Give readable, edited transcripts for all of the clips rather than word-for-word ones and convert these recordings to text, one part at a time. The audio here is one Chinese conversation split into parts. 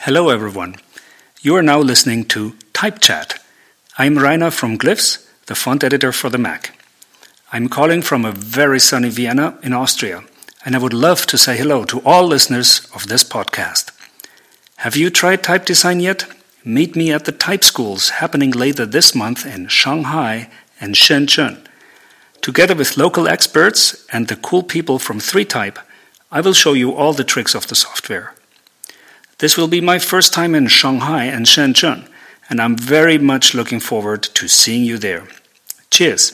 Hello everyone. You are now listening to Type Chat. I'm Rainer from Glyphs, the font editor for the Mac. I'm calling from a very sunny Vienna in Austria, and I would love to say hello to all listeners of this podcast. Have you tried type design yet? Meet me at the type schools happening later this month in Shanghai and Shenzhen. Together with local experts and the cool people from 3Type, I will show you all the tricks of the software. This will be my first time in Shanghai and Shenzhen, and I'm very much looking forward to seeing you there. Cheers!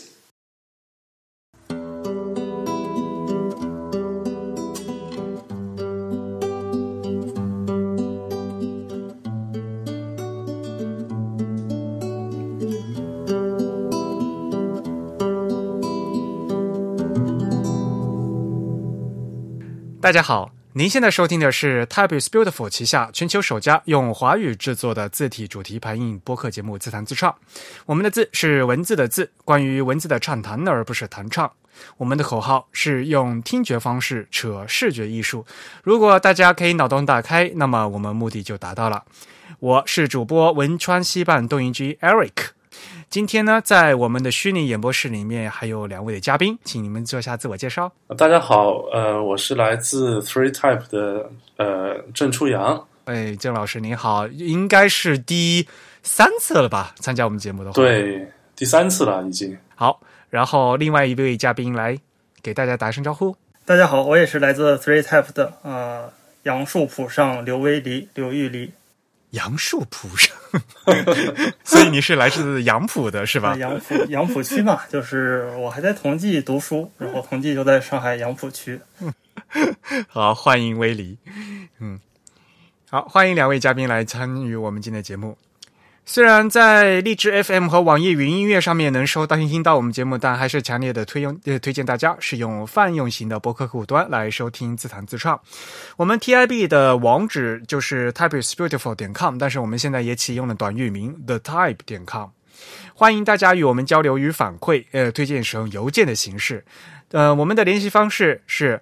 大家好，您现在收听的是 Type is Beautiful 旗下全球首家用华语制作的字体主题排印播客节目自弹自唱。我们的字是文字的字，关于文字的畅谈而不是弹唱。我们的口号是用听觉方式扯视觉艺术。如果大家可以脑洞打开，那么我们目的就达到了。我是主播汶川西办动音机 Eric。今天呢，在我们的虚拟演播室里面还有两位的嘉宾，请你们做一下自我介绍。 大家好，我是来自 3Type 的郑初阳。 郑老师您好，应该是第3次了吧？参加我们节目的话， 对，第3次了已经。 好，然后另外一位嘉宾来给大家打声招呼。 大家好，我也是来自 3Type 的杨树浦上刘威黎刘玉黎。 杨树浦上所以你是来自杨浦的是吧？ 杨浦区嘛，就是我还在同济读书，然后同济就在上海杨浦区。 好，欢迎威黎。好，欢迎两位嘉宾来参与我们今天的节目。虽然在荔枝 FM 和网易云音乐上面能听到我们节目，但还是强烈的推荐大家使用泛用型的播客客户端来收听自弹自唱。我们 TIB 的网址就是 typeisbeautiful.com， 但是我们现在也启用了短域名 thetype.com。欢迎大家与我们交流与反馈，推荐使用邮件的形式。我们的联系方式是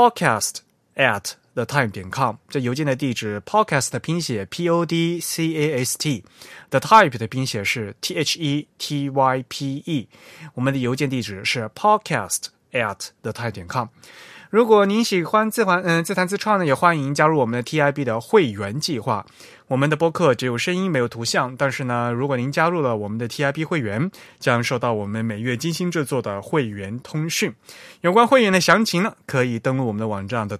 podcast@thetype.com， 这邮件的地址 podcast 的拼写 podcast， the type 的拼写是 thetype， 我们的邮件地址是 podcast@thetype.com。 如果您喜欢自弹自唱呢，也欢迎加入我们的 TIB 的会员计划。我们的播客只有声音没有图像，但是呢，如果您加入了我们的 TIB 会员，将收到我们每月精心制作的会员通讯。有关会员的详情呢，可以登录我们的网站的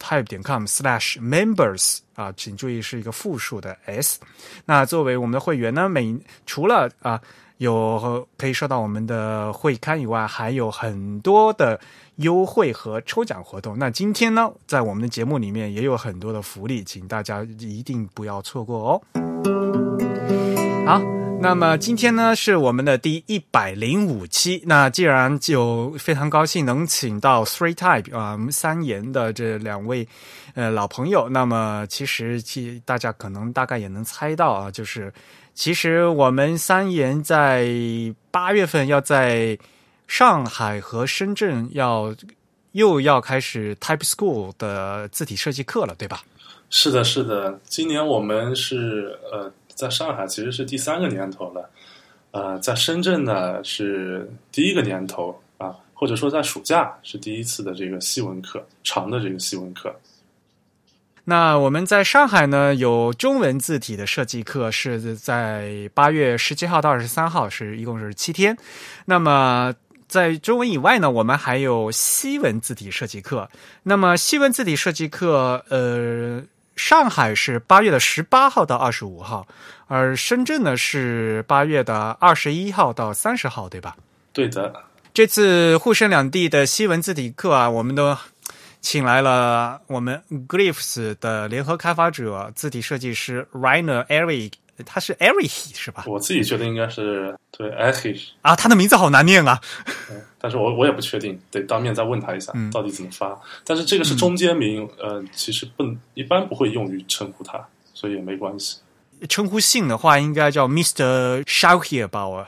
type.com/members 请注意是一个复数的 s。 那作为我们的会员呢，除了有可以收到我们的会刊以外，还有很多的优惠和抽奖活动。那今天呢，在我们的节目里面也有很多的福利，请大家一定不要错过哦。好，那么今天呢是我们的第105期。那既然就非常高兴能请到 3Type 三言的这两位老朋友，那么其实大家可能大概也能猜到就是其实我们三言在8月份要在上海和深圳又要开始 Type School 的字体设计课了，对吧？ 是的，是的。今年我们是在上海其实是第3个年头了，在深圳呢是第1个年头或者说在暑假是第1次的这个细文课，长的这个细文课。 那我们在上海呢有中文字体的设计课，是在8月17号到23号，一共是7天。那么在中文以外呢，我们还有西文字体设计课。那么西文字体设计课上海是8月的18号到25号，而深圳呢是8月的21号到30号，对吧？ 对的。 这次沪深两地的西文字体课我们都请来了我们 Glyphs 的联合开发者字体设计师 Rainer Eric， 他是 Eric 是吧？ 我自己觉得应该是对 Eric 他的名字好难念啊。 但是我也不确定，得当面再问他一下到底怎么发。但是这个是中间名，其实一般不会用于称呼他，所以也没关系。 称呼姓的话应该叫 Mr. Schauchierbauer。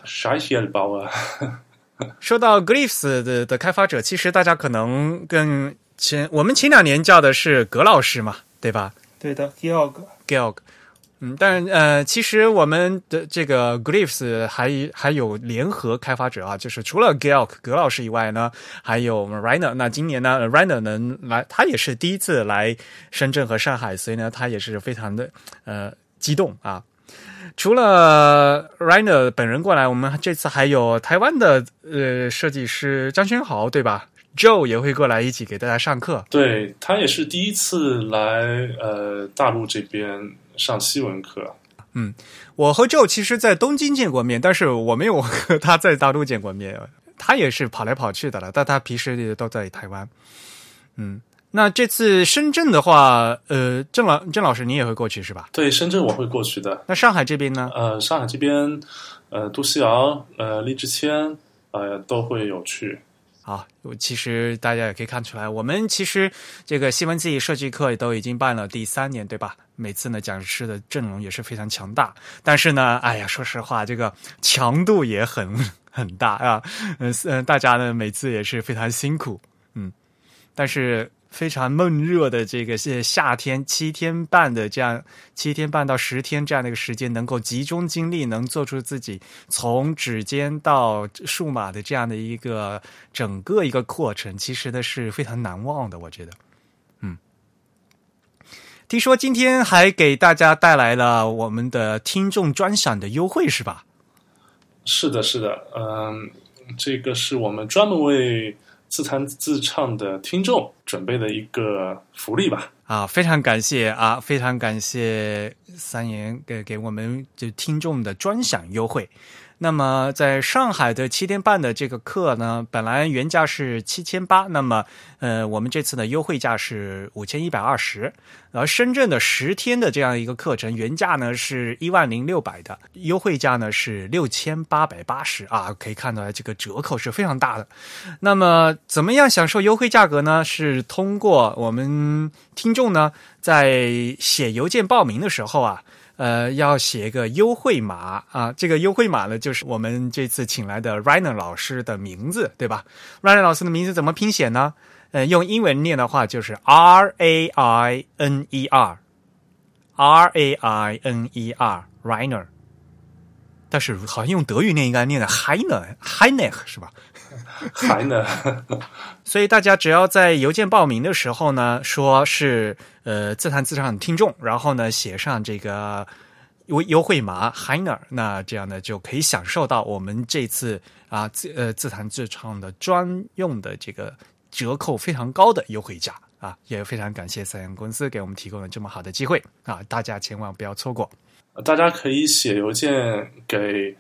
说到 Glyphs 的开发者，其实大家可能我们前2年叫的是葛老师嘛，对吧？ 对的 Georg。 但其实我们的这个 Glyphs 还有联合开发者啊，就是除了 Georg 葛老师以外呢，还有我们 Rainer。那今年呢 ，Rainer 能来，他也是第一次来深圳和上海，所以呢，他也是非常的激动啊。除了 Rainer 本人过来，我们这次还有台湾的设计师张轩豪，对吧？Joe 也会过来一起给大家上课。 对，他也是第一次来大陆这边上西文课。 我和 Joe 其实在东京见过面，但是我没有和他在大陆见过面。他也是跑来跑去的了，但他平时也都在台湾。那这次深圳的话，郑老师你也会过去是吧？ 对，深圳我会过去的。 那上海这边呢？ 上海这边，杜希尧、厉志谦，都会有去。 啊，其实大家也可以看出来，我们其实这个西文字体设计课都已经办了第3年，对吧？每次呢，讲师的阵容也是非常强大，但是呢，哎呀，说实话，这个强度也很大啊。大家呢每次也是非常辛苦，但是非常闷热的这个是夏天7天半的这样7天半到10天这样的一个时间，能够集中精力，能做出自己从指尖到数码的这样的一个整个一个过程，其实呢是非常难忘的，我觉得。听说今天还给大家带来了我们的听众专享的优惠是吧？ 是的，是的，这个是我们专门为自弹自唱的听众准备的一个福利吧。 非常感谢非常感谢三言给我们就听众的专享优惠。那么在上海的7天半的这个课呢，本来原价是7800，那么我们这次的优惠价是5120，而深圳的10天的这样一个课程原价呢是10600的，优惠价呢是6880可以看到这个折扣是非常大的。那么怎么样享受优惠价格呢？是通过我们听众呢在写邮件报名的时候要写一个优惠码这个优惠码呢，就是我们这次请来的 Rainer 老师的名字，对吧？ Rainer 老师的名字怎么拼写呢？用英文念的话就是 RAINER Rainer， 但是好像用德语念应该念的 Heiner 是吧 Heiner 所以大家只要在邮件报名的时候呢，说是自弹自唱听众，然后呢写上这个优惠码 Heiner， 那这样呢就可以享受到我们这次自弹自唱的专用的这个折扣非常高的优惠价也非常感谢三洋公司给我们提供了这么好的机会大家千万不要错过。 大家可以写邮件给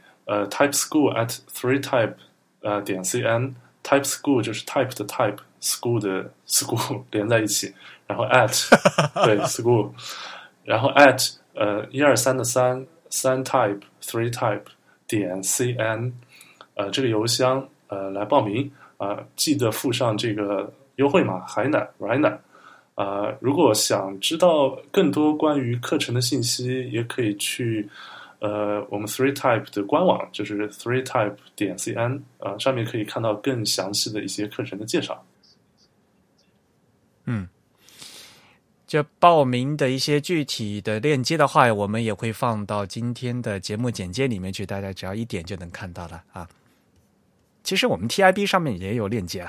typeschool@3type.cn type school 就是 type 的 type school 的 school 连在一起，然后 对 school， 然后 123的3type 3type.cn 这个邮箱来报名记得附上这个优惠码 Rainer。如果想知道更多关于课程的信息，也可以去我们 3type 的官网，就是 3type.cn 上面可以看到更详细的一些课程的介绍。 这报名的一些具体的链接的话，我们也会放到今天的节目简介里面去，大家只要一点就能看到了其实我们 TIB 上面也有链接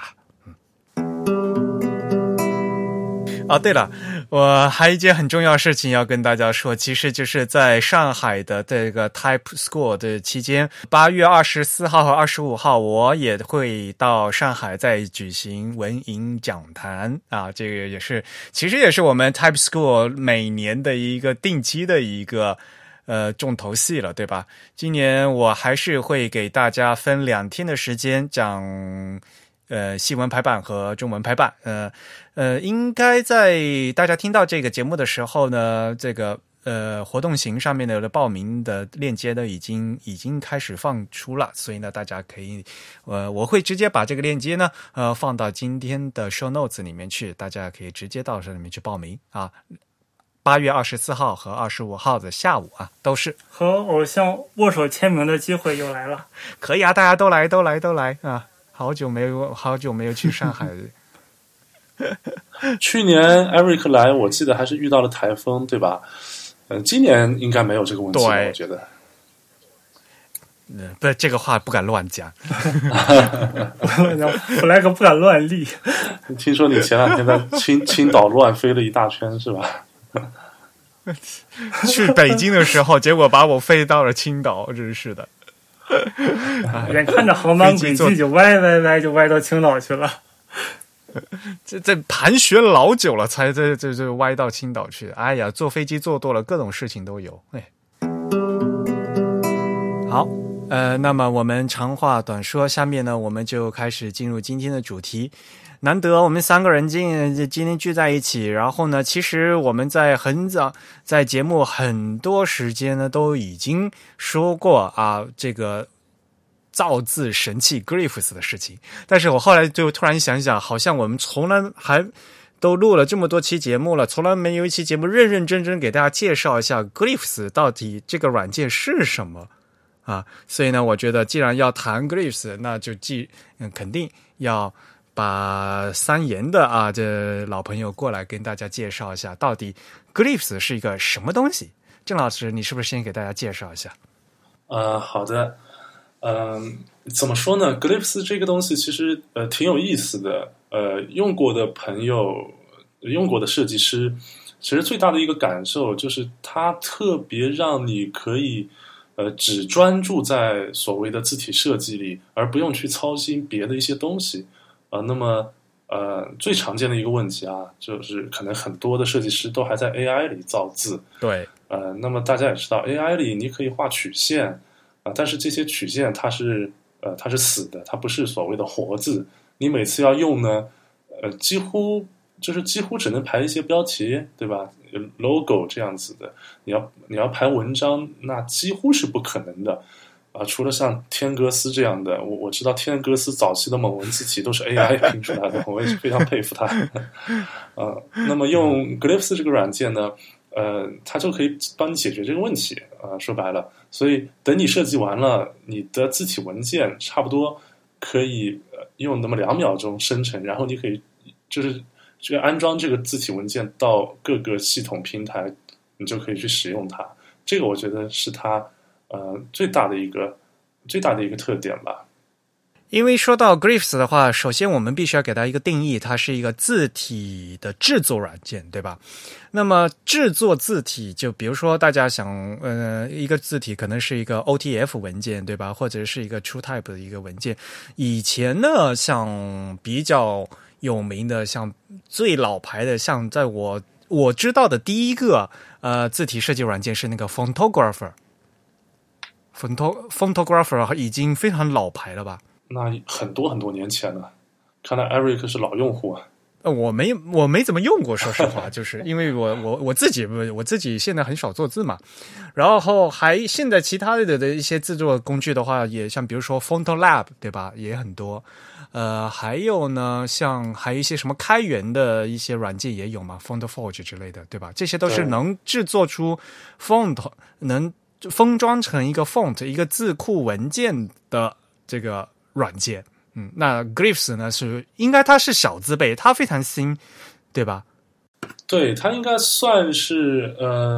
对了，我还有一件很重要的事情要跟大家说，其实就是在上海的这个 Type School 的期间，8月24号和25号我也会到上海再举行文营讲坛这个也是其实也是我们 Type School 每年的一个定期的一个重头戏了，对吧？今年我还是会给大家分2天的时间讲西文排版和中文排版。应该在大家听到这个节目的时候呢，这个活动型上面的报名的链接呢已经开始放出了，所以呢大家可以我会直接把这个链接呢放到今天的 show notes 里面去，大家可以直接到这里面去报名8月24号和25号的下午都是和偶像握手签名的机会又来了。 可以大家都来好久没有去上海去年 Eric 来我记得还是遇到了台风，对吧？ 今年应该没有这个问题了，我觉得。 不，这个话不敢乱讲。 flag 不敢乱立。 听说你前两天在青岛乱飞了一大圈是吧？ 去北京的时候，结果把我飞到了青岛，真是的。 眼看着航班轨迹就歪就歪到青岛去了。 这盘旋老久了，才这歪到青岛去。哎呀，坐飞机坐多了，各种事情都有。哎，好。那么我们长话短说，下面呢，我们就开始进入今天的主题。难得我们3个人今天聚在一起，然后呢，其实我们在很早在节目很多时间呢都已经说过啊，这个造字神器 Glyphs 的事情。但是我后来就突然想想，好像我们从来还都录了这么多期节目了，从来没有一期节目认认真真给大家介绍一下 Glyphs 到底这个软件是什么。所以呢，我觉得既然要谈 Glyphs， 那就肯定要把三言的这老朋友过来跟大家介绍一下，到底 Glyphs 是一个什么东西。郑老师，你是不是先给大家介绍一下？ 好的。怎么说呢 ？Glyphs 这个东西其实挺有意思的。用过的朋友，用过的设计师，其实最大的一个感受就是它特别让你可以。只专注在所谓的字体设计里，而不用去操心别的一些东西。那么最常见的一个问题就是可能很多的设计师都还在 AI 里造字。 对。 那么大家也知道 AI 里你可以画曲线但是这些曲线它是死的，它不是所谓的活字。你每次要用呢，几乎只能排一些标题，对吧？logo 这样子的，你要排文章，那几乎是不可能的除了像天歌斯这样的，我知道天歌斯早期的蒙文字体都是 AI 拼出来的，我也是非常佩服他。那么用 Glyphs 这个软件呢，它就可以帮你解决这个问题说白了，所以等你设计完了，你的字体文件差不多可以用那么2秒钟生成，然后你可以这个安装这个字体文件到各个系统平台，你就可以去使用它。这个我觉得是它最大的一个特点吧。 因为说到 Glyphs 的话，首先我们必须要给它一个定义，它是一个字体的制作软件，对吧？那么制作字体，就比如说大家想一个字体可能是一个 OTF 文件，对吧？或者是一个 TrueType 的一个文件。以前呢，像比较有名的，像最老牌的，像在我知道的第一个字体设计软件是那个 Fontographer 已经非常老牌了吧？ 那很多年前了，看来 Eric 是老用户我没怎么用过，说实话，就是因为我自己现在很少做字嘛，然后现在其他的一些制作工具的话，也像比如说 FontLab 对吧，也很多。还有呢，还有一些什么开源的一些软件也有嘛 ，FontForge 之类的，对吧？这些都是能制作出 font， 能封装成一个 font 一个字库文件的这个软件。那 Glyphs 呢它是小字辈，它非常新，对吧？ 对，它应该算是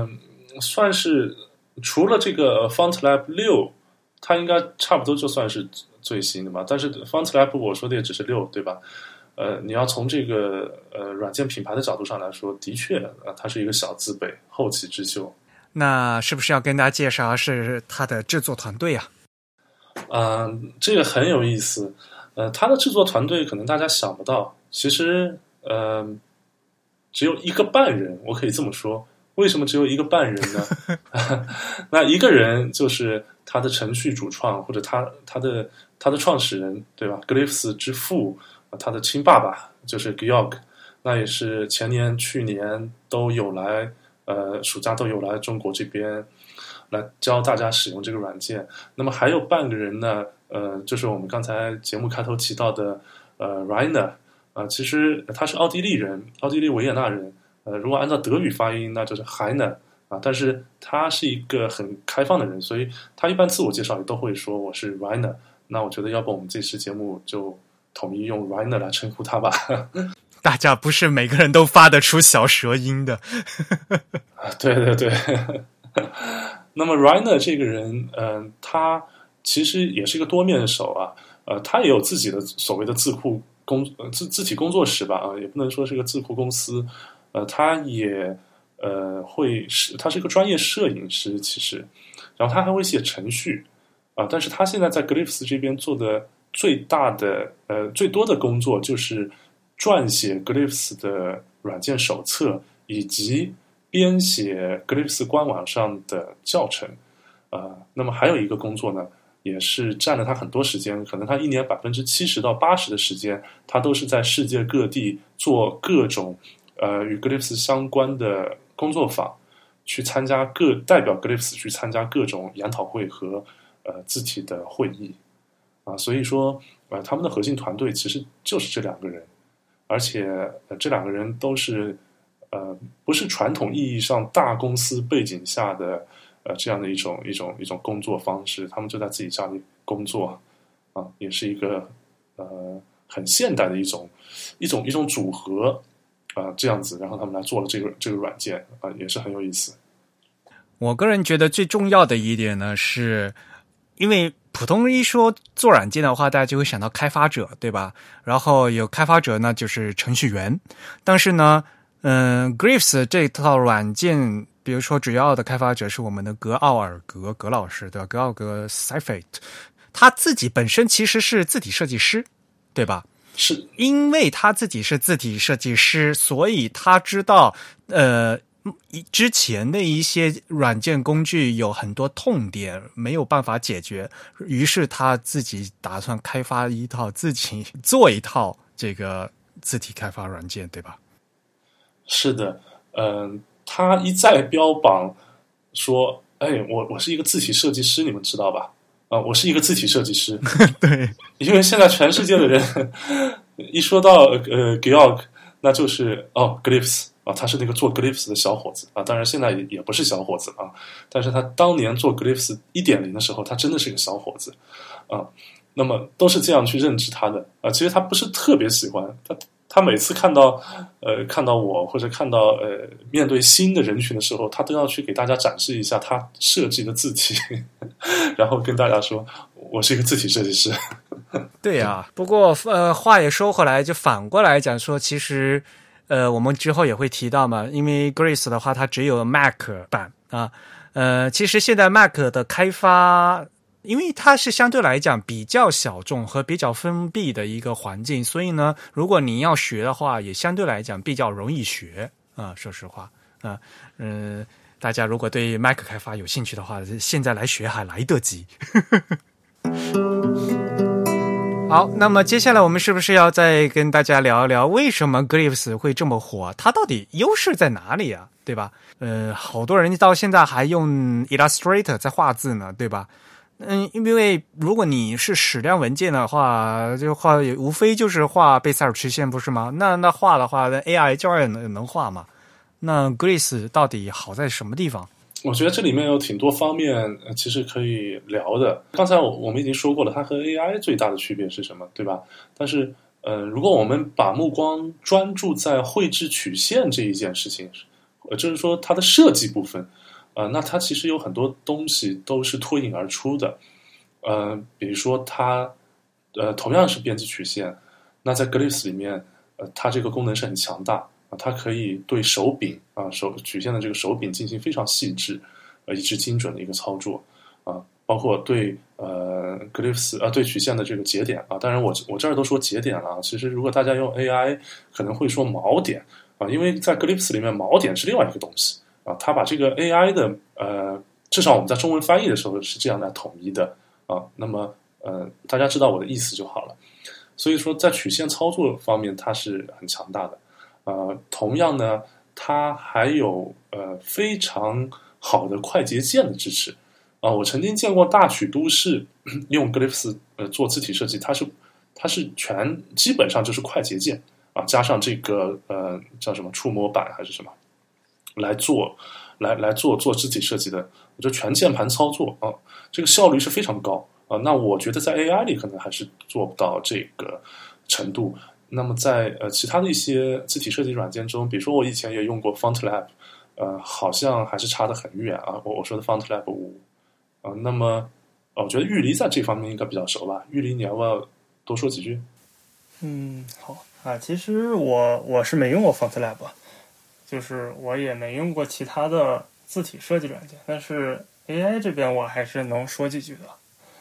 除了这个 FontLab 6，它应该差不多就算是最新的嘛。但是 FontLab 我说的也只是6，对吧？你要从这个软件品牌的角度上来说，的确它是一个小字辈，后起之秀。 那是不是要跟大家介绍是它的制作团队啊？ 这个很有意思。它的制作团队可能大家想不到，其实只有1个半人，我可以这么说。为什么只有1个半人呢？那1个人就是他的程序主创，或者他的创始人，对吧 ？Glyphs 之父，他的亲爸爸就是 Georg， 那也是前年、去年都有来，暑假都有来中国这边来教大家使用这个软件。那么还有半个人呢，就是我们刚才节目开头提到的Rainer，其实他是奥地利人，奥地利维也纳人。如果按照德语发音，那就是 Heiner 但是他是一个很开放的人，所以他一般自我介绍也都会说我是 Rainer。那我觉得要不我们这期节目就统一用 Rainer 来称呼他吧。 大家不是每个人都发得出小舌音的。 对对对。那么 Rainer 这个人，他其实也是一个多面手啊，他也有自己的所谓的自体工作室吧，也不能说是个智库公司，他也他是一个专业摄影师，其实，然后他还会写程序但是他现在在 Glyphs 这边做的最多的工作就是撰写 Glyphs 的软件手册以及编写 Glyphs 官网上的教程，那么还有一个工作呢，也是占了他很多时间，可能他一年70%到80%的时间，他都是在世界各地做各种与 Glyphs 相关的工作坊，去参加代表 Glyphs 去参加各种研讨会和字体的会议所以说他们的核心团队其实就是这2个人，而且这2个人都是不是传统意义上大公司背景下的这样的一种工作方式，他们就在自己家里工作也是一个很现代的一种组合这样子，然后他们来做了这个软件也是很有意思。 我个人觉得最重要的一点呢，是因为普通一说做软件的话，大家就会想到开发者，对吧？然后有开发者呢，就是程序员。但是呢Glyphs 这套软件，比如说主要的开发者是我们的格奥尔格老师，对吧？格奥尔格 Seifert， 他自己本身其实是字体设计师，对吧？ 是因为他自己是字体设计师，所以他知道之前的一些软件工具有很多痛点没有办法解决，于是他自己打算自己做一套这个字体开发软件，对吧？ 是的，他一再标榜说，我是一个字体设计师，你们知道吧？我是一个字体设计师。 对， 因为现在全世界的人一说到Georg， 那就是Glyphs他是那个做 Glyphs 的小伙子当然现在也不是小伙子但是他当年做 Glyphs 1.0 的时候，他真的是个小伙子那么都是这样去认知他的其实他不是特别喜欢他每次看到我或者看到面对新的人群的时候，他都要去给大家展示一下他设计的字体然后跟大家说我是一个字体设计师。 对啊，不过话也说回来，就反过来讲说，其实我们之后也会提到嘛，因为 Glyphs 的话它只有 Mac 版其实现在 Mac 的开发，因为它是相对来讲比较小众和比较封闭的一个环境，所以呢，如果你要学的话，也相对来讲比较容易学说实话大家如果对 Mac 开发有兴趣的话，现在来学还来得及。好，那么接下来我们是不是要再跟大家聊一聊为什么 Glyphs 会这么火？它到底优势在哪里啊？对吧？好多人到现在还用 Illustrator 在画字呢，对吧？因为如果你是矢量文件的话，就画无非就是画贝塞尔曲线，不是吗？那画的话，那 AI 照样能画嘛。那 Glyphs 到底好在什么地方？ 我觉得这里面有挺多方面其实可以聊的。刚才我们已经说过了，它和 AI 最大的区别是什么，对吧？但是如果我们把目光专注在绘制曲线这一件事情，就是说它的设计部分那它其实有很多东西都是脱颖而出的比如说它同样是编辑曲线，那在 Glyphs 里面它这个功能是很强大它可以对手柄曲线的这个手柄进行非常细致一致精准的一个操作包括对Glyphs 对曲线的这个节点当然我这儿都说节点了其实如果大家用 AI 可能会说锚点因为在 Glyphs 里面锚点是另外一个东西它把这个 AI 的至少我们在中文翻译的时候是这样来统一的那么大家知道我的意思就好了。所以说在曲线操作方面它是很强大的同样呢它还有非常好的快捷键的支持我曾经见过大曲都市用 Glyphs 做字体设计，它是基本上就是快捷键加上这个叫什么触摸板还是什么来做字体设计的，我觉得全键盘操作这个效率是非常高那我觉得在 AI 里可能还是做不到这个程度那么在其他的一些字体设计软件中，比如说我以前也用过 FontLab，好像还是差得很远啊。我说的 FontLab 5，那么我觉得玉梨在这方面应该比较熟吧？玉梨，你要不要多说几句？ 好啊，其实我是没用过 FontLab，就是我也没用过其他的字体设计软件，但是 AI 这边我还是能说几句的。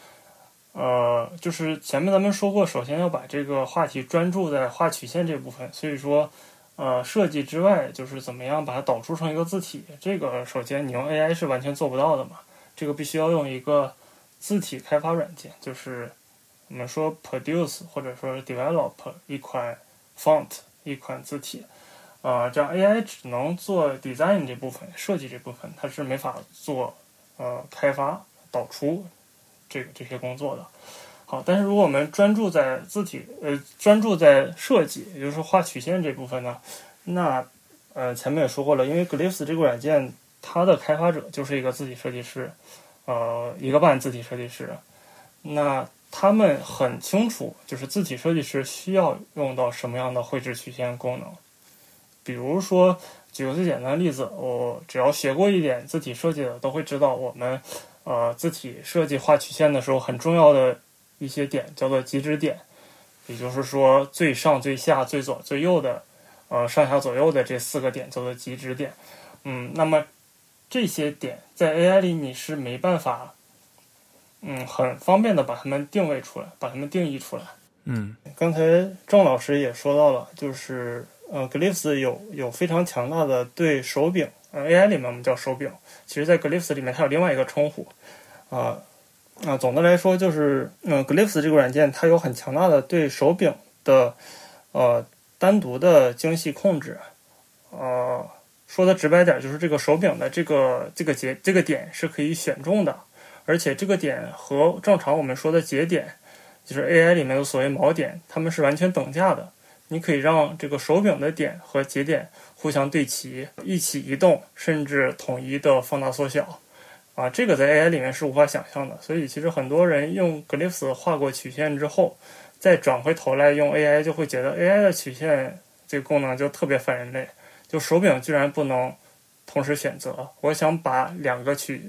就是前面咱们说过，首先要把这个话题专注在画曲线这部分，所以说，设计之外，就是怎么样把它导出成一个字体，这个首先你用 AI 是完全做不到的嘛，这个必须要用一个字体开发软件，就是我们说 produce 或者说 develop 一款 font 一款字体，这样 AI 只能做 design 这部分，设计这部分，它是没法做开发导出这些工作的。好，但是如果我们专注在字体，专注在设计，也就是画曲线这部分呢，那前面也说过了，因为 Glyphs 这个软件，它的开发者就是一个字体设计师，一个半字体设计师，那他们很清楚，就是字体设计师需要用到什么样的绘制曲线功能。比如说，举个最简单的例子，我只要学过一点字体设计的，都会知道我们字体设计画曲线的时候很重要的一些点叫做极值点，也就是说最上最下最左最右的上下左右的这4个点叫做极值点。那么这些点在 AI 里你是没办法很方便的把它们定位出来，把它们定义出来。刚才郑老师也说到了，就是Glyphs 有非常强大的对手柄，AI 里面我们叫手柄，其实在 Glyphs 里面它有另外一个称呼，总的来说就是Glyphs 这个软件它有很强大的对手柄的单独的精细控制，说的直白点就是这个手柄的这个点是可以选中的，而且这个点和正常我们说的节点，就是 AI 里面的所谓锚点，它们是完全等价的。你可以让这个手柄的点和节点互相对齐，一起移动，甚至统一的放大缩小。这个在 AI 里面是无法想象的。所以其实很多人用 Glyphs 画过曲线之后，再转回头来用 AI， 就会觉得 AI 的曲线这个功能就特别反人类，就手柄居然不能同时选择。我想把两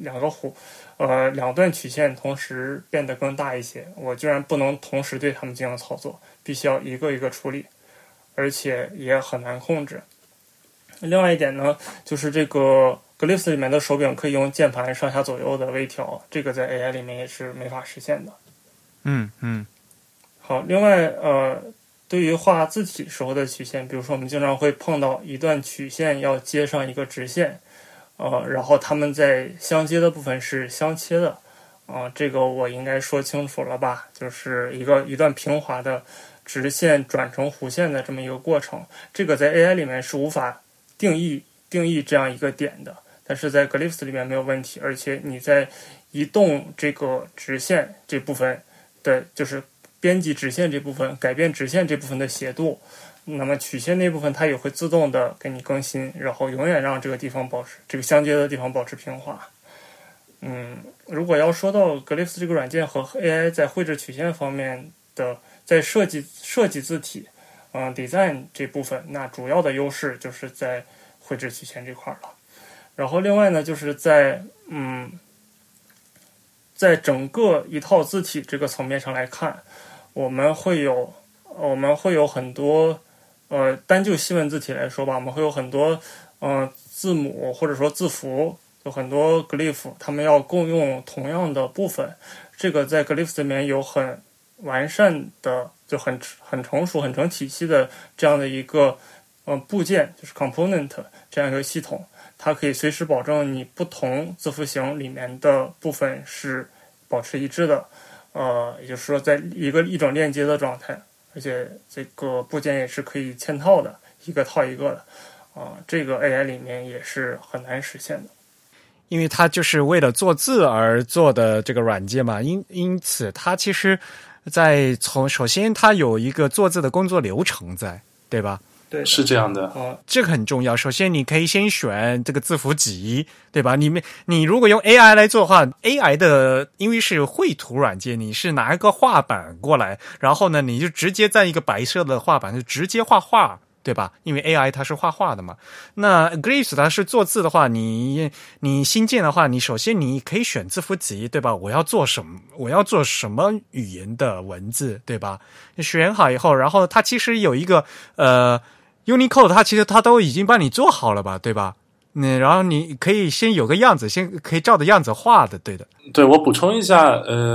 段曲线同时变得更大一些，我居然不能同时对它们进行操作，必须要一个一个处理，而且也很难控制。另外一点呢，就是这个 Glyphs 里面的手柄可以用键盘上下左右的微调，这个在 AI 里面也是没法实现的。好，另外对于画字体时候的曲线，比如说我们经常会碰到一段曲线要接上一个直线，然后它们在相接的部分是相切的，这个我应该说清楚了吧？就是一段平滑的直线转成弧线的这么一个过程，这个在 AI 里面是无法定义这样一个点的，但是在 Glyphs 里面没有问题，而且你在移动这个直线这部分的，就是编辑直线这部分，改变直线这部分的斜度，那么曲线那部分它也会自动的给你更新，然后永远让这个地方保持这个相接的地方保持平滑。如果要说到 Glyphs 这个软件和 AI 在绘制曲线方面的，在设计字体design 这部分，那主要的优势就是在绘制曲线这块了。然后另外呢，就是在整个一套字体这个层面上来看，我们会有很多单就西文字体来说吧，我们会有很多字母或者说字符，有很多 glyph， 它们要共用同样的部分。这个在 Glyphs 里面有很完善的，就很成熟、很成体系的这样的一个部件，就是 component 这样一个系统，它可以随时保证你不同字符型里面的部分是保持一致的，也就是说在一种链接的状态，而且这个部件也是可以嵌套的，一个套一个的，这个 AI 里面也是很难实现的。 因为它就是为了做字而做的这个软件嘛，因此它其实首先它有一个做字的工作流程在，对吧？ 对， 是这样的。 这个很重要。首先，你可以先选这个字符集，对吧？你如果用 AI 来做的话 ，AI 的因为是绘图软件，你是拿一个画板过来，然后呢，你就直接在一个白色的画板就直接画画。对吧？因为 AI 它是画画的嘛。那 Glyphs 它是做字的话，你新建的话，你首先你可以选字符集，对吧？我要做什么语言的文字，对吧？选好以后，然后它其实有一个Unicode， 它其实它都已经帮你做好了吧，对吧？然后你可以先有个样子，先可以照着样子画的，对的。 对，我补充一下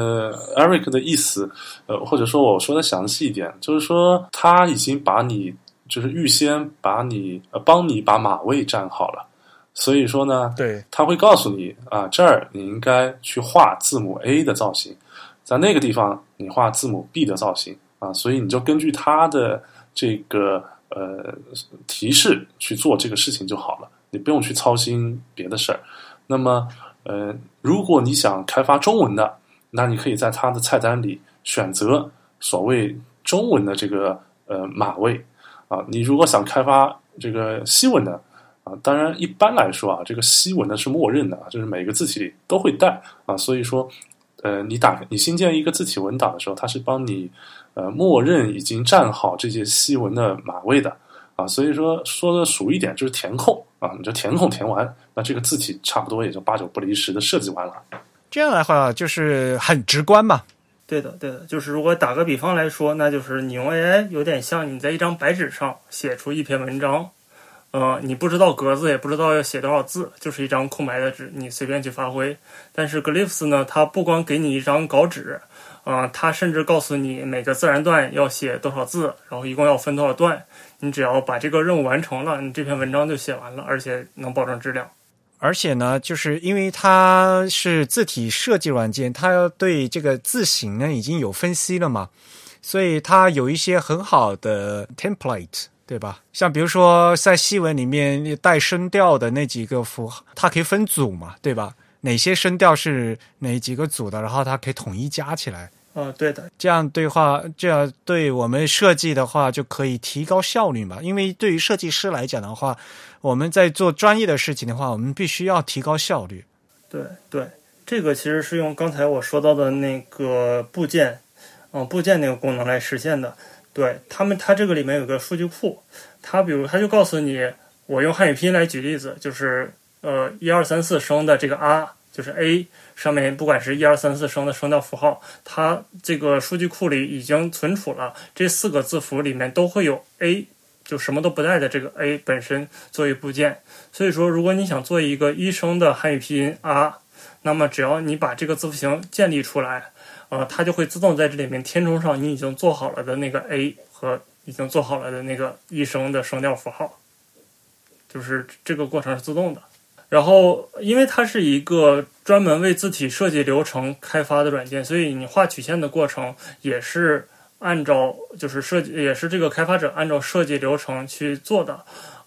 ，Eric 的意思，或者说我说的详细一点，就是说他已经把你就是预先把你帮你把码位站好了，所以说呢， 对， 他会告诉你啊，这儿你应该去画字母 A 的造型，在那个地方你画字母 B 的造型啊，所以你就根据他的这个提示去做这个事情就好了，你不用去操心别的事儿。那么如果你想开发中文的，那你可以在它的菜单里选择所谓中文的这个码位啊。你如果想开发这个西文的啊，当然一般来说啊，这个西文的是默认的啊，就是每个字体里都会带啊，所以说你新建一个字体文档的时候，它是帮你默认已经站好这些西文的码位的啊，所以说的俗一点就是填空啊，你就填空填完，那这个字体差不多也就8-9不离10的设计完了。 这样的话就是很直观嘛。 对的，就是如果打个比方来说，那就是你用 AI 有点像你在一张白纸上写出一篇文章，你不知道格子，也不知道要写多少字，就是一张空白的纸，你随便去发挥。但是 Glyphs 呢，它不光给你一张稿纸，它甚至告诉你每个自然段要写多少字，然后一共要分多少段，你只要把这个任务完成了，你这篇文章就写完了，而且能保证质量。 而且呢，就是因为它是字体设计软件，它对这个字形呢已经有分析了嘛，所以它有一些很好的 template， 对吧？像比如说在西文里面带声调的那几个符号，它可以分组嘛，对吧？哪些声调是哪几个组的，然后它可以统一加起来。 对的， 这样对我们设计的话就可以提高效率嘛。因为对于设计师来讲的话，我们在做专业的事情的话，我们必须要提高效率。 对，这个其实是用刚才我说到的那个部件那个功能来实现的。对，它这个里面有个数据库，它就告诉你，我用汉语拼音来举例子，就是1、2、3、4声的这个 R， 就是 A 上面不管是1、2、3、4声的声调符号，它这个数据库里已经存储了这4个字符里面都会有 A， 就什么都不带的这个 A 本身作为部件。所以说如果你想做一个1声的汉语拼音 R， 那么只要你把这个字符型建立出来，它就会自动在这里面填充上你已经做好了的那个 A 和已经做好了的那个1声的声调符号，就是这个过程是自动的。然后因为它是一个专门为字体设计流程开发的软件，所以你画曲线的过程也是按照也是这个开发者按照设计流程去做的。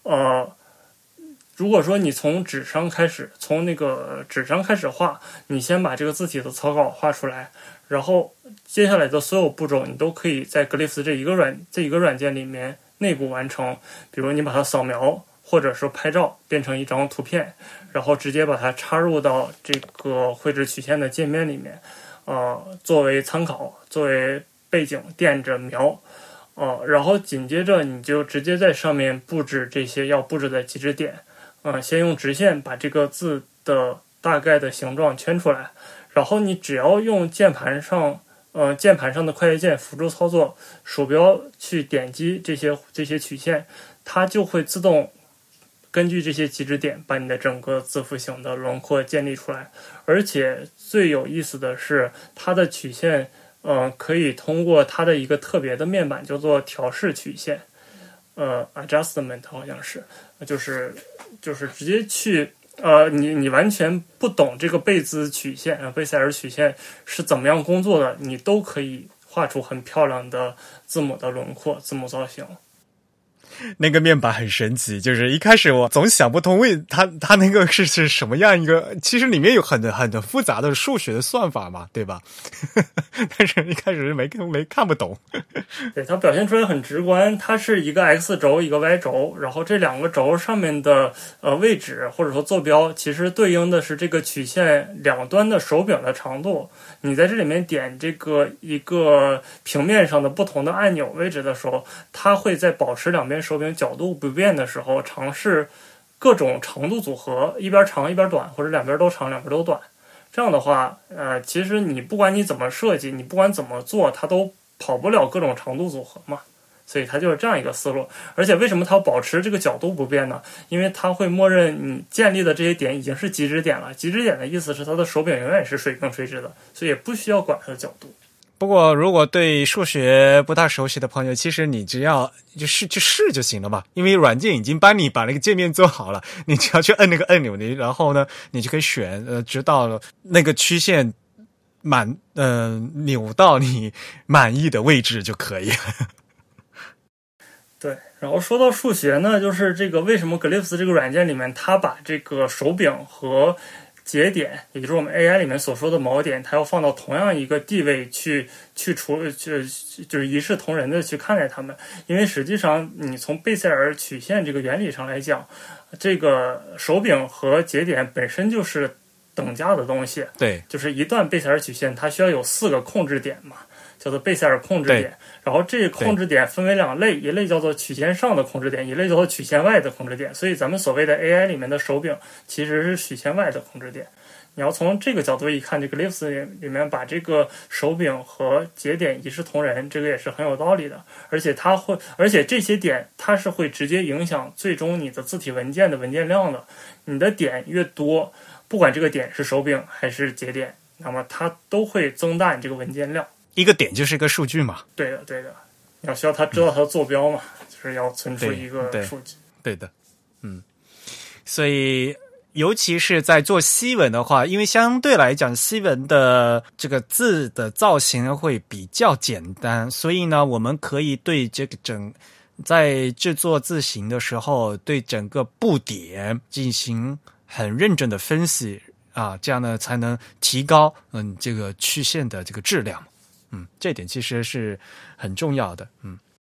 如果说你从那个纸上开始画，你先把这个字体的草稿画出来，然后接下来的所有步骤你都可以在 Glyphs 这一个软件里面内部完成。比如你把它扫描或者是拍照变成一张图片，然后直接把它插入到这个绘制曲线的界面里面，作为参考，作为背景垫着描，然后紧接着你就直接在上面布置这些要布置的极值点，先用直线把这个字的大概的形状圈出来，然后你只要用键盘上的快捷键辅助操作，鼠标去点击这些曲线，它就会自动根据这些极值点把你的整个字符形的轮廓建立出来。而且最有意思的是，它的曲线可以通过它的一个特别的面板叫做调试曲线，adjustment 好像是，就是直接去你完全不懂这个贝兹曲线贝塞尔曲线是怎么样工作的，你都可以画出很漂亮的字母的轮廓、字母造型。 那个面板很神奇，就是一开始我总想不通它那个是什么样一个，其实里面有很复杂的数学的算法嘛，对吧？但是一开始没看不懂。 对，它表现出来很直观，它是一个 X 轴一个 Y 轴，然后这两个轴上面的位置或者说坐标，其实对应的是这个曲线两端的手柄的长度。你在这里面点这个一个平面上的不同的按钮位置的时候，它会在保持两边手柄角度不变的时候，尝试各种长度组合，一边长一边短，或者两边都长两边都短。这样的话，其实你不管你怎么设计，你不管怎么做，它都跑不了各种长度组合嘛。所以它就是这样一个思路。而且为什么它要保持这个角度不变呢？因为它会默认你建立的这些点已经是极值点了。极值点的意思是它的手柄永远是水平垂直的，所以也不需要管它的角度。 不过如果对数学不大熟悉的朋友，其实你只要去试就行了嘛，因为软件已经帮你把那个界面做好了，你只要去摁那个按钮，然后呢你就可以选直到那个曲线扭到你满意的位置就可以了。 对，然后说到数学呢，就是这个为什么 Glyphs 这个软件里面，它把这个手柄和节点，也就是我们 AI 里面所说的锚点，它要放到同样一个地位就是一视同仁的去看待它们。因为实际上，你从贝塞尔曲线这个原理上来讲，这个手柄和节点本身就是等价的东西。 对， 就是一段贝塞尔曲线，它需要有4个控制点嘛。叫做贝塞尔控制点，然后这个控制点分为2类，一类叫做曲线上的控制点，一类叫做曲线外的控制点。所以咱们所谓的 AI 里面的手柄其实是曲线外的控制点。你要从这个角度一看，这个 Glyphs 里面把这个手柄和节点一视同仁，这个也是很有道理的。而且这些点它是会直接影响最终你的字体文件的文件量的。你的点越多，不管这个点是手柄还是节点，那么它都会增大你这个文件量。 一个点就是一个数据嘛。 对的，你要需要它知道它的坐标嘛，就是要存出一个数据。 对的，所以尤其是在做西文的话，因为相对来讲西文的这个字的造型会比较简单，所以呢，我们可以对这个在制作字形的时候，对整个布点进行很认真的分析啊，这样呢才能提高这个曲线的这个质量。这点其实是很重要的。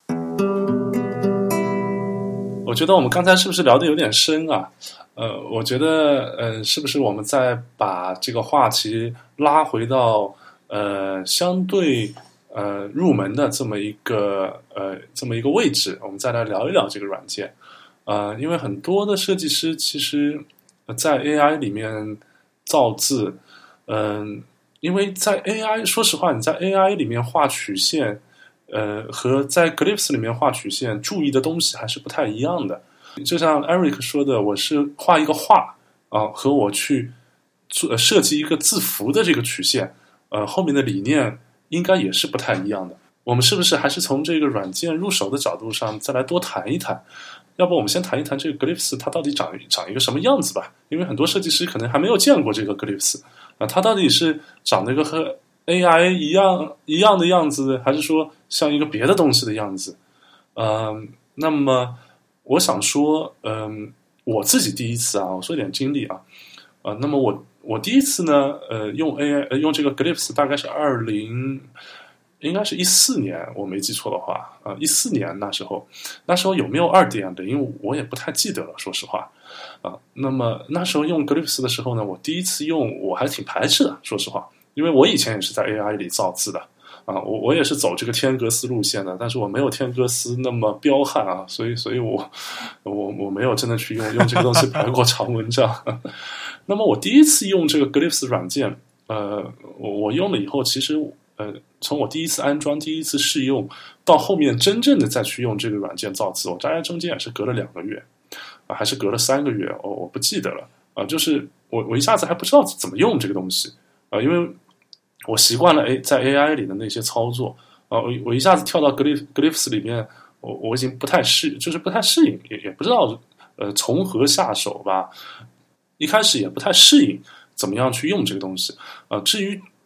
我觉得我们刚才是不是聊得有点深啊？我觉得是不是我们再把这个话题拉回到相对入门的这么一个位置，我们再来聊一聊这个软件。因为很多的设计师其实在 AI 里面造字，因为在 AI， 说实话，你在 AI 里面画曲线，和在 Glyphs 里面画曲线，注意的东西还是不太一样的。就像 Eric 说的，我是画一个画和我去设计一个字符的这个曲线，后面的理念应该也是不太一样的。我们是不是还是从这个软件入手的角度上再来多谈一谈？要不我们先谈一谈这个 Glyphs 它到底长一个什么样子吧？因为很多设计师可能还没有见过这个 Glyphs。它到底是长得一个和 AI 一样的样子，还是说像一个别的东西的样子？那么我想说，我自己第一次我说一点经历那么我第一次呢，用 AI 用这个 Glyphs 大概是应该是14年，我没记错的话14年那时候有没有2.0，我也不太记得了，说实话。那么那时候用 Glyphs 的时候呢，我第一次用我还挺排斥的，说实话，因为我以前也是在 AI 里造字的我也是走这个天格斯路线的，但是我没有天格斯那么彪悍所以我没有真的去用这个东西排过长文章。那么我第一次用这个 Glyphs 软件，我用了以后，其实从我第一次安装、第一次试用到后面真正的再去用这个软件造字，我大概中间也是隔了2个月还是隔了3个月，我不记得了就是我一下子还不知道怎么用这个东西因为我习惯了在 AI 里的那些操作我一下子跳到 Glyphs 里面，我已经不太适应，也不知道从何下手吧。一开始也不太适应怎么样去用这个东西至于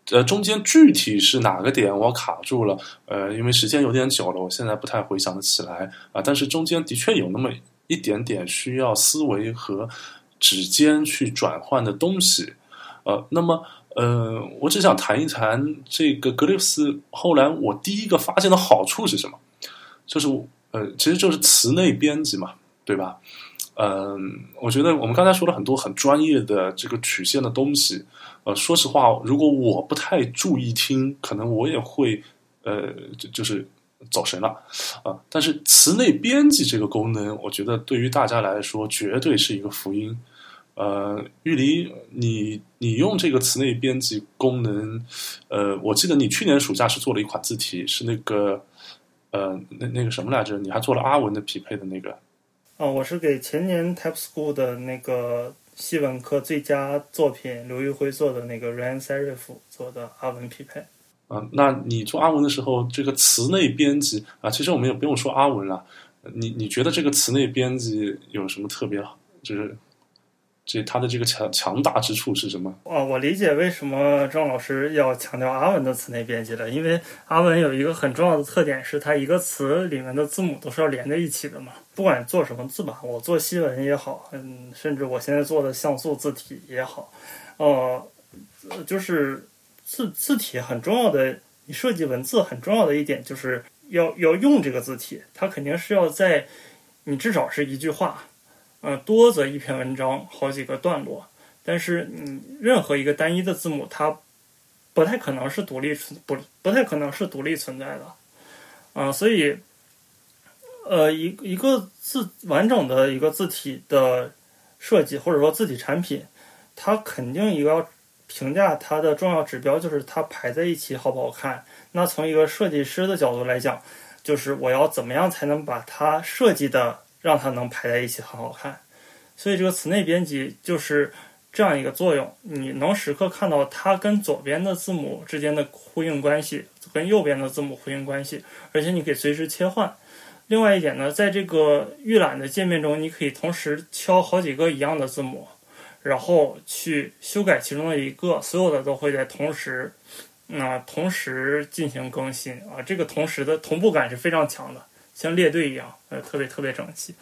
中间具体是哪个点我卡住了，因为时间有点久了，我现在不太回想得起来啊。但是中间的确有那么一点点需要思维和指尖去转换的东西，那么我只想谈一谈这个 Glyphs 后来我第一个发现的好处是什么，就是其实就是词内编辑嘛，对吧？我觉得我们刚才说了很多很专业的这个曲线的东西，说实话，如果我不太注意听，可能我也会就是走神了但是词内编辑这个功能，我觉得对于大家来说绝对是一个福音。玉梨，你用这个词内编辑功能，我记得你去年暑假是做了一款字体，是那个那个什么来着？你还做了阿文的匹配的那个。 我是给前年 Type School 的那个西文课最佳作品刘玉辉做的那个 Ryan Serif 做的阿文匹配。 那你做阿文的时候，这个词内编辑其实我们也不用说阿文了，你觉得这个词内编辑有什么特别好？就是它的这个强大之处是什么？ 我理解为什么郑老师要强调阿文的词内编辑了，因为阿文有一个很重要的特点，是它一个词里面的字母都是要连在一起的嘛。不管做什么字吧，我做西文也好，甚至我现在做的像素字体也好，就是字体很重要的，你设计文字很重要的一点就是要用这个字体，它肯定是要在你至少是一句话。多则一篇文章，好几个段落，但是任何一个单一的字母，它不太可能是独立存在的，所以，一个完整的一个字体的设计或者说字体产品，它肯定一个要评价它的重要指标就是它排在一起好不好看。那从一个设计师的角度来讲，就是我要怎么样才能把它设计的让它能排在一起很好看，所以这个词内编辑就是这样一个作用，你能时刻看到它跟左边的字母之间的呼应关系，跟右边的字母呼应关系，而且你可以随时切换。另外一点呢，在这个预览的界面中，你可以同时敲好几个一样的字母，然后去修改其中的一个，所有的都会在同时进行更新这个同时的同步感是非常强的，像列队一样，特别整齐。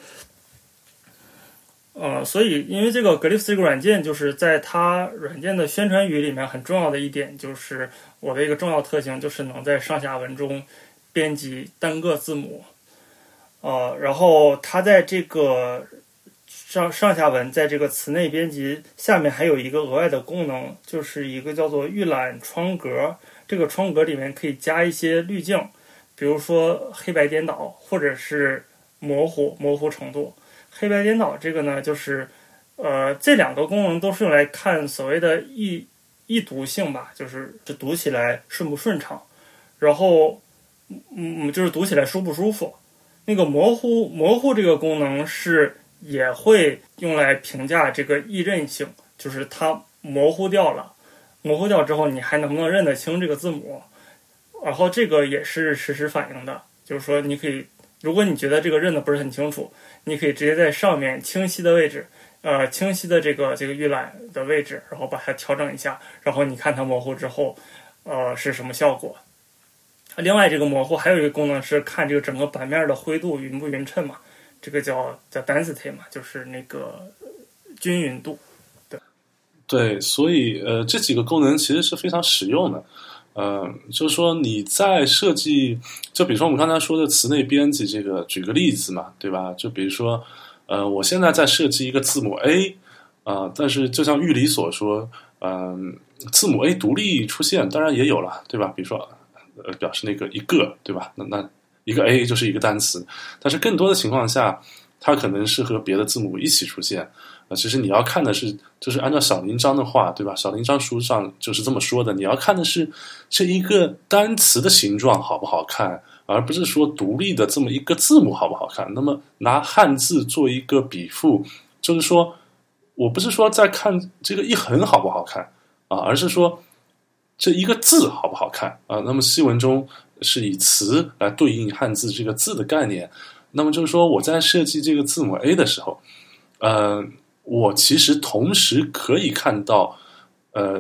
所以因为这个 Glyphs 这个软件，就是在它软件的宣传语里面很重要的一点，就是我的一个重要特性，就是能在上下文中编辑单个字母。然后它在这个上下文在这个词内编辑下面还有一个额外的功能，就是一个叫做预览窗格。这个窗格里面可以加一些滤镜，比如说黑白颠倒或者是模糊程度。黑白颠倒这个呢，就是这两个功能都是用来看所谓的易读性吧，就是读起来顺不顺畅，然后就是读起来舒不舒服。那个模糊这个功能是也会用来评价这个易认性，就是它模糊掉之后你还能不能认得清这个字母，然后这个也是实时反映的，就是说你可以，如果你觉得这个认得不是很清楚，你可以直接在上面清晰的位置清晰的这个预览的位置，然后把它调整一下，然后你看它模糊之后是什么效果。另外这个模糊还有一个功能是看这个整个版面的灰度匀不匀称嘛，这个叫 density 嘛，就是那个均匀度。 对，所以这几个功能其实是非常实用的。就是说你在设计，就比如说我们刚才说的词内编辑这个，举个例子嘛，对吧？就比如说我现在在设计一个字母 A 但是就像玉梨所说，字母 A 独立出现当然也有了，对吧？比如说表示那个一个，对吧？那一个 A 就是一个单词，但是更多的情况下它可能是和别的字母一起出现。其实你要看的是，就是按照小林章的话，对吧？小林章书上就是这么说的，你要看的是这一个单词的形状好不好看，而不是说独立的这么一个字母好不好看。那么拿汉字做一个比附，就是说我不是说在看这个一横好不好看而是说这一个字好不好看那么西文中是以词来对应汉字这个字的概念。那么就是说我在设计这个字母 A 的时候我其实同时可以看到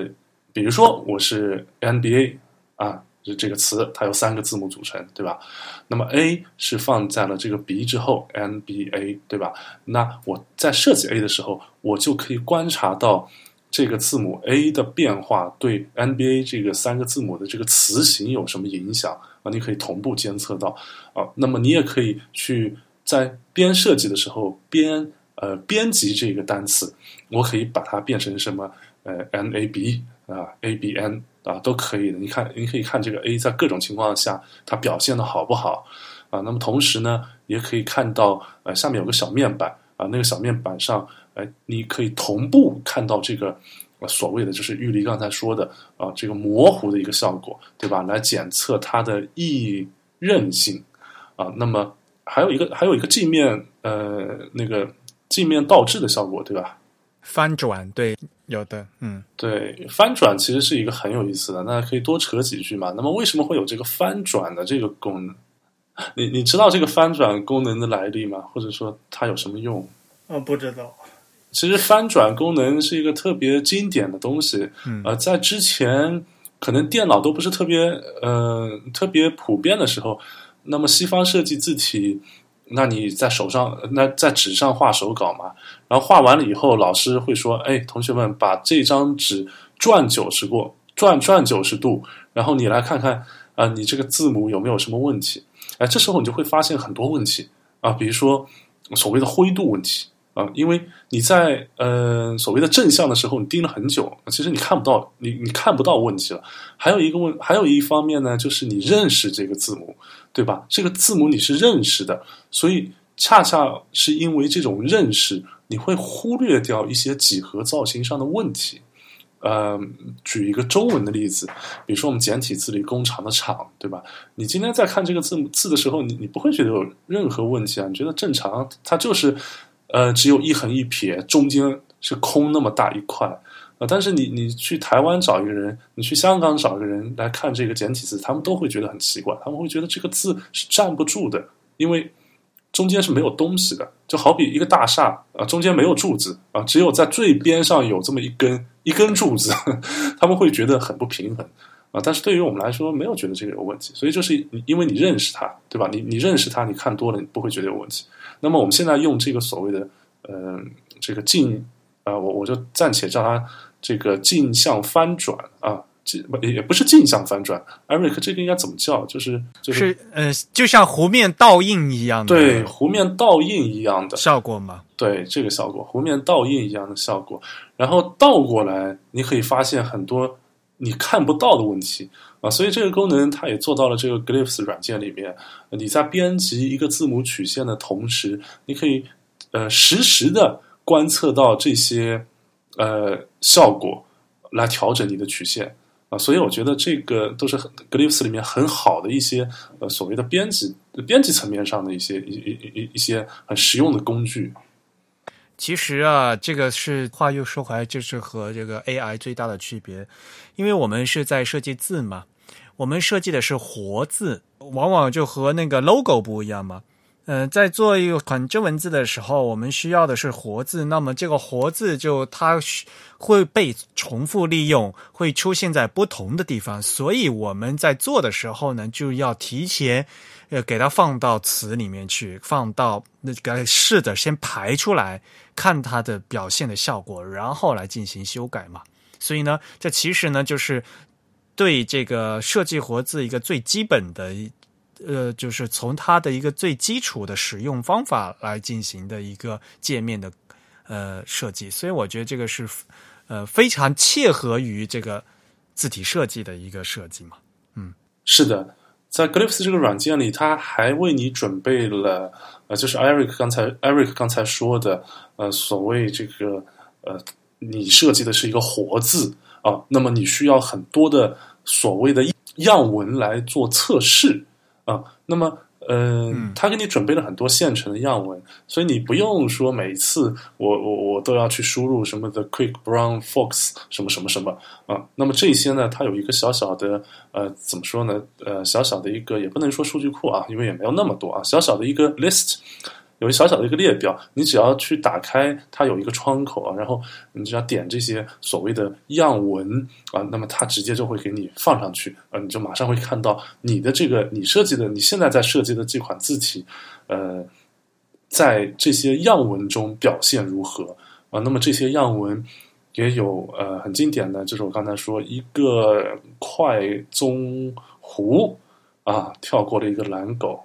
比如说我是 NBA 啊，这个词它由3个字母组成，对吧？那么 A 是放在了这个 B 之后 NBA， 对吧？那我在设计 A 的时候，我就可以观察到这个字母 A 的变化对 NBA 这个3个字母的这个词形有什么影响啊？你可以同步监测到啊。那么你也可以去在边设计的时候编辑这个单词，我可以把它变成什么NAB 啊 ABN 啊都可以的。你可以看这个 A 在各种情况下它表现的好不好啊。那么同时呢，也可以看到下面有个小面板啊，那个小面板上你可以同步看到这个所谓的就是玉黎刚才说的啊这个模糊的一个效果，对吧？来检测它的易韧性啊。那么还有一个镜面那个镜面倒置的效果，对吧？ 翻转，对，有的， 对，翻转其实是一个很有意思的，那可以多扯几句嘛。那么为什么会有这个翻转的这个功能？你知道这个翻转功能的来历吗？或者说它有什么用？ 不知道。 其实翻转功能是一个特别经典的东西，在之前可能电脑都不是特别普遍的时候，那么西方设计字体，那你在在纸上画手稿嘛，然后画完了以后，老师会说：“哎，同学们，把这张纸转90度，然后你来看看你这个字母有没有什么问题？”哎，这时候你就会发现很多问题啊，比如说所谓的灰度问题。因为你在所谓的正向的时候，你盯了很久，其实你看不到，你看不到问题了。还有一方面呢，就是你认识这个字母，对吧？这个字母你是认识的，所以恰恰是因为这种认识，你会忽略掉一些几何造型上的问题。举一个中文的例子，比如说我们简体字里工厂的厂，对吧？你今天在看这个字的时候，你不会觉得有任何问题啊，你觉得正常，它就是只有一横一撇，中间是空那么大一块但是你去台湾找一个人，你去香港找一个人来看这个简体字，他们都会觉得很奇怪，他们会觉得这个字是站不住的，因为中间是没有东西的，就好比一个大厦中间没有柱子只有在最边上有这么一根柱子，他们会觉得很不平衡但是对于我们来说，没有觉得这个有问题，所以就是因为你认识它，对吧？你认识它，你看多了，你不会觉得有问题。那么我们现在用这个所谓的这个我就暂且叫它这个镜像翻转也不是镜像翻转 ，Eric 这个应该怎么叫？就是就像弧面倒映一样的， 对，弧面倒映一样的效果吗？ 对，这个效果，弧面倒映一样的效果，然后倒过来，你可以发现很多你看不到的问题所以这个功能它也做到了这个 Glyphs 软件里面。你在编辑一个字母曲线的同时，你可以实时的观测到这些效果，来调整你的曲线所以我觉得这个都是Glyphs 里面很好的一些所谓的编辑层面上的一些很实用的工具。 其实这个是话又说回来，就是和这个 AI 最大的区别，因为我们是在设计字嘛，我们设计的是活字，往往就和那个 logo 不一样嘛。在做一款中文字的时候，我们需要的是活字，那么这个活字它会被重复利用，会出现在不同的地方，所以我们在做的时候呢，就要提前给它放到词里面去，放到那个试着先排出来，看它的表现的效果，然后来进行修改嘛。所以呢，这其实呢就是对这个设计活字一个最基本的就是从它的一个最基础的使用方法来进行的一个界面的设计，所以我觉得这个是非常切合于这个字体设计的一个设计嘛。 是的，在 Glyphs 这个软件里，它还为你准备了就是 Eric 刚才说的所谓这个你设计的是一个活字那么你需要很多的所谓的样文来做测试那么他给你准备了很多现成的样文，所以你不用说每次我都要去输入什么的 Quick Brown Fox 什么什么什么那么这些呢，它有一个小小的怎么说呢小小的一个也不能说数据库因为也没有那么多小小的一个 list， 有一小小的一个列表，你只要去打开它有一个窗口啊，然后你只要点这些所谓的样文啊，那么它直接就会给你放上去啊，你就马上会看到你的这个你现在在设计的这款字体，在这些样文中表现如何啊？那么这些样文也有很经典的，就是我刚才说一个快宗湖啊跳过了一个蓝狗，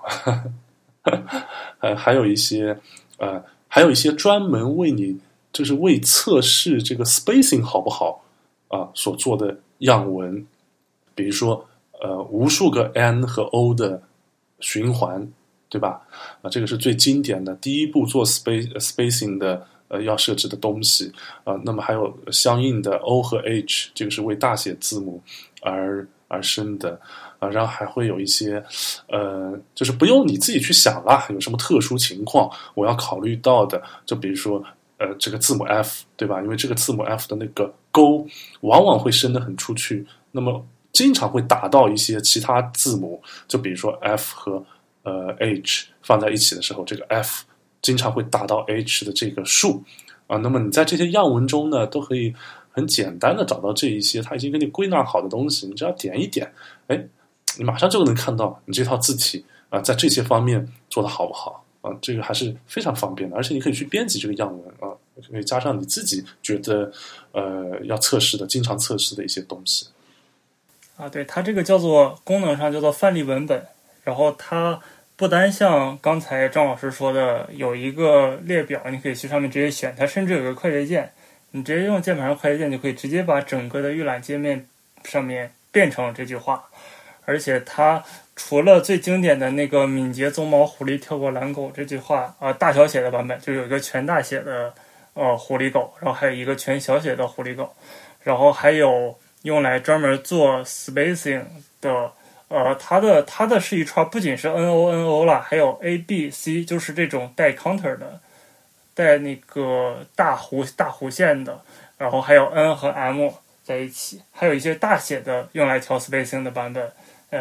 还有一些专门为你就是为测试这个 spacing 好不好啊所做的样文，比如说无数个 n 和 o 的循环，对吧？啊，这个是最经典的第一步做 spacing 的要设置的东西啊。那么还有相应的 o 和 h， 这个是为大写字母而生的啊。然后还会有一些就是不用你自己去想啦，有什么特殊情况我要考虑到的，就比如说这个字母 F， 对吧？因为这个字母 F 的那个勾往往会伸得很出去，那么经常会打到一些其他字母，就比如说 F 和H 放在一起的时候，这个 F 经常会打到 H 的这个数啊。那么你在这些样文中呢，都可以很简单的找到这一些它已经给你归纳好的东西，你只要点一点，哎，你马上就能看到你这套字体啊，在这些方面做得好不好啊？这个还是非常方便的，而且你可以去编辑这个样文啊，可以加上你自己觉得要测试的、经常测试的一些东西。 啊，对，它这个叫做功能上叫做范例文本，然后它不单像刚才张老师说的有一个列表，你可以去上面直接选，它甚至有个快捷键，你直接用键盘上快捷键就可以直接把整个的预览界面上面变成这句话。而且它除了最经典的那个敏捷鬃毛狐狸跳过蓝狗这句话大小写的版本，就有一个全大写的狐狸狗，然后还有一个全小写的狐狸狗，然后还有用来专门做 spacing 的它的是一串不仅是 NO 了，还有 ABC， 就是这种带 counter 的，带那个大弧线的，然后还有 N 和 M 在一起，还有一些大写的用来调 spacing 的版本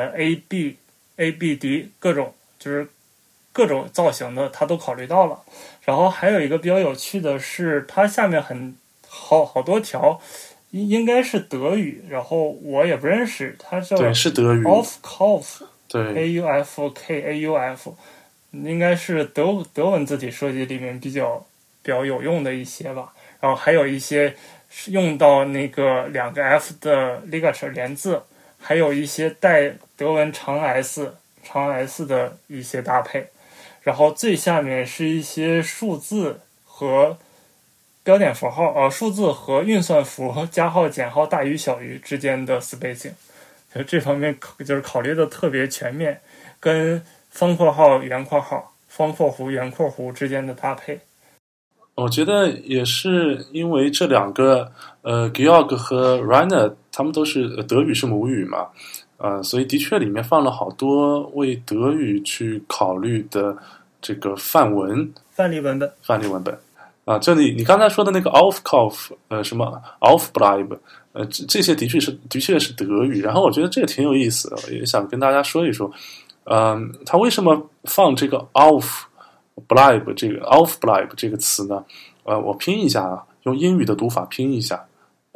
ABD 各种就是各种造型的它都考虑到了。然后还有一个比较有趣的是，它下面好多条应该是德语，然后我也不认识，它叫对，是德语 Aufkauf， 对 AUFKAUF， 应该是德文字体设计里面比较有用的一些吧。然后还有一些用到那个2个 F 的 ligature 连字，还有一些带德文长 S 的一些搭配。然后最下面是一些数字和标点符号数字和运算符加号减号大于小于之间的 spacing， 这方面就是考虑的特别全面，跟方括号圆括号方括弧圆括弧之间的搭配。 我觉得也是因为这两个Georg 和 Rainer 他们都是德语是母语嘛，所以的确里面放了好多为德语去考虑的这个范例文本啊。这里你刚才说的那个 Aufkauf 什么 Aufbleib 这些的确是德语，然后我觉得这个挺有意思的，也想跟大家说一说他为什么放这个 Aufbleib 这个词呢？我拼一下啊，用英语的读法拼一下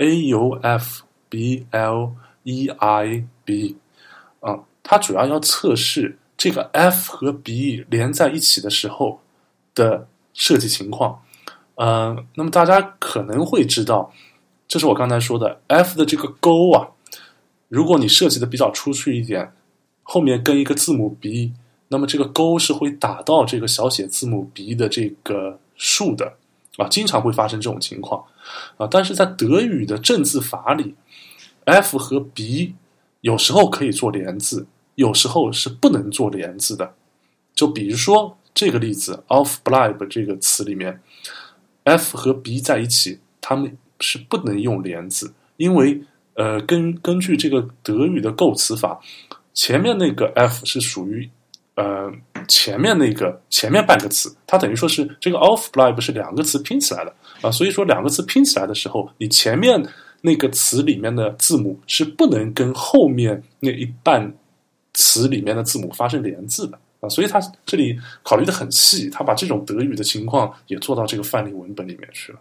AUFBLEIB 它主要要测试这个 F 和 B 连在一起的时候的设计情况。那么大家可能会知道，这是我刚才说的 F 的这个勾啊，如果你设计的比较出去一点，后面跟一个字母 B， 那么这个勾是会打到这个小写字母 B 的这个数的经常会发生这种情况但是在德语的正字法里 F 和 B 有时候可以做连字，有时候是不能做连字的。就比如说这个例子 Aufbleib 这个词里面 F 和 B 在一起，他们是不能用连字，因为根据这个德语的构词法，前面那个 F 是属于前面半个词，它等于说是这个 Aufbleib 是两个词拼起来的所以说两个词拼起来的时候，你前面那个词里面的字母是不能跟后面那一半词里面的字母发生连字的所以他这里考虑的很细，他把这种德语的情况也做到这个范例文本里面去了。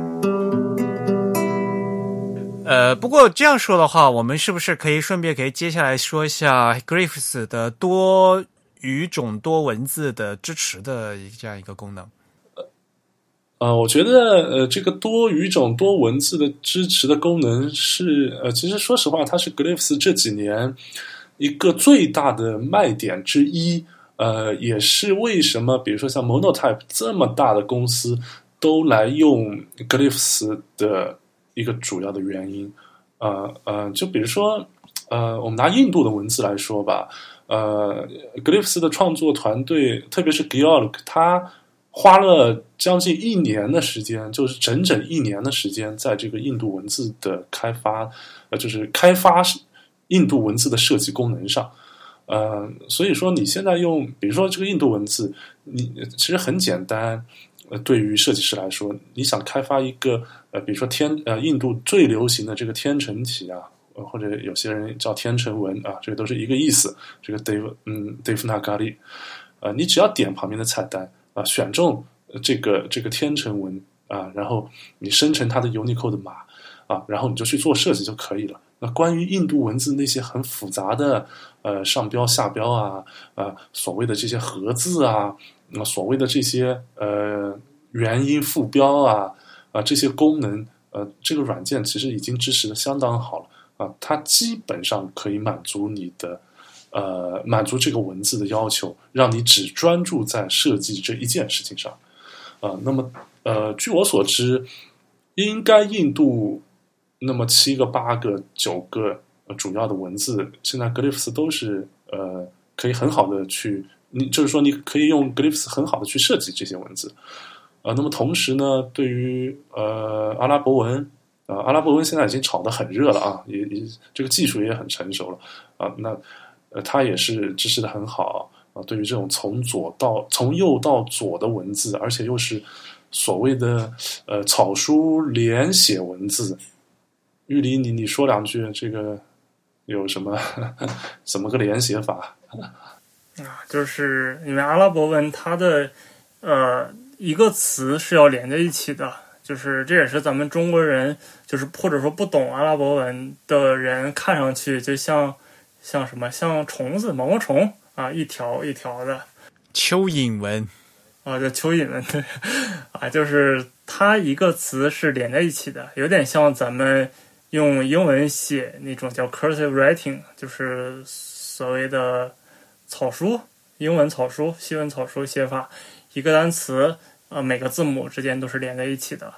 不过这样说的话，我们是不是可以顺便接下来说一下 Glyphs 的多语种多文字的支持的这样一个功能？ 我觉得这个多语种多文字的支持的功能是其实说实话，它是 Glyphs 这几年一个最大的卖点之一。也是为什么比如说像 Monotype 这么大的公司都来用 Glyphs 的一个主要的原因。就比如说我们拿印度的文字来说吧，Glyphs 的创作团队，特别是 Georg， 他花了将近1年的时间，就是整整1年的时间，在这个印度文字的开发，就是开发印度文字的设计功能上。所以说你现在用，比如说这个印度文字，你其实很简单。对于设计师来说，你想开发一个比如说印度最流行的这个天成体啊，或者有些人叫天成文啊，这个都是一个意思。这个 Devanagari，你只要点旁边的菜单啊，选中这个天成文啊，然后你生成它的 Unicode 的码啊，然后你就去做设计就可以了。那关于印度文字那些很复杂的上标下标啊，所谓的这些合字啊，所谓的这些元音副标啊，这些功能，这个软件其实已经支持的相当好了啊，它基本上可以满足你的满足这个文字的要求，让你只专注在设计这一件事情上。那么据我所知，应该印度那么7个、8个、9个主要的文字，现在 Glyphs 都是可以很好的去，就是说你可以用 Glyphs 很好的去设计这些文字。那么同时呢，对于阿拉伯文，阿拉伯文现在已经炒得很热了啊，也这个技术也很成熟了啊。那它也是支持的很好啊。对于这种从右到左的文字，而且又是所谓的草书连写文字，玉离你说2句，这个有什么怎么个连写法？ 就是因为阿拉伯文它的一个词是要连在一起的，就是这也是咱们中国人，就是或者说不懂阿拉伯文的人看上去就像什么，像虫子毛毛虫啊，一条一条的蚯蚓文啊，叫蚯蚓文对啊，就是它一个词是连在一起的，有点像咱们用英文写那种叫 cursive writing， 就是所谓的草书，英文草书、西文草书写法，一个单词每个字母之间都是连在一起的。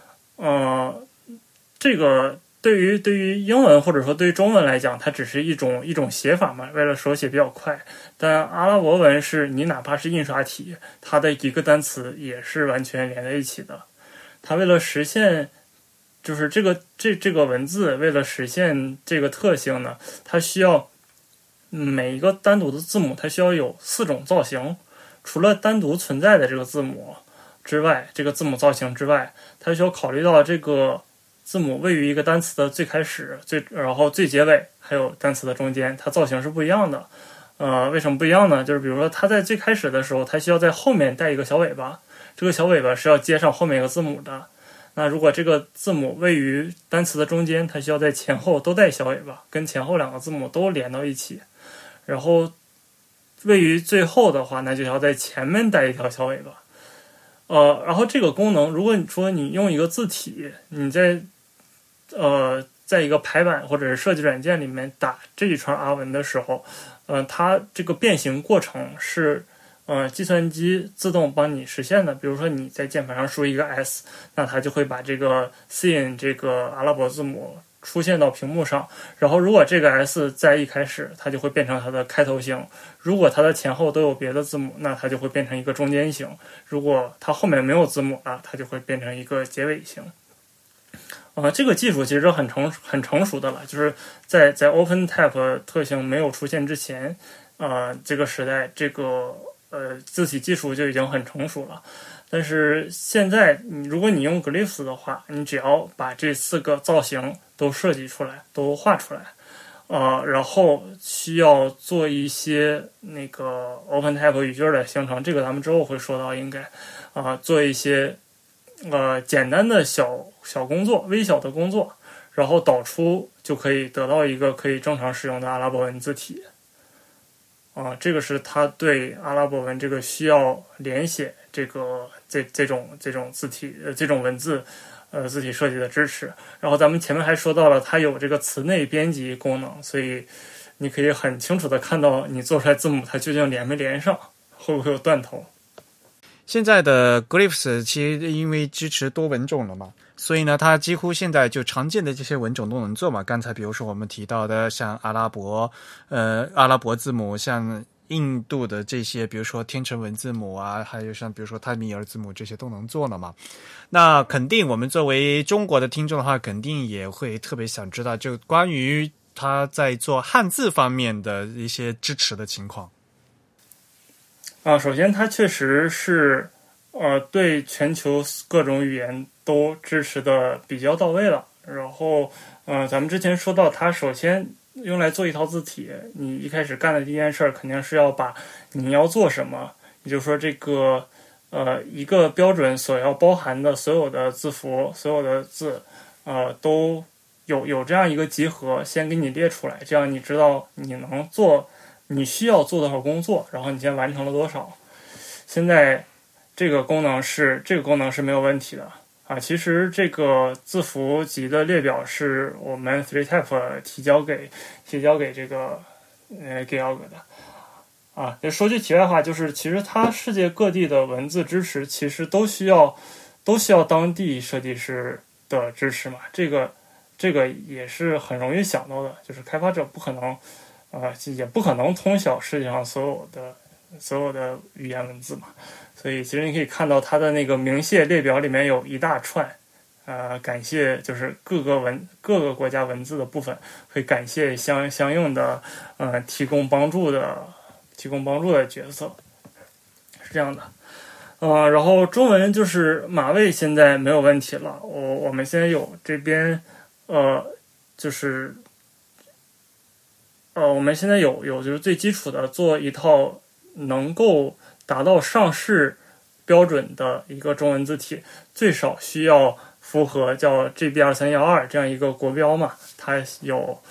这个对于英文或者说对于中文来讲，它只是一种写法嘛，为了手写比较快。但阿拉伯文是你哪怕是印刷体，它的一个单词也是完全连在一起的。它为了实现就是这个文字为了实现这个特性呢，它需要每一个单独的字母它需要有4种造型，除了单独存在的这个字母之外，这个字母造型之外，它需要考虑到这个字母位于一个单词的最开始、然后最结尾，还有单词的中间，它造型是不一样的。为什么不一样呢？就是比如说它在最开始的时候，它需要在后面带一个小尾巴，这个小尾巴是要接上后面一个字母的。那如果这个字母位于单词的中间，它需要在前后都带小尾巴，跟前后2个字母都连到一起。然后位于最后的话，那就要在前面带一条小尾巴。然后这个功能，如果你说你用一个字体，你在一个排版或者是设计软件里面打这一串阿文的时候，它这个变形过程是计算机自动帮你实现的。比如说你在键盘上输一个 S， 那它就会把这个 Sin 这个阿拉伯字母出现到屏幕上，然后如果这个 S 在一开始，它就会变成它的开头型，如果它的前后都有别的字母，那它就会变成一个中间型，如果它后面没有字母了，它就会变成一个结尾型。这个技术其实很成熟的了，就是在 OpenType 特性没有出现之前，这个时代这个字体技术就已经很成熟了。但是现在如果你用 Glyphs 的话，你只要把这4个造型都设计出来，都画出来， 然后需要做一些那个 OpenType 语句的形成，这个咱们之后会说到，应该做一些简单的小工作，微小的工作，然后导出就可以得到一个可以正常使用的阿拉伯文字体。这个是它对阿拉伯文这个需要连写这种字体这种文字字体设计的支持。然后咱们前面还说到了它有这个词内编辑功能，所以你可以很清楚的看到你做出来字母它究竟连没连上，会不会有断头。 现在的 Glyphs 其实因为支持多文种了嘛，所以呢它几乎现在就常见的这些文种都能做嘛。刚才比如说我们提到的像阿拉伯字母，像印度的这些比如说天成文字母啊，还有像比如说泰米尔字母，这些都能做了嘛。那肯定我们作为中国的听众的话，肯定也会特别想知道就关于他在做汉字方面的一些支持的情况。 首先它确实是对全球各种语言都支持的比较到位了。然后咱们之前说到它首先用来做一套字体，你一开始干的第一件事肯定是要把你要做什么，也就是说这个一个标准所要包含的所有的字符，所有的字都有这样一个集合先给你列出来，这样你知道你能做你需要做多少工作，然后你先完成了多少。现在这个功能是没有问题的其实这个字符集的列表是我们 3type 提交给这个Georg 的就说句题外话，就是其实它世界各地的文字支持其实都需要当地设计师的支持嘛，这个也是很容易想到的，就是开发者不可能也不可能通晓世界上所有的语言文字嘛，所以其实你可以看到它的那个明谢列表里面有一大串感谢，就是各个国家文字的部分会感谢相应的提供帮助的角色，是这样的。然后中文就是马位现在没有问题了，我们现在有这边就是我们现在有就是最基础的做一套能够达到上市标准的一个中文字体，最少需要符合叫 GB2312 这样一个国标嘛，它有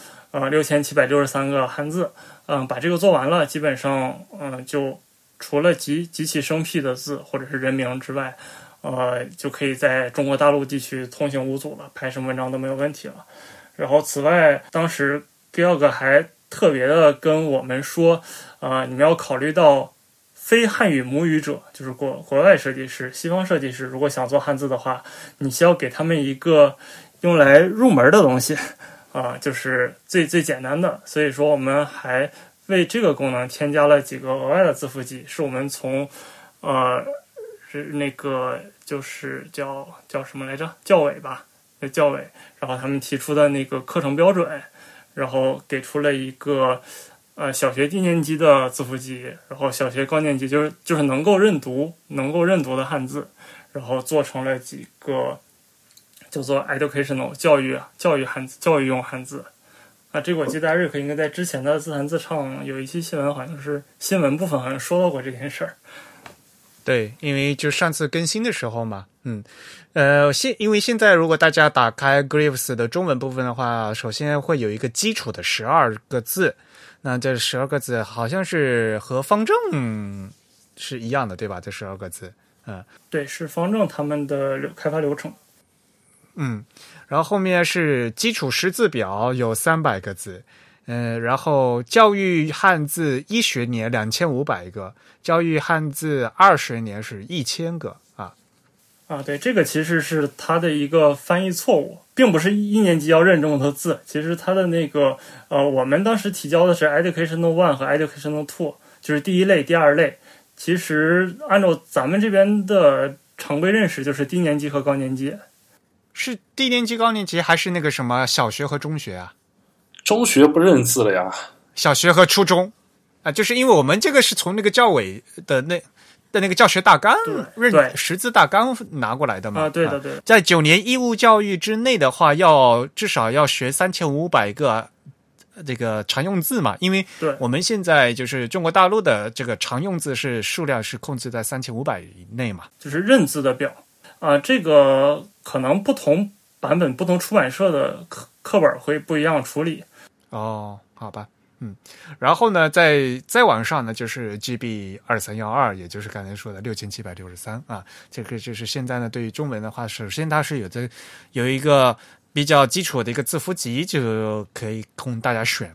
6763个汉字，把这个做完了，基本上就除了极其生僻的字或者是人名之外，就可以在中国大陆地区通行无阻了，拍什么文章都没有问题了。然后此外，当时 Georg 还特别的跟我们说，你们要考虑到非汉语母语者，就是国外设计师、西方设计师，如果想做汉字的话，你需要给他们一个用来入门的东西，就是最简单的。所以说，我们还为这个功能添加了几个额外的字符集，是我们从是那个就是叫什么来着？教委吧，教委，然后他们提出的那个课程标准，然后给出了一个小学低年级的字符集，然后小学高年级就是能够认读的汉字，然后做成了几个叫做 educational 教育汉字、教育用汉字。这个我记得瑞克应该在之前的自弹自唱有一期新闻，好像是新闻部分好像说到过这件事儿。 对，因为就上次更新的时候嘛，因为现在如果大家打开 Glyphs 的中文部分的话，首先会有一个基础的12个字，那这12个字好像是和方正是一样的，对吧？这12个字， 对，是方正他们的开发流程。 然后后面是基础识字表有300个字，然后教育汉字1学年2500个，教育汉字2学年是1000个对，这个其实是它的一个翻译错误，并不是1年级要认这么多字。其实它的那个我们当时提交的是 Educational 1和 Educational 2，就是第一类、第二类。其实按照咱们这边的常规认识，就是低年级和高年级。 是低年级、高年级还是那个什么小学和中学啊？ 中学不认字了呀。 小学和初中就是因为我们这个是从那个教委的那个教学大纲识字大纲拿过来的嘛。 对的。 在9年义务教育之内的话，至少要学3500个这个常用字嘛，因为对我们现在就是中国大陆的这个常用字是数量是控制在3500以内嘛， 就是认字的表这个可能不同版本、不同出版社的课本会不一样处理。 哦，好吧。然后呢，再往上呢，就是 GB2312，也就是刚才说的6763啊。这个就是现在呢，对于中文的话，首先它是有一个比较基础的一个字符集，就可以供大家选。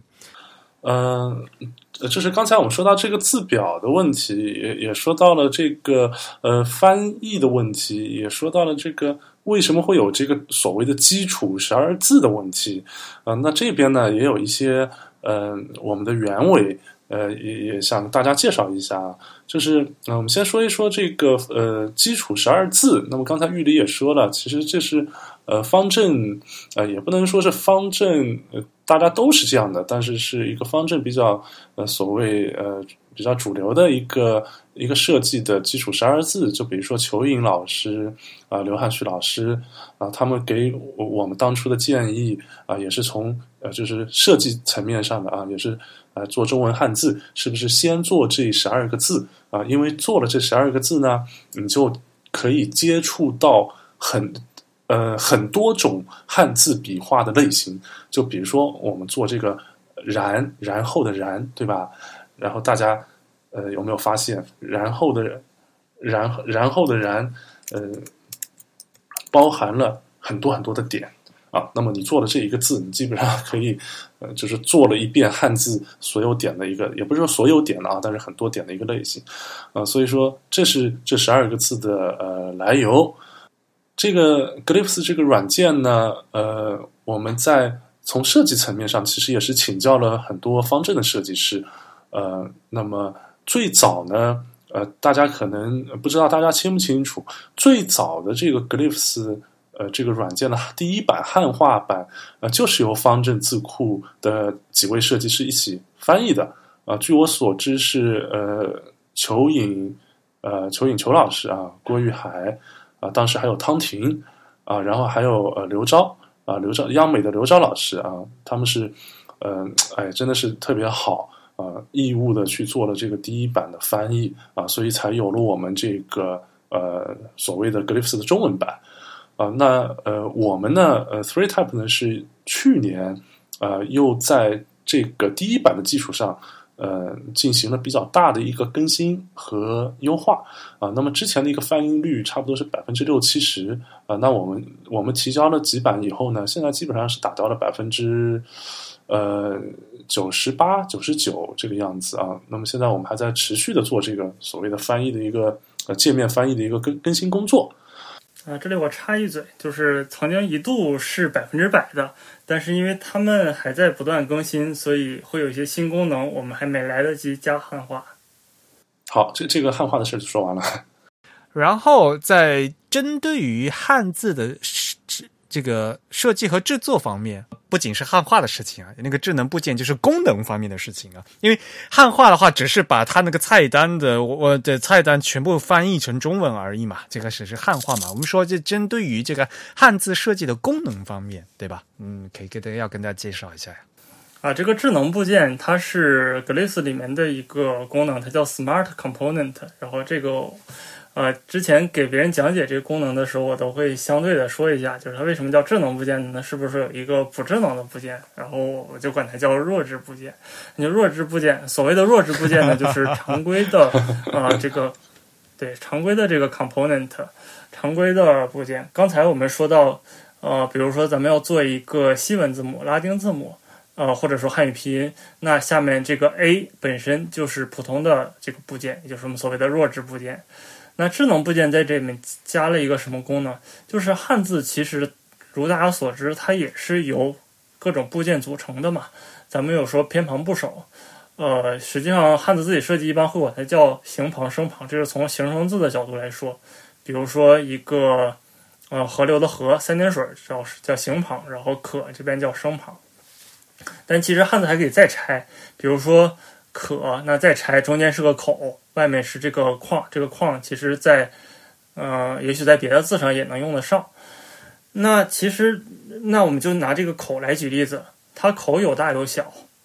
就是刚才我们说到这个字表的问题，也说到了这个翻译的问题，也说到了这个为什么会有这个所谓的基础12字的问题。那这边呢也有一些我们的原委也向大家介绍一下。就是我们先说一说这个基础12字。那么刚才玉里也说了，其实这是方正也不能说是方正大家都是这样的，但是是一个方正比较所谓比较主流的一个设计的基础12字。就比如说裘颖老师刘汉旭老师他们给我们当初的建议也是从就是设计层面上的也是做中文汉字是不是先做这12个字因为做了这12个字呢，你就可以接触到很多种汉字笔画的类型。就比如说我们做这个然后的然，对吧？然后大家有没有发现然后的然包含了很多很多的点那么你做了这一个字，你基本上可以就是做了一遍汉字所有点的一个，也不是说所有点但是很多点的一个类型所以说这是这12个字的来由。这个 Glyphs 这个软件呢我们在从设计层面上其实也是请教了很多方正的设计师那么最早呢大家可能不知道大家清不清楚，最早的这个 Glyphs这个软件的第一版汉化版就是由方正字库的几位设计师一起翻译的据我所知是裘颖老师郭玉海当时还有汤婷然后还有刘钊央美的刘钊老师他们是真的是特别好义务的去做了这个第一版的翻译所以才有了我们这个所谓的 Glyphs 的中文版那我们呢3type 呢是去年又在这个第一版的基础上进行了比较大的一个更新和优化那么之前的一个翻译率差不多是60-70%那我们提交了几版以后呢，现在基本上是达到了98-99%这个样子那么现在我们还在持续的做这个所谓的翻译的一个界面翻译的一个更新工作这里我插一嘴，就是曾经一度是100%的，但是因为他们还在不断更新，所以会有一些新功能，我们还没来得及加汉化。 好，这个汉化的事就说完了。 然后在针对于汉字的这个设计和制作方面，不仅是汉化的事情那个智能部件就是功能方面的事情因为汉化的话只是把它那个菜单的我的菜单全部翻译成中文而已嘛，这个只是汉化嘛。我们说这针对于这个汉字设计的功能方面，对吧？可以跟大家介绍一下这个智能部件它是 Glyphs 里面的一个功能，它叫 Smart Component。然后这个之前给别人讲解这个功能的时候，我都会相对的说一下，就是它为什么叫智能部件呢？是不是有一个不智能的部件？然后我就管它叫弱智部件。弱智部件，所谓的弱智部件呢，就是常规的常规的这个 component， 常规的部件。刚才我们说到比如说咱们要做一个西文字母、拉丁字母。或者说汉语拼音，那下面这个 A 本身就是普通的这个部件，也就是我们所谓的弱智部件。那智能部件在这里面加了一个什么功能？就是汉字其实如大家所知，它也是由各种部件组成的嘛。咱们有说偏旁部首，实际上汉字字体设计一般会管它叫形旁声旁，这是从形声字的角度来说。比如说一个河流的河三点水叫形旁，然后可这边叫声旁。但其实汉字还可以再拆，比如说可，那再拆中间是个口，外面是这个框，这个框其实在也许在别的字上也能用得上。那我们就拿这个口来举例子，它口有大有小，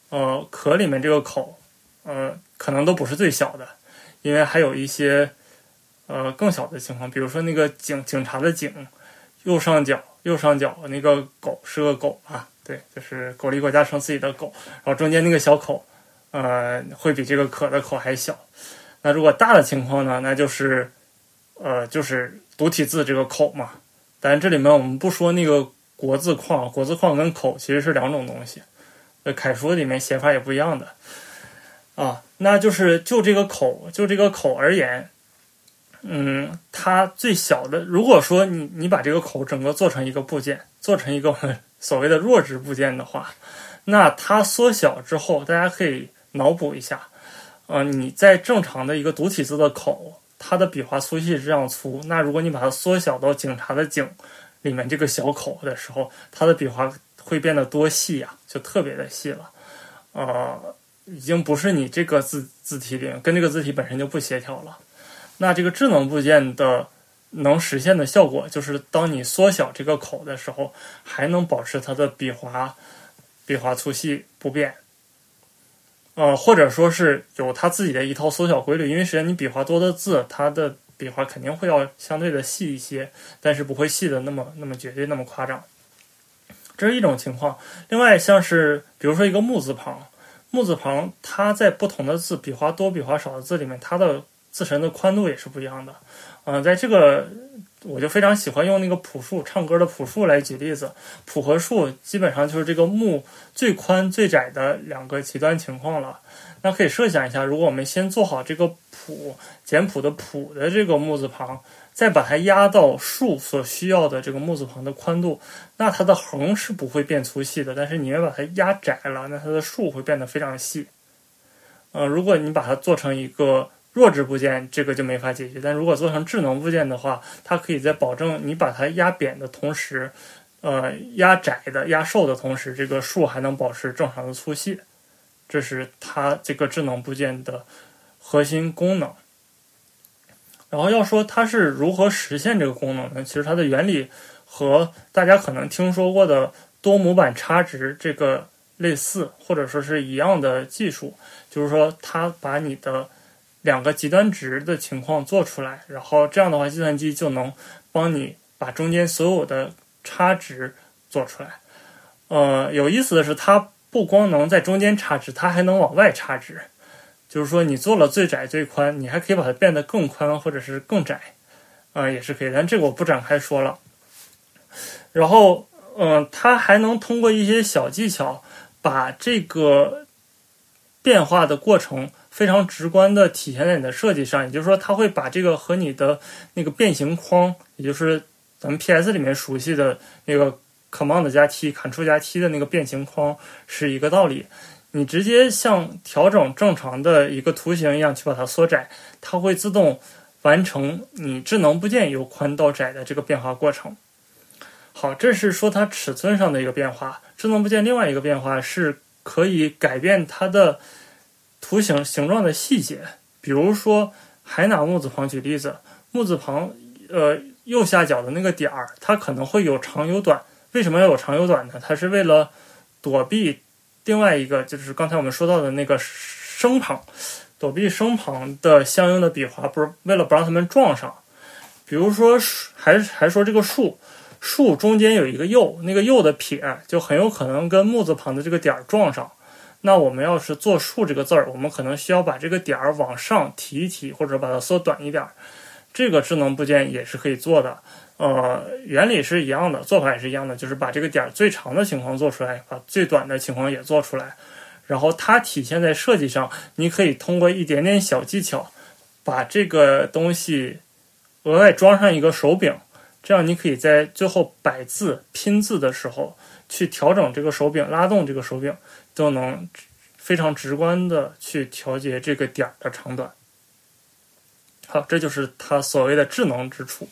壳里面这个口，可能都不是最小的，因为还有一些更小的情况，比如说那个警察的警，右上角那个狗是个狗啊，对，就是狗力国家城自己的狗，然后中间那个小口，会比这个壳的口还小。那如果大的情况呢，那就是独体字这个口嘛。当然这里面我们不说那个国字框跟口其实是两种东西，楷书里面写法也不一样的啊。那就这个口而言，它最小的，如果说你把这个口整个做成一个部件，做成一个所谓的弱质部件的话，那它缩小之后，大家可以脑补一下，你在正常的一个独体字的口，它的笔画粗细是这样粗，那如果你把它缩小到警察的警里面这个小口的时候，它的笔画会变得多细啊，就特别的细了，已经不是你这个字体里跟这个字体本身就不协调了。那这个智能部件的能实现的效果，就是当你缩小这个口的时候，还能保持它的笔画粗细不变，或者说是有它自己的一套缩小规律。因为实际上你笔画多的字，它的笔画肯定会要相对的细一些，但是不会细的那么绝对那么夸张。这是一种情况。另外像是比如说一个木字旁，它在不同的字笔画多笔画少的字里面，它的字身的宽度也是不一样的。在这个我就非常喜欢用那个谱数，唱歌的谱数来举例子。谱和数基本上就是这个木最宽最窄的两个极端情况了。那可以设想一下，如果我们先做好这个谱，简谱的谱的这个木字旁，再把它压到竖所需要的这个木字旁的宽度，那它的横是不会变粗细的，但是你要把它压窄了，那它的竖会变得非常细。如果你把它做成一个弱质部件，这个就没法解决。但如果做成智能部件的话，它可以在保证你把它压扁的同时，压窄的压瘦的同时，这个竖还能保持正常的粗细。这是它这个智能部件的核心功能。然后要说它是如何实现这个功能呢？其实它的原理和大家可能听说过的多模板差值这个类似，或者说是一样的技术。就是说它把你的两个极端值的情况做出来，然后这样的话计算机就能帮你把中间所有的差值做出来。有意思的是，它不光能在中间差值，它还能往外差值。就是说你做了最窄最宽，你还可以把它变得更宽或者是更窄，也是可以，但这个我不展开说了。然后它还能通过一些小技巧把这个变化的过程非常直观的体现在你的设计上。也就是说它会把这个和你的那个变形框，也就是咱们 PS 里面熟悉的那个 Command 加 T、Ctrl 加 T 的那个变形框是一个道理。你直接像调整正常的一个图形一样去把它缩窄，它会自动完成你智能部件由宽到窄的这个变化过程。好，这是说它尺寸上的一个变化。智能部件另外一个变化是可以改变它的图形形状的细节。比如说还拿木字旁举例子，木字旁右下角的那个点儿，它可能会有长有短。为什么要有长有短呢？它是为了躲避另外一个，就是刚才我们说到的那个声旁，躲避声旁的相应的笔画，不是为了不让它们撞上。比如说还说这个竖中间有一个右，那个右的撇就很有可能跟木字旁的这个点撞上。那我们要是做竖这个字儿，我们可能需要把这个点往上提一提，或者把它缩短一点。这个智能部件也是可以做的。原理是一样的，做法也是一样的，就是把这个点最长的情况做出来，把最短的情况也做出来。然后它体现在设计上，你可以通过一点点小技巧，把这个东西额外装上一个手柄，这样你可以在最后摆字拼字的时候去调整这个手柄，拉动这个手柄，都能非常直观的去调节这个点的长短。好，这就是它所谓的智能之处。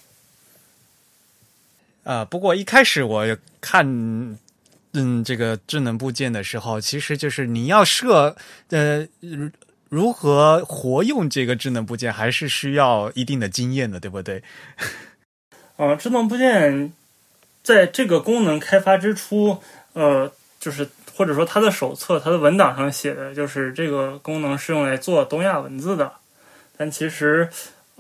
不过一开始我看这个智能部件的时候，其实就是你要如何活用这个智能部件，还是需要一定的经验的，对不对？智能部件在这个功能开发之初，就是或者说它的手册、它的文档上写的就是这个功能是用来做东亚文字的，但其实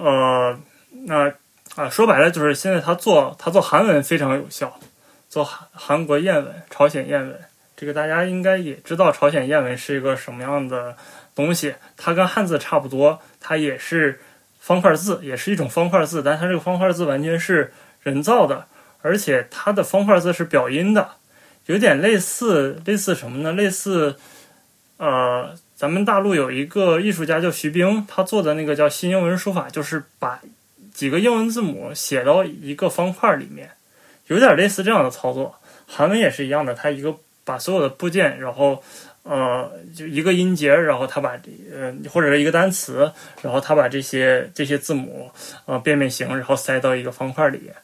说白了就是现在它做韩文非常有效，做韩国谚文、朝鲜谚文，这个大家应该也知道朝鲜谚文是一个什么样的东西，它跟汉字差不多，它也是方块字，也是一种方块字，但它这个方块字完全是人造的，而且它的方块字是表音的，有点类似什么呢？类似咱们大陆有一个艺术家叫徐冰，他做的那个叫新英文书法，就是把几个英文字母写到一个方块里面，有点类似这样的操作。韩文也是一样的，它把所有的部件，然后就一个音节，然后它把或者是一个单词，然后它把这些字母变形，然后塞到一个方块里。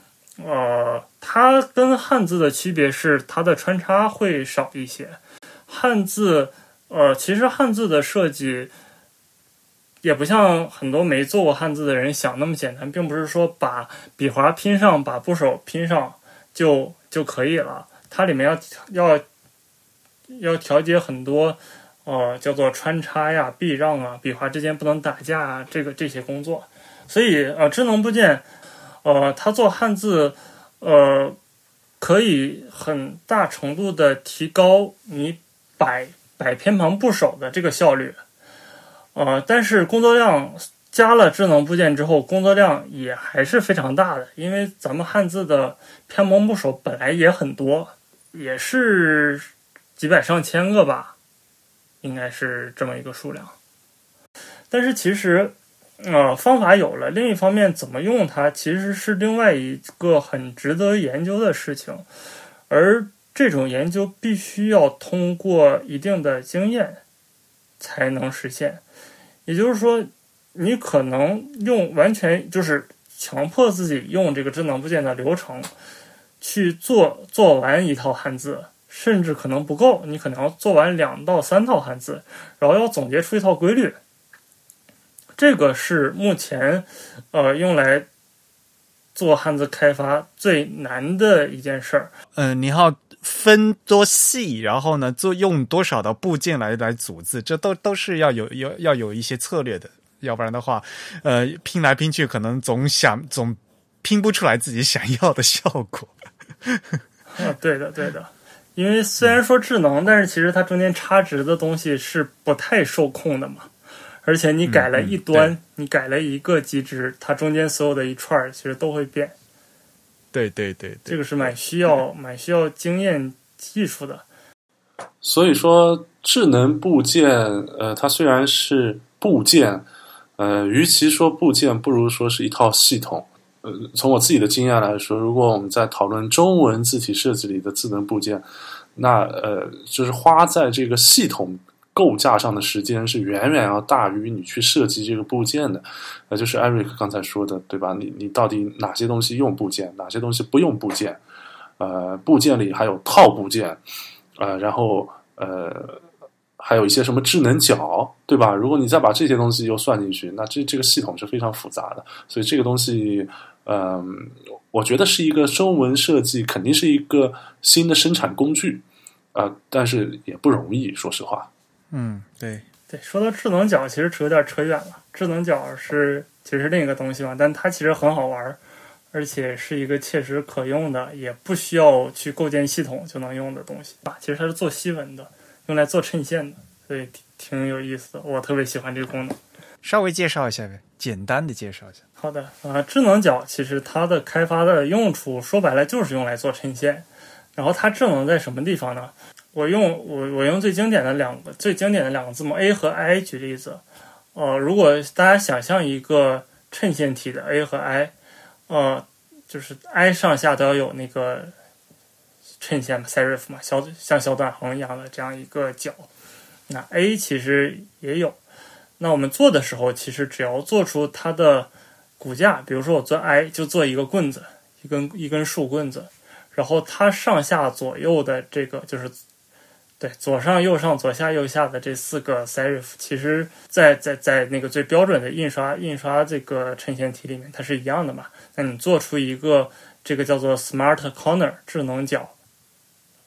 它跟汉字的区别是它的穿插会少一些。汉字其实汉字的设计也不像很多没做过汉字的人想那么简单，并不是说把笔划拼上，把部首拼上就可以了。它里面要调节很多叫做穿插呀、避让啊、笔划之间不能打架啊，这些工作。所以智能部件它做汉字可以很大程度的提高你摆偏旁部首的这个效率。但是工作量加了智能部件之后，工作量也还是非常大的，因为咱们汉字的偏旁部首本来也很多，也是几百上千个吧，应该是这么一个数量。但是其实方法有了，另一方面怎么用它其实是另外一个很值得研究的事情，而这种研究必须要通过一定的经验才能实现。也就是说，你可能完全就是强迫自己用这个智能部件的流程去做完一套汉字，甚至可能不够，你可能要做完2到3套汉字，然后要总结出一套规律。这个是目前用来做汉字开发最难的一件事儿。 你要分多细，然后呢，用多少的部件来组字，这都是要有一些策略的，要不然的话，拼来拼去，可能总拼不出来自己想要的效果。 对的，因为虽然说智能，但是其实它中间差值的东西是不太受控的嘛。而且你改了一端，你改了一个极值，它中间所有的一串其实都会变。 对， 这个是蛮需要经验技术的。 所以说，智能部件，它虽然是部件，与其说部件，不如说是一套系统。从我自己的经验来说，如果我们在讨论中文字体设计里的智能部件，那就是花在这个系统构架上的时间是远远要大于你去设计这个部件的。就是 Eric 刚才说的，对吧？你到底哪些东西用部件，哪些东西不用部件？部件里还有套部件，然后还有一些什么智能角，对吧？如果你再把这些东西又算进去，那这个系统是非常复杂的。所以这个东西，我觉得是一个中文设计，肯定是一个新的生产工具，但是也不容易，说实话。 对， 说到智能角，其实有点扯远了。智能角其实另一个东西嘛，但它其实很好玩，而且是一个切实可用的，也不需要去构建系统就能用的东西。其实它是做西文的，用来做衬线的，所以挺有意思的。我特别喜欢这个功能。 稍微介绍一下呗，简单的介绍一下。 好的，智能角其实它的开发的用处说白了就是用来做衬线。然后它智能在什么地方呢？我用最经典的两个字母 A 和 I 举例子。如果大家想象一个衬线体的 A 和 I，就是 I 上下都要有那个衬线 serif 嘛，像小短横一样的这样一个角。那 A 其实也有。那我们做的时候，其实只要做出它的骨架，比如说我做 I 就做一个棍子，一根树棍子，然后它上下左右的这个就是对左上右上左下右下的这4个 serif， 其实在那个最标准的印刷这个衬线体里面它是一样的嘛。那你做出一个这个叫做 smart corner 智能角，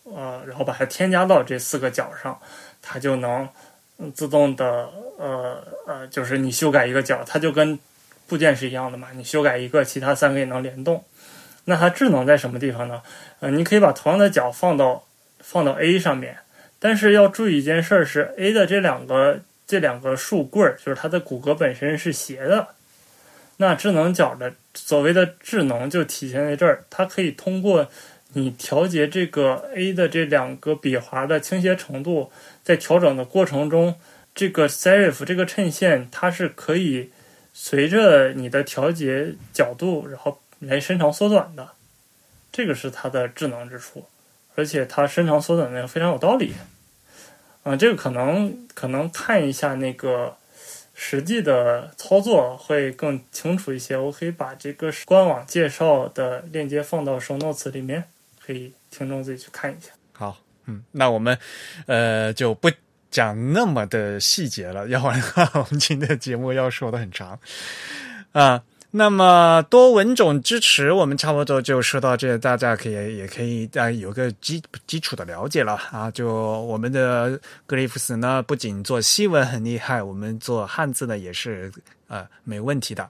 然后把它添加到这4个角上，它就能自动的就是你修改一个角，它就跟部件是一样的嘛，你修改一个，其他3个也能联动。那它智能在什么地方呢？你可以把同样的角放到 A 上面，但是要注意一件事是 A 的这两个竖棍就是它的骨骼本身是斜的。那智能角的所谓的智能就体现在这儿，它可以通过你调节这个 A 的这2个笔划的倾斜程度，在调整的过程中，这个 serif 这个衬线它是可以随着你的调节角度然后来伸长缩短的，这个是它的智能之处，而且它伸长缩短的非常有道理。这个可能看一下那个实际的操作会更清楚一些，我可以把这个官网介绍的链接放到 show notes 里面，可以听众自己去看一下。 好，那我们就不讲那么的细节了，要不然的话我们今天的节目要说的很长那么多文种支持我们差不多就说到这，大家也可以有个基础的了解了就我们的 Glyphs 呢不仅做西文很厉害，我们做汉字呢也是没问题的。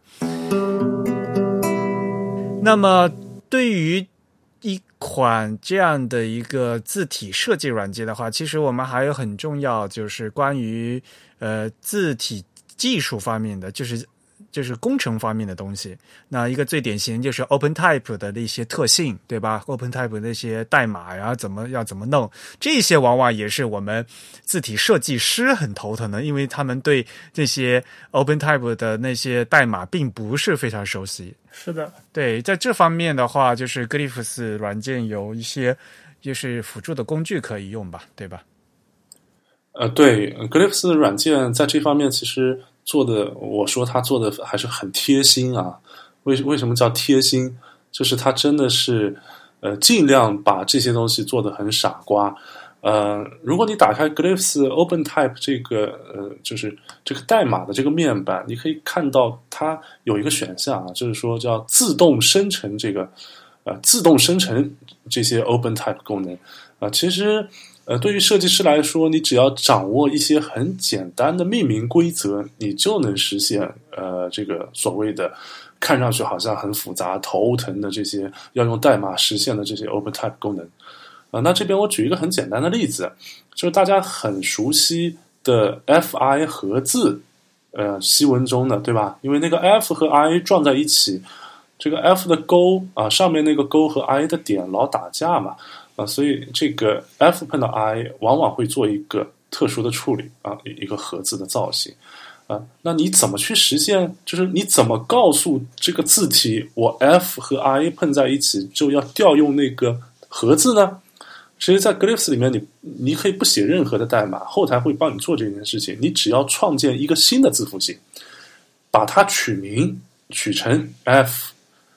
那么对于一款这样的一个字体设计软件的话，其实我们还有很重要就是关于字体技术方面的，就是工程方面的东西。那一个最典型就是 OpenType 的那些特性，对吧？ OpenType 的那些代码呀，要怎么弄，这些往往也是我们字体设计师很头疼的，因为他们对这些 OpenType 的那些代码并不是非常熟悉。 是的， 对，在这方面的话，就是 Glyphs 软件有一些就是辅助的工具可以用吧，对吧？ 对 Glyphs 软件在这方面其实做的，我说他做的还是很贴心啊。为什么叫贴心？就是他真的是尽量把这些东西做得很傻瓜。如果你打开 Glyphs OpenType 这个就是这个代码的这个面板，你可以看到它有一个选项啊，就是说叫自动生成自动生成这些 OpenType 功能其实对于设计师来说，你只要掌握一些很简单的命名规则，你就能实现这个所谓的看上去好像很复杂、头疼的这些要用代码实现的这些 OpenType 功能。那这边我举一个很简单的例子，就是大家很熟悉的 fi 和字，西文中的，对吧？因为那个 f 和 i 撞在一起，这个 f 的勾上面那个勾和 i 的点老打架嘛。所以这个 F 碰到 I 往往会做一个特殊的处理一个合字的造型那你怎么去实现？就是你怎么告诉这个字体，我 F 和 I 碰在一起就要调用那个合字呢？其实，在 Glyphs 里面你可以不写任何的代码，后台会帮你做这件事情。你只要创建一个新的字符型，把它取成 F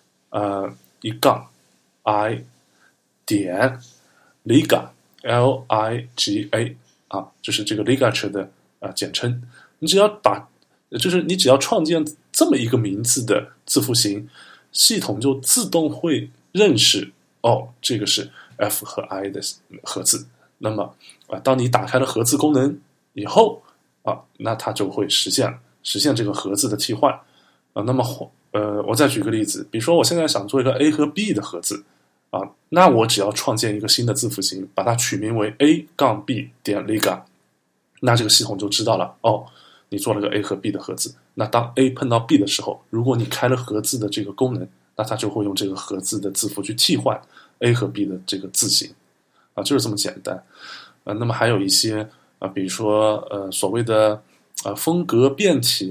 -I 点 Liga Liga 就是这个 ligature 的简称。你只要创建这么一个名字的字符型，系统就自动会认识这个是 F 和 I 的合字。那么当你打开了合字功能以后那它就会实现这个合字的替换那么我再举个例子，比如说我现在想做一个 A 和 B 的合字那我只要创建一个新的字符型，把它取名为 A-B 点 Liga， 那这个系统就知道了你做了个 A 和 B 的合字。那当 A 碰到 B 的时候，如果你开了合字的这个功能，那它就会用这个合字的字符去替换 A 和 B 的这个字型就是这么简单那么还有一些比如说所谓的风格变体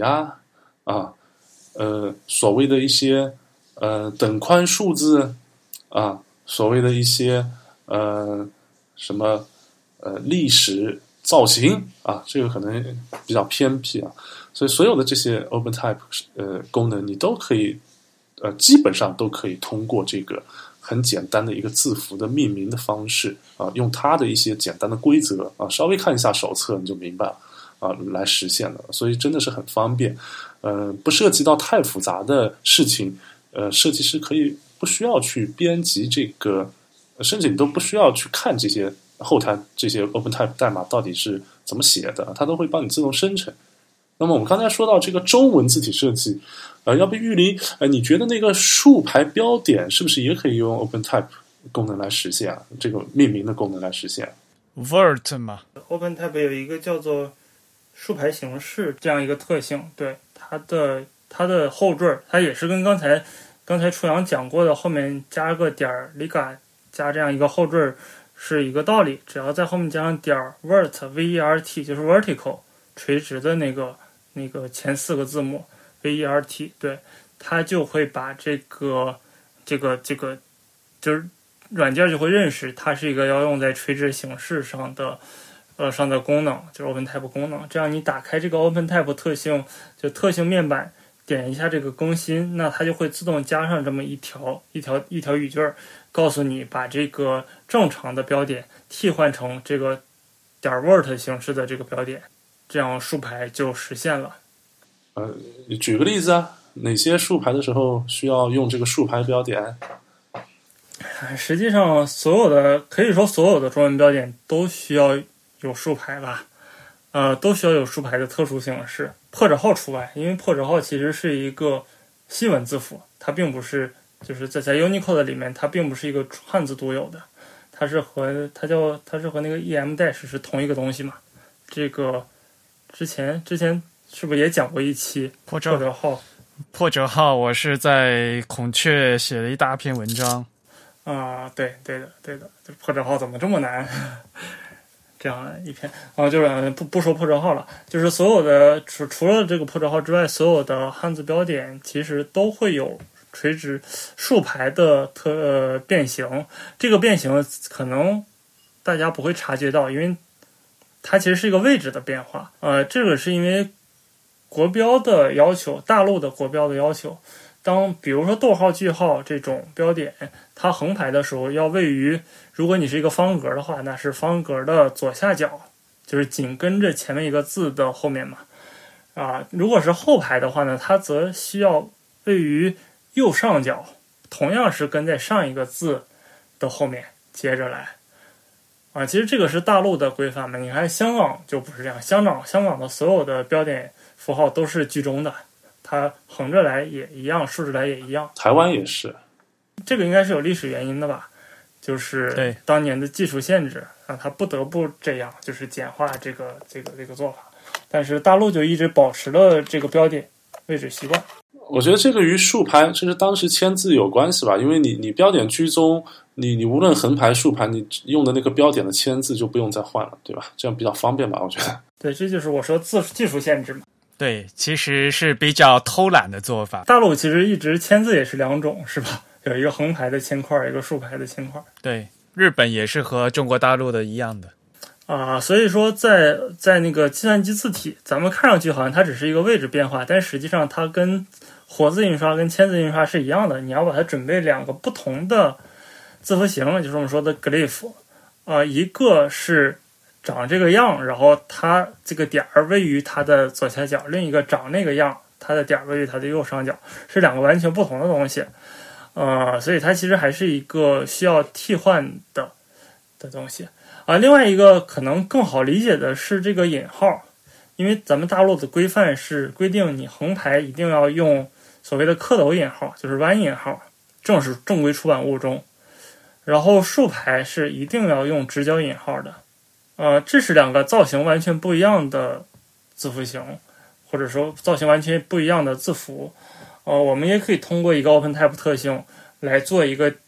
所谓的一些等宽数字所谓的一些什么历史造型这个可能比较偏僻所以所有的这些 OpenType 功能你都可以基本上都可以通过这个很简单的一个字符的命名的方式用它的一些简单的规则稍微看一下手册你就明白了来实现了。所以真的是很方便不涉及到太复杂的事情设计师可以不需要去编辑这个甚至你都不需要去看这些后台这些 OpenType 代码到底是怎么写的，它都会帮你自动生成。那么我们刚才说到这个中文字体设计，要不玉林，你觉得那个竖排标点是不是也可以用 OpenType 功能来实现啊？这个命名的功能来实现 Vert 嘛 OpenType 有一个叫做竖排形式这样一个特性，对它的后缀，它也是跟刚才初阳讲过的后面加个点 liga 加这样一个后缀是一个道理，只要在后面加上点 vert vert 就是 vertical 垂直的那个前4个字母 vert， 对，它就会把这个就是软件就会认识它是一个要用在垂直形式上的功能，就是 OpenType 功能。这样你打开这个 OpenType 特性，就特性面板，点一下这个更新，那它就会自动加上这么一条语句，告诉你把这个正常的标点替换成这个点 vert 形式的这个标点，这样竖排就实现了。 举个例子啊，哪些竖排的时候需要用这个竖排标点？ 实际上可以说所有的中文标点都需要有竖排吧，都需要有竖排的特殊形式，破折号除外，因为破折号其实是一个西文字符，它并不是就是在 Unicode 里面，它并不是一个汉字独有的，它是和那个 em- 是同一个东西嘛。这个之前是不是也讲过一期破折号？ 破折号我是在孔雀写了一大篇文章。 对的，破折号怎么这么难？这样一篇就是不说破折号了，就是所有的除了这个破折号之外，所有的汉字标点其实都会有垂直竖排的变形。这个变形可能大家不会察觉到，因为它其实是一个位置的变化。这个是因为国标的要求，大陆的国标的要求。当比如说逗号句号这种标点，它横排的时候要位于，如果你是一个方格的话，那是方格的左下角，就是紧跟着前面一个字的后面嘛。如果是后排的话呢，它则需要位于右上角，同样是跟在上一个字的后面接着来。其实这个是大陆的规范嘛，你看香港就不是这样，香港的所有的标点符号都是居中的。它横着来也一样，竖着来也一样。 台湾也是， 这个应该是有历史原因的吧？就是当年的技术限制让它不得不这样，就是简化这个做法。但是大陆就一直保持了这个标点位置习惯。 我觉得这个与竖排这是当时签字有关系吧，因为你标点居中，你无论横排竖排，你用的那个标点的签字就不用再换了，对吧？这样比较方便吧，我觉得。 对，这就是我说技术限制嘛。 对，其实是比较偷懒的做法。 大陆其实一直签字也是2种，是吧？有一个横排的铅块，一个竖排的铅块。 对，日本也是和中国大陆的一样的。 所以说在那个计算机字体，咱们看上去好像它只是一个位置变化，但实际上它跟活字印刷跟签字印刷是一样的。你要把它准备2个不同的字符形，就是我们说的 glyph。一个是长这个样，然后它这个点位于它的左下角，另一个长那个样，它的点位于它的右上角，是2个完全不同的东西。所以它其实还是一个需要替换的东西。另外一个可能更好理解的是这个引号，因为咱们大陆的规范是规定你横排一定要用所谓的蝌蚪引号，就是弯引号，正规出版物中，然后竖排是一定要用直角引号的。这是2个造型完全不一样的字符形，或者说造型完全不一样的字符。我们也可以通过一个 OpenType 特性来做一个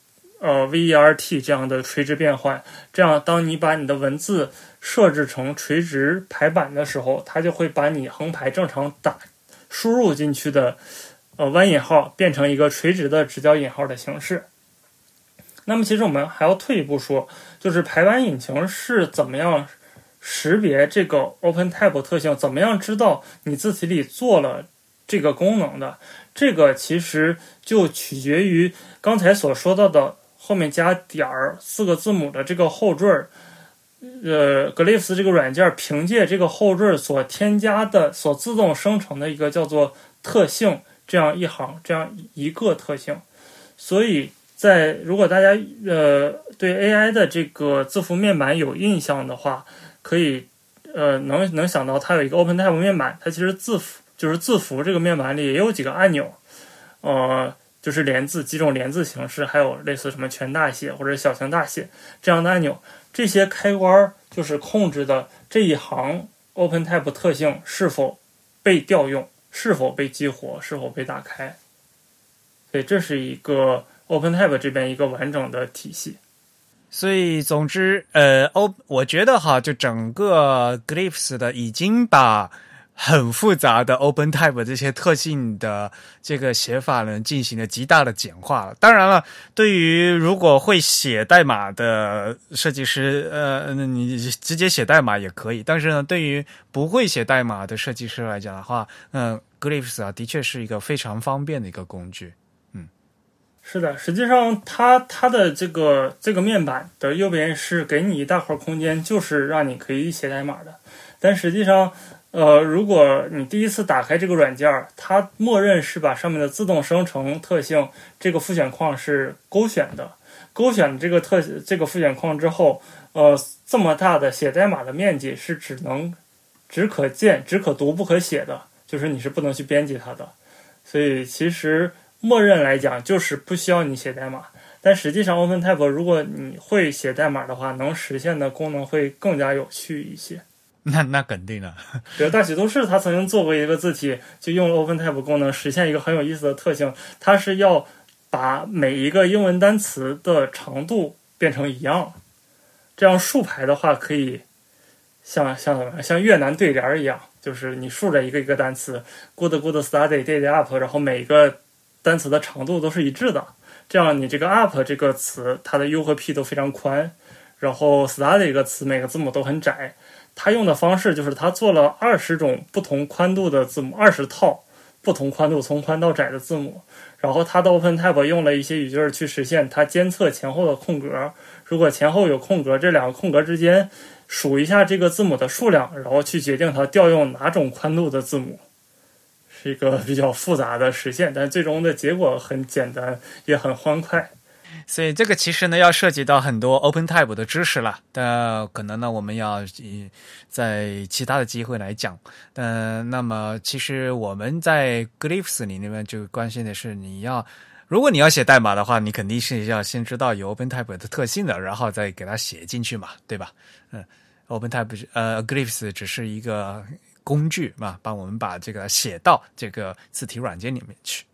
vert 这样的垂直变换。这样当你把你的文字设置成垂直排版的时候，它就会把你横排正常输入进去的弯引号变成一个垂直的直角引号的形式。那么其实我们还要退一步说，就是排版引擎是怎么样识别这个 OpenType 特性，怎么样知道你字体里做了这个功能的。这个其实就取决于刚才所说到的后面加点4个字母的这个后缀。Glyphs 这个软件凭借这个后缀所添加的所自动生成的一个叫做特性这样一个特性。所以如果大家对 AI 的这个字符面板有印象的话，可以能想到它有一个 OpenType 面板，它其实字符这个面板里也有几个按钮，就是连字几种连字形式，还有类似什么全大写或者小型大写这样的按钮，这些开关就是控制的这一行 OpenType 特性是否被调用，是否被激活，是否被打开。所以这是一个 OpenType 这边一个完整的体系。 所以总之我觉得哈，就整个 Glyphs 的已经把很复杂的 OpenType 这些特性的这个写法呢进行了极大的简化了。当然了，对于如果会写代码的设计师你直接写代码也可以，但是呢对于不会写代码的设计师来讲的话Glyphs 啊的确是一个非常方便的一个工具。 是的，实际上它的这个面板的右边是给你一大块空间，就是让你可以写代码的。但实际上如果你第一次打开这个软件，它默认是把上面的自动生成特性这个复选框是勾选的。勾选这个复选框之后，这么大的写代码的面积是只可见只可读不可写的，就是你是不能去编辑它的。所以其实默认来讲就是不需要你写代码，但实际上 OpenType 如果你会写代码的话，能实现的功能会更加有趣一些。 那肯定的。 比如大写都市他曾经做过一个字体，就用了 OpenType 功能实现一个很有意思的特性，它是要把每一个英文单词的长度变成一样，这样竖排的话可以像越南对联一样，就是你竖着一个一个单词 good study day up， 然后每一个单词的长度都是一致的，这样你这个 up 这个词它的 u 和 p 都非常宽，然后 study 这个词每个字母都很窄。它用的方式就是它做了20种不同宽度的字母，20套不同宽度从宽到窄的字母，然后它的 OpenType 用了一些语句去实现它监测前后的空格，如果前后有空格，这两个空格之间数一下这个字母的数量，然后去决定它调用哪种宽度的字母，是一个比较复杂的实现，但最终的结果很简单也很欢快。 所以这个其实呢要涉及到很多 OpenType 的知识了，但可能呢我们要在其他的机会来讲。那么其实我们在 Glyphs 里面就关心的是如果你要写代码的话，你肯定是要先知道有 OpenType 的特性的，然后再给它写进去嘛，对吧？OpenType Glyphs 只是一个工具嘛，帮我们把这个写到这个字体软件里面去。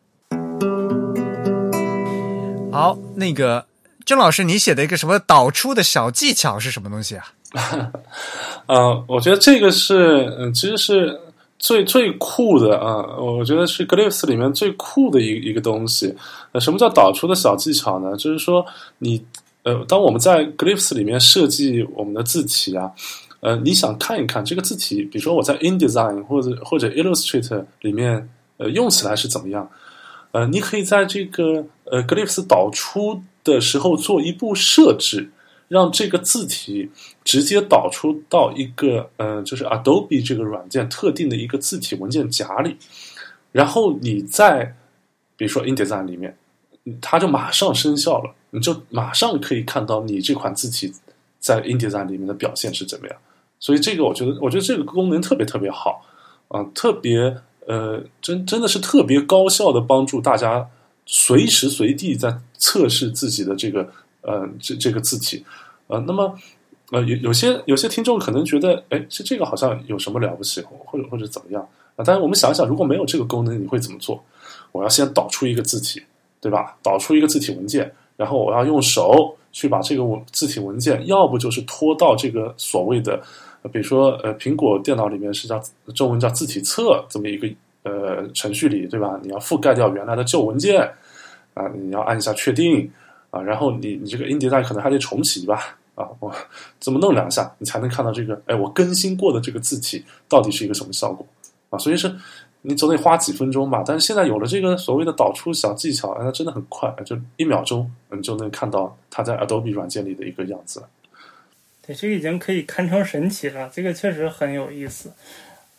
好，那个郑老师，你写的一个什么导出的小技巧是什么东西啊？ 我觉得这个是其实是最酷的啊，我觉得是 Glyphs 里面最酷的一个东西。什么叫导出的小技巧呢？就是说当我们在 Glyphs 里面设计我们的字体啊，你想看一看这个字体，比如说我在 InDesign 或者 Illustrator 里面用起来是怎么样。你可以在这个Glyphs 导出的时候做一步设置，让这个字体直接导出到一个就是 Adobe 这个软件特定的一个字体文件夹里，然后你在比如说 InDesign 里面，它就马上生效了，你就马上可以看到你这款字体在 InDesign 里面的表现是怎么样。所以这个我觉得这个功能特别特别好特别真的是特别高效的帮助大家随时随地在测试自己的这个这个字体那么有些听众可能觉得这个好像有什么了不起或者怎么样但是我们想想，如果没有这个功能你会怎么做？我要先导出一个字体，对吧？导出一个字体文件，然后我要用手去把这个字体文件要不就是拖到这个所谓的比如说苹果电脑里面是中文叫字体册这么一个程序里，对吧？你要覆盖掉原来的旧文件你要按一下确定然后你这个 InDesign 可能还得重启吧我这么弄两下，你才能看到这个我更新过的这个字体到底是一个什么效果所以是你总得花几分钟吧。但是现在有了这个所谓的导出小技巧那真的很快，就1秒钟你就能看到它在 Adobe 软件里的一个样子了。 对，这个已经可以堪称神奇了，这个确实很有意思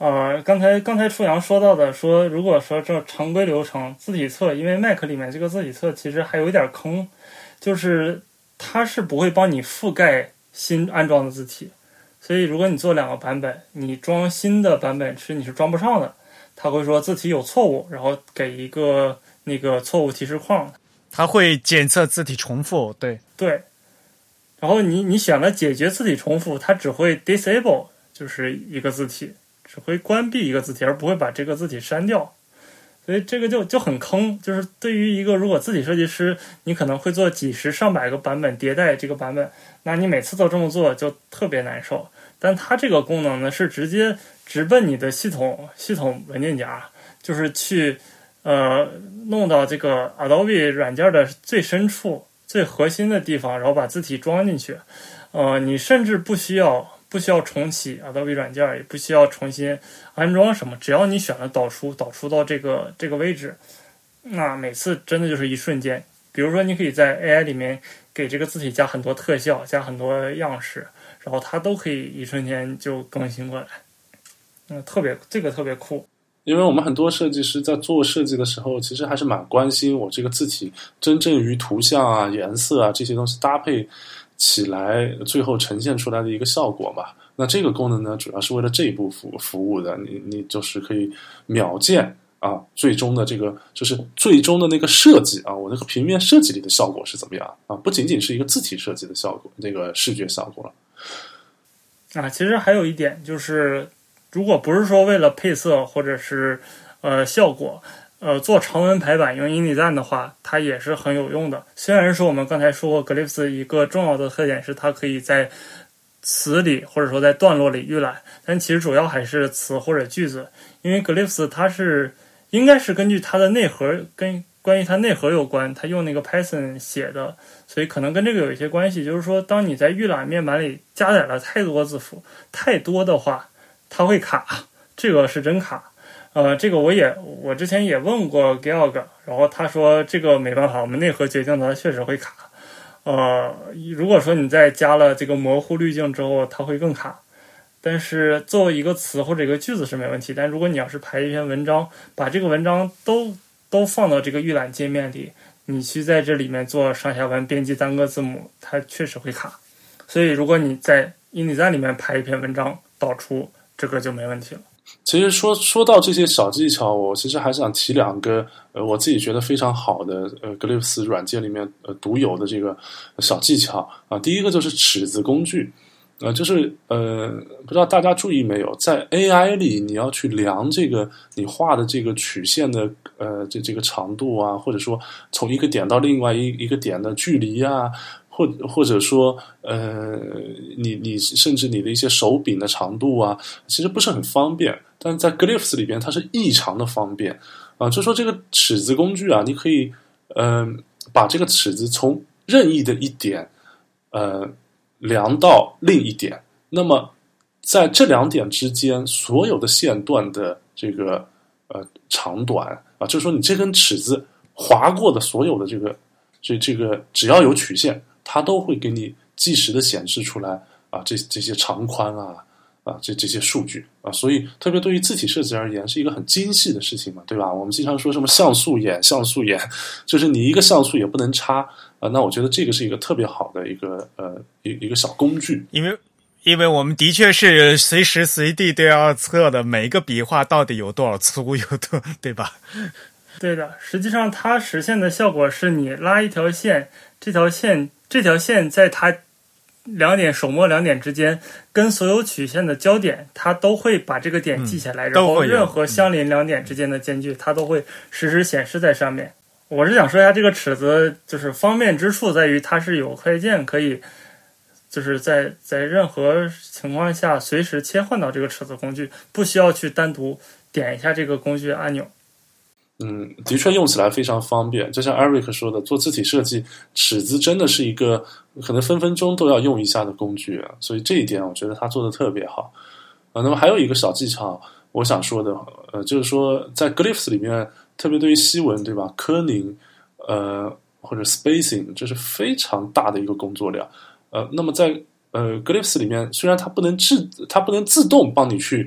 刚才初阳说到的，说如果说这常规流程字体册，因为 Mac 里面这个字体册其实还有一点坑，就是它是不会帮你覆盖新安装的字体，所以如果你做2个版本，你装新的版本你是装不上的，它会说字体有错误，然后给一个那个错误提示框， 它会检测字体重复，对， 然后你选了解决字体重复，它只会 disable 就是一个字体。只会关闭一个字体，而不会把这个字体删掉，所以这个就很坑。就是对于一个如果字体设计师，你可能会做几十上百个版本迭代这个版本，那你每次都这么做就特别难受。但它这个功能呢，是直接直奔你的系统文件夹，就是去弄到这个 Adobe 软件的最深处、最核心的地方，然后把字体装进去。你甚至不需要重启 Adobe 软件，也不需要重新安装什么，只要你选了导出到这个位置，那每次真的就是一瞬间。比如说你可以在 AI 里面给这个字体加很多特效，加很多样式，然后它都可以一瞬间就更新过来。这个特别酷。 因为我们很多设计师在做设计的时候，其实还是蛮关心我这个字体真正与图像啊、颜色啊这些东西搭配起来，最后呈现出来的一个效果嘛。那这个功能呢，主要是为了这一步服务的。你就是可以秒见啊，最终的这个就是最终的那个设计啊，我那个平面设计里的效果是怎么样啊？不仅仅是一个字体设计的效果，那个视觉效果了。 其实还有一点就是，如果不是说为了配色或者是效果。做长文排版用InDesign的话，它也是很有用的。虽然说我们刚才说过 Glyphs 一个重要的特点是它可以在词里或者说在段落里预览，但其实主要还是词或者句子。因为 Glyphs 它应该是根据它的内核，关于它内核有关，它用那个 Python 写的，所以可能跟这个有一些关系。就是说，当你在预览面板里加载了太多字符，太多的话，它会卡，这个是真卡。这个我之前也问过 Georg， 然后他说这个没办法，我们内核决定的，它确实会卡。如果说你再加了这个模糊滤镜之后，它会更卡。但是作为一个词或者一个句子是没问题，但如果你要是排一篇文章，把这个文章都放到这个预览界面里，你去在这里面做上下文编辑单个字母，它确实会卡。所以如果你在 InDesign 里面排一篇文章导出，这个就没问题了。 其实说到这些小技巧，我其实还想提2个我自己觉得非常好的Glyphs 软件里面独有的这个小技巧啊。第一个就是尺子工具，就是不知道大家注意没有，在 AI 里你要去量这个你画的这个曲线的这个长度啊，或者说从一个点到另外一个点的距离啊。或者说，你甚至你的一些手柄的长度啊，其实不是很方便。但在 Glyphs 里边，它是异常的方便啊。就说这个尺子工具啊，你可以把这个尺子从任意的一点量到另一点，那么在这2点之间，所有的线段的这个长短啊，就是说你这根尺子划过的所有的这个只要有曲线。它都会给你即时的显示出来啊，这些长宽啊，这些数据啊，所以特别对于字体设计而言，是一个很精细的事情嘛，对吧？我们经常说什么像素眼，就是你一个像素也不能差啊。那我觉得这个是一个特别好的一个小工具， 因为我们的确是随时随地都要测的每一个笔画到底有多少粗，对吧？ 对的，实际上它实现的效果是你拉一条线，这条线在它手摸2点之间，跟所有曲线的交点，它都会把这个点记下来，然后任何相邻2点之间的间距，它都会实时显示在上面。我是想说一下，这个尺子就是方便之处在于它是有快键可以，就是在任何情况下随时切换到这个尺子工具，不需要去单独点一下这个工具按钮。 的确用起来非常方便。就像 Eric 说的，做字体设计，尺子真的是一个可能分分钟都要用一下的工具，所以这一点我觉得他做的特别好。那么还有一个小技巧，我想说的，就是说在 Glyphs 里面，特别对于西文，对吧 ？kerning，或者 spacing， 这是非常大的一个工作量。那么在Glyphs 里面，虽然它不能自动帮你去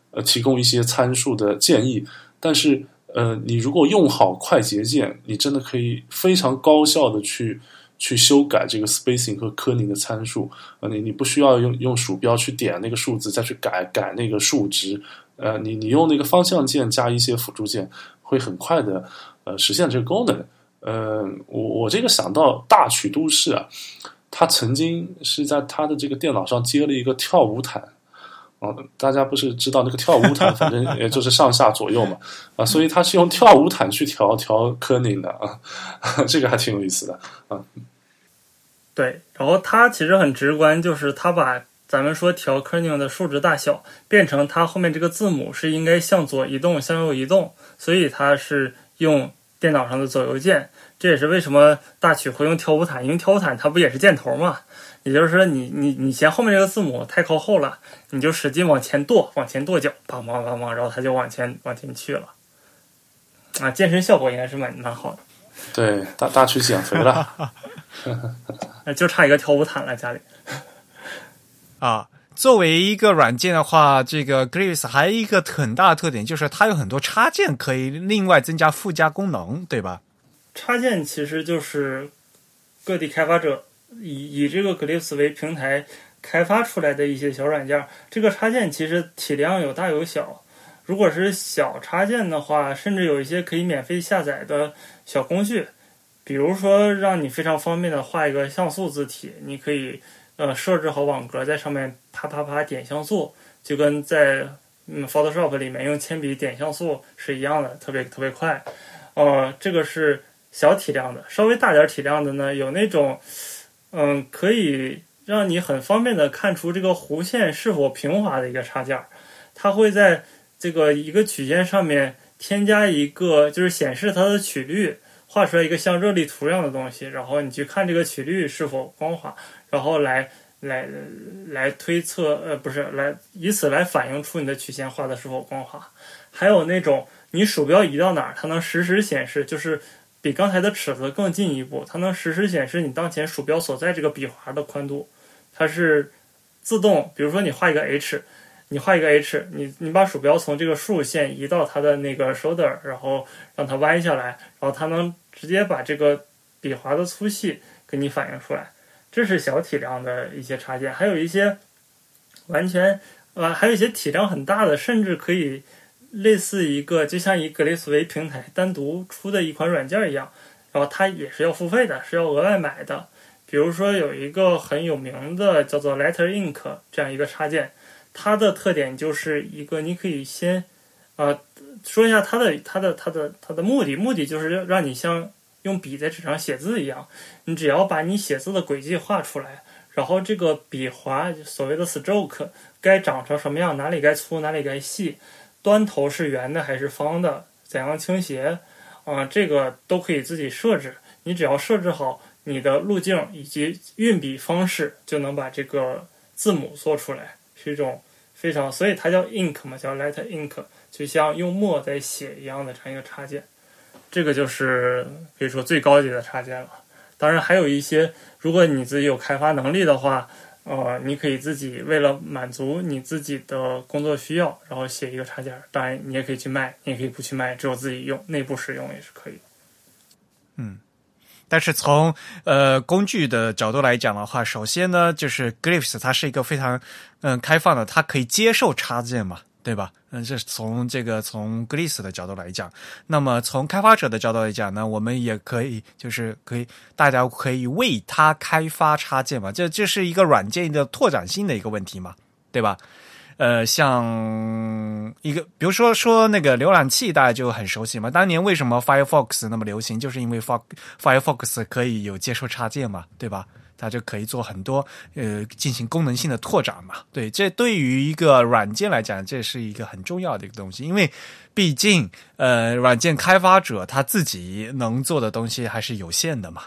提供一些参数的建议，但是你如果用好快捷键，你真的可以非常高效的去修改这个 spacing 和 kerning 的参数。你不需要用鼠标去点那个数字，再去改那个数值。你用那个方向键加一些辅助键，会很快的实现这个功能。我这个想到大曲都市啊，他曾经是在他的这个电脑上接了一个跳舞毯。大家不是知道那个跳舞毯，反正也就是上下左右嘛，所以他是用跳舞毯去调 kerning 的啊，这个还挺有意思的啊。 对，然后它其实很直观，就是它把咱们说调 kerning 的数值大小变成它后面这个字母是应该向左移动、向右移动，所以它是用电脑上的左右键。这也是为什么大曲会用跳舞毯，因为跳舞毯它不也是箭头嘛？也就是说你嫌后面这个字母太靠后了，你就使劲往前跺脚，砰砰砰砰，然后它就往前去了。啊，健身效果应该是蛮好的。 对，大曲减肥了， 就差一个跳舞毯了家里。 啊，作为一个软件的话，这个 Glyphs 还有一个很大的特点，就是它有很多插件可以另外增加附加功能，对吧？ 插件其实就是各地开发者以这个 Glyphs 为平台开发出来的一些小软件。这个插件其实体量有大有小，如果是小插件的话，甚至有一些可以免费下载的小工具，比如说让你非常方便的画一个像素字体，你可以设置好网格，在上面啪啪啪点像素，就跟在Photoshop 里面用铅笔点像素是一样的，特别特别快。这个是小体量的。稍微大点体量的呢，有那种可以让你很方便的看出这个弧线是否平滑的一个插件。它会在这个一个曲线上面添加一个，就是显示它的曲率，画出来一个像热力图一样的东西，然后你去看这个曲率是否光滑，然后来推测以此来反映出你的曲线画的是否光滑。还有那种你鼠标移到哪儿，它能实时显示，就是比刚才的尺子更进一步，它能实时显示你当前鼠标所在这个笔划的宽度。它是自动，比如说你画一个 H， 你把鼠标从这个竖线移到它的那个 shoulder， 然后让它弯下来，然后它能直接把这个笔划的粗细给你反映出来。这是小体量的一些插件。还有一些还有一些体量很大的，甚至可以类似一个就像以 Glyphs 为平台单独出的一款软件一样，然后它也是要付费的，是要额外买的。比如说有一个很有名的叫做 Letter Ink 这样一个插件，它的特点就是一个你可以先说一下它的目的就是让你像用笔在纸上写字一样，你只要把你写字的轨迹画出来，然后这个笔划所谓的 stroke 该长成什么样，哪里该粗哪里该细，端头是圆的还是方的，怎样倾斜这个都可以自己设置。你只要设置好你的路径以及运笔方式，就能把这个字母做出来，是一种非常，所以它叫 ink 嘛，叫 letter ink， 就像用墨在写一样的这样一个插件。这个就是可以说最高级的插件了。当然还有一些，如果你自己有开发能力的话，你可以自己为了满足你自己的工作需要，然后写一个插件。当然你也可以去卖，你也可以不去卖，只有自己用，内部使用也是可以的。 但是从工具的角度来讲的话，首先呢，就是 Glyphs 它是一个非常开放的，它可以接受插件嘛，对吧？这是从Glyphs 的角度来讲。那么从开发者的角度来讲呢，我们也可以大家可以为它开发插件嘛，这是一个软件的拓展性的一个问题嘛，对吧？像一个，比如说那个浏览器，大家就很熟悉嘛。当年为什么 Firefox 那么流行，就是因为 Firefox 可以有接收插件嘛，对吧？它就可以做很多进行功能性的拓展嘛。对，这对于一个软件来讲，这是一个很重要的一个东西，因为毕竟软件开发者他自己能做的东西还是有限的嘛。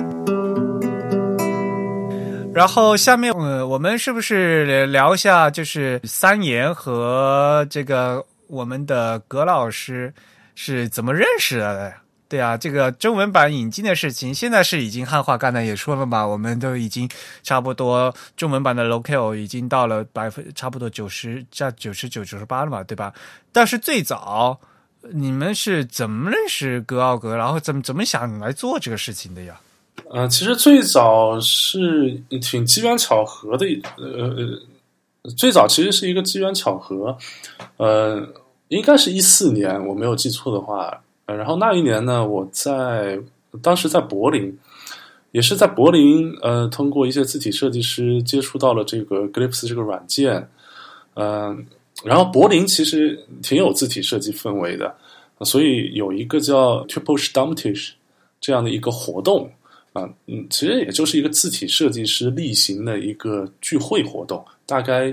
然后下面我们是不是聊一下就是三言和这个我们的葛老师是怎么认识的？ 对啊，这个中文版引进的事情，现在是已经汉化，刚才也说了嘛，我们都已经差不多中文版的 locale 已经到了差不多90%、99%、98%了嘛，对吧？但是最早你们是怎么认识格奥格，然后怎么想来做这个事情的呀？ 其实最早是挺机缘巧合的，最早其实是一个机缘巧合，应该是14年，我没有记错的话。然后那一年呢，我当时在柏林，也是在柏林，通过一些字体设计师接触到了这个 Glyphs 这个软件，然后柏林其实挺有字体设计氛围的，所以有一个叫 Triple Stammtisch 这样的一个活动其实也就是一个字体设计师例行的一个聚会活动，大概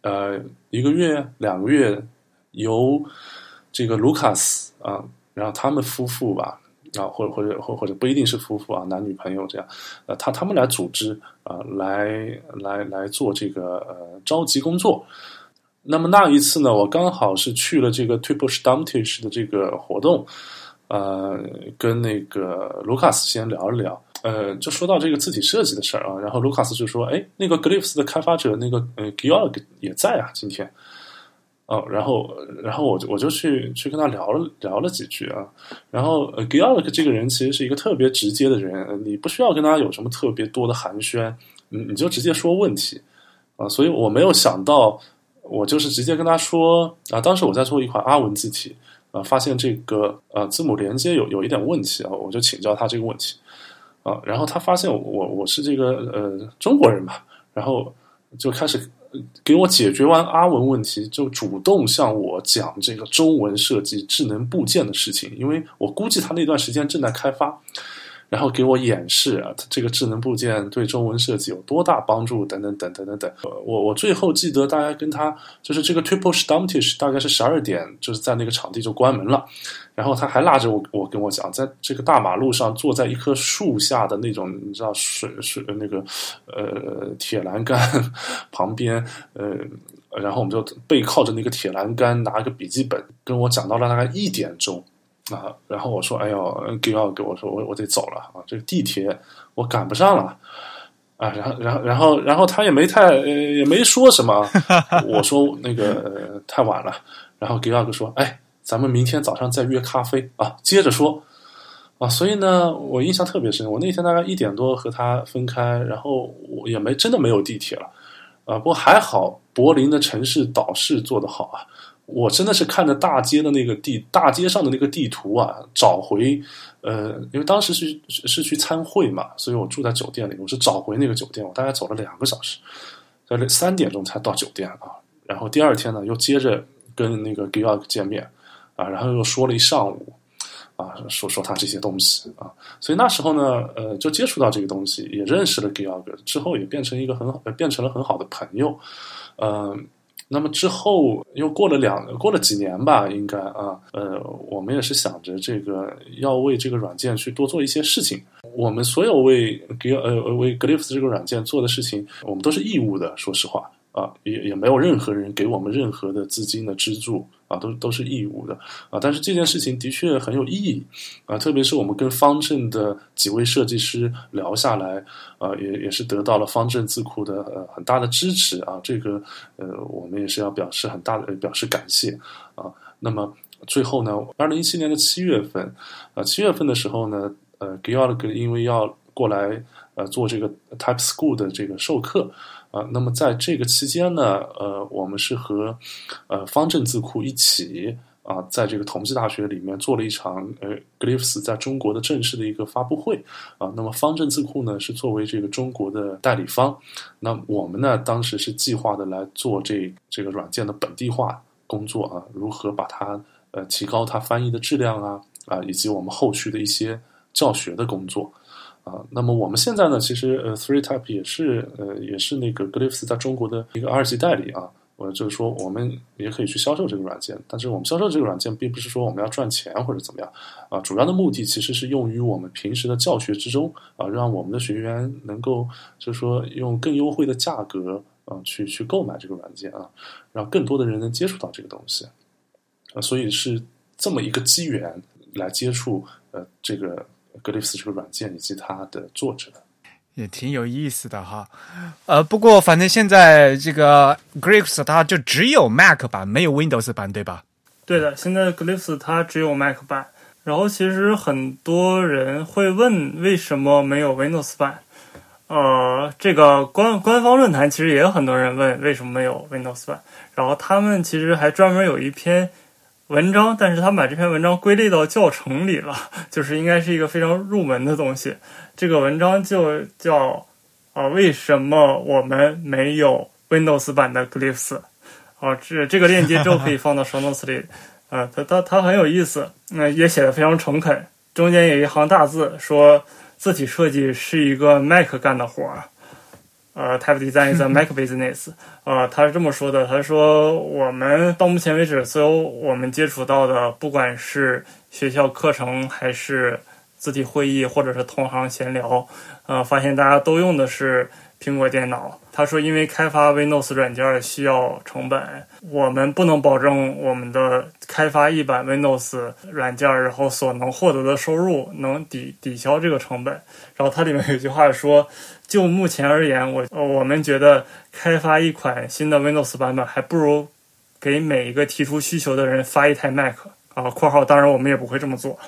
1个月2个月，由这个 Lucas 然后他们夫妇吧或者不一定是夫妇男女朋友这样他们来组织来做这个召集工作。那么那一次呢，我刚好是去了这个 Triple Stammtisch 的这个活动，跟那个 Lucas 先聊了聊，就说到这个字体设计的事儿然后 Lucas 就说，哎，那个 Glyphs 的开发者那个Georg 也在今天。然后我就去跟他聊了几句然后Georg 这个人其实是一个特别直接的人，你不需要跟他有什么特别多的寒暄，你就直接说问题所以我没有想到，我就是直接跟他说当时我在做一款阿文字体发现这个字母连接有一点问题我就请教他这个问题然后他发现我是这个中国人嘛，然后就开始给我解决完阿文问题，就主动向我讲这个中文设计智能部件的事情，因为我估计他那段时间正在开发，然后给我演示这个智能部件对中文设计有多大帮助等等等等等等。我最后记得大概跟他就是这个 Triple Stammtisch 大概是12点，就是在那个场地就关门了，然后他还拉着我跟我讲，在这个大马路上坐在一棵树下的那种你知道水那个铁栏杆旁边然后我们就背靠着那个铁栏杆，拿个笔记本跟我讲到了大概1点钟然后我说，哎呦，给我说我得走了这个地铁我赶不上了然后他也没说什么我说那个太晚了，然后给奥哥说，哎，咱们明天早上再约咖啡接着说所以呢，我印象特别深。我那天大概1点多和他分开，然后我也真的没有地铁了不过还好柏林的城市导视做得好我真的是看着大街上的那个地图找回因为当时是去参会嘛，所以我住在酒店里，我是找回那个酒店，我大概走了2个小时，在3点钟才到酒店然后第二天呢又接着跟那个 Georg 见面然后又说了一上午说他这些东西所以那时候呢就接触到这个东西，也认识了 Georg， 之后也变成了很好的朋友那么之后又过了几年吧，应该我们也是想着这个要为这个软件去多做一些事情。我们所有为 Glyphs 这个软件做的事情，我们都是义务的，说实话也没有任何人给我们任何的资金的资助都是义务的但是这件事情的确很有意义特别是我们跟方正的几位设计师聊下来也是得到了方正字库的很大的支持这个我们也是要表示感谢那么最后呢2017年的7月份7月份的时候呢Georg 因为要过来做这个 Type School 的这个授课那么在这个期间呢我们是和方正字库一起在这个同济大学里面做了一场Glyphs 在中国的正式的一个发布会那么方正字库呢是作为这个中国的代理方，那我们呢当时是计划的来做这个软件的本地化工作如何把它提高它翻译的质量以及我们后续的一些教学的工作那么我们现在呢，其实3Type 也是那个 Glyphs 在中国的一个2级代理我就是说我们也可以去销售这个软件，但是我们销售这个软件并不是说我们要赚钱或者怎么样主要的目的其实是用于我们平时的教学之中让我们的学员能够就是说用更优惠的价格去购买这个软件让更多的人能接触到这个东西所以是这么一个机缘来接触这个 Glyphs 这个软件以及它的作者。 也挺有意思的哈。不过反正现在这个 Glyphs 它就只有 Mac 版，没有 Windows 版，对吧？ 对的，现在 Glyphs 它只有 Mac 版。然后其实很多人会问为什么没有 Windows 版。这个官方论坛其实也有很多人问为什么没有 Windows 版，然后他们其实还专门有一篇文章，但是他们把这篇文章归类到教程里了，就是应该是一个非常入门的东西。这个文章就叫为什么我们没有 Windows 版的 Glyphs。这个链接之后可以放到 show notes 里。它很有意思，也写得非常诚恳。中间有一行大字说，字体设计是一个 Mac 干的活儿。Type design is a Mac business。他是这么说的，他说我们到目前为止，所有我们接触到的，不管是学校课程还是字体会议，或者是同行闲聊，发现大家都用的是苹果电脑。他说因为开发 Windows 软件需要成本，我们不能保证我们的开发一版 Windows 软件然后所能获得的收入能抵消这个成本。然后它里面有一句话说，就目前而言，我们觉得开发一款新的 Windows 版本还不如给每一个提出需求的人发一台 Mac。括号当然我们也不会这么做。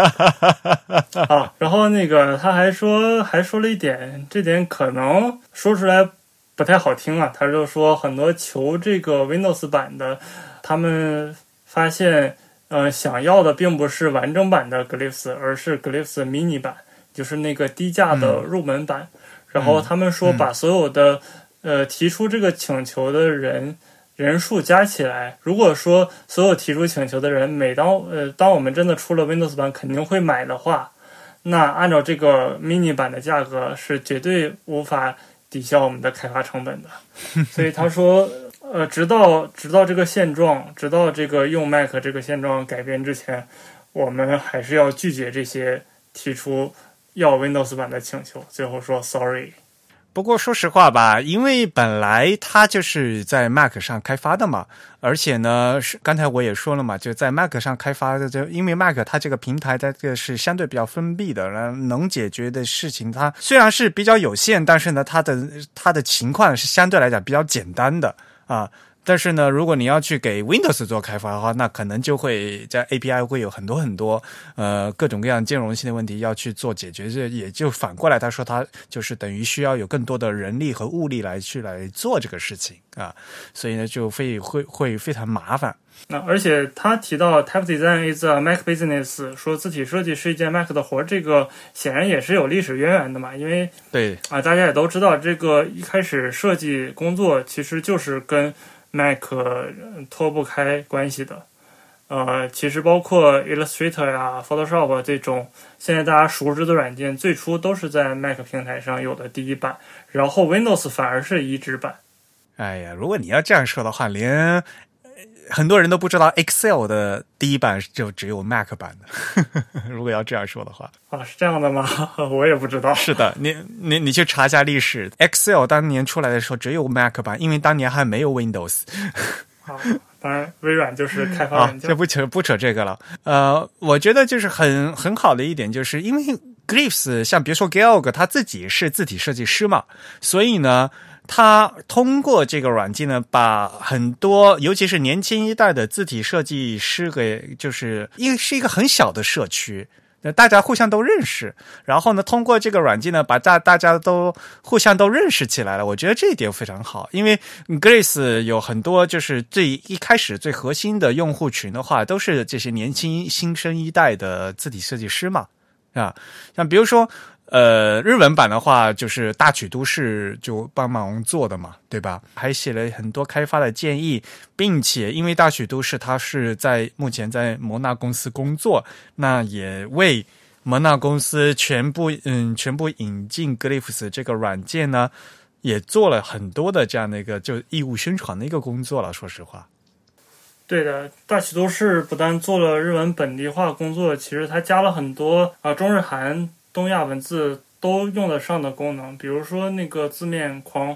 然后那个他还说了一点，这点可能说出来不太好听啊。他就说很多求这个 Windows 版的，他们发现想要的并不是完整版的 Glyphs， 而是 Glyphs mini 版，就是那个低价的入门版。然后他们说把所有的提出这个请求的人数加起来，如果说所有提出请求的人当我们真的出了 Windows 版肯定会买的话，那按照这个 mini 版的价格是绝对无法抵消我们的开发成本的。所以他说直到这个现状，直到这个用 Mac 这个现状改变之前，我们还是要拒绝这些提出要 Windows 版的请求。最后说 sorry。 不过说实话吧，因为本来它就是在 Mac 上开发的嘛，而且呢，刚才我也说了嘛，就在 Mac 上开发的，就因为 Mac 它这个平台它这个是相对比较封闭的，能解决的事情它虽然是比较有限，但是呢，它的情况是相对来讲比较简单的啊。但是呢，如果你要去给 Windows 做开发的话，那可能就会在 API 会有很多各种各样兼容性的问题要去做解决。这也就反过来，他说他就是等于需要有更多的人力和物力来做这个事情啊，所以呢就会非常麻烦。 而且他提到 Type Design is a Mac business， 说字体设计是一件 Mac 的活，这个显然也是有历史渊源的嘛。因为对大家也都知道，这个一开始设计工作其实就是跟 Mac 脱不开关系的。其实包括 Illustrator 啊 Photoshop 这种现在大家熟知的软件，最初都是在 Mac 平台上有的第一版，然后 Windows 反而是移植版。 哎呀，如果你要这样说的话，连很多人都不知道 Excel 的第一版就只有 Mac 版的。如果要这样说的话是这样的吗？我也不知道。 是的，你去查一下历史， Excel 当年出来的时候只有 Mac 版，因为当年还没有 Windows。 当然微软就是开发软件。 就不扯这个了。我觉得就是很好的一点，就是因为 Glyphs 像比如说 Georg 他自己是字体设计师嘛，所以呢他通过这个软件呢，把很多尤其是年轻一代的字体设计师给，就是因为是一个很小的社区，大家互相都认识，然后呢通过这个软件呢把大家都互相都认识起来了。我觉得这一点非常好，因为 Glyphs 有很多就是一开始最核心的用户群的话都是这些年轻新生一代的字体设计师嘛，啊，像比如说日文版的话就是大曲都市就帮忙做的嘛，对吧？还写了很多开发的建议，并且因为大曲都市它是目前在摩纳公司工作，那也为摩纳公司全部引进 Glyphs 这个软件呢，也做了很多的这样的一个就义务宣传的一个工作了，说实话。 对的，大曲都市不但做了日文本地化工作，其实它加了很多中日韩东亚文字都用得上的功能，比如说那个字面框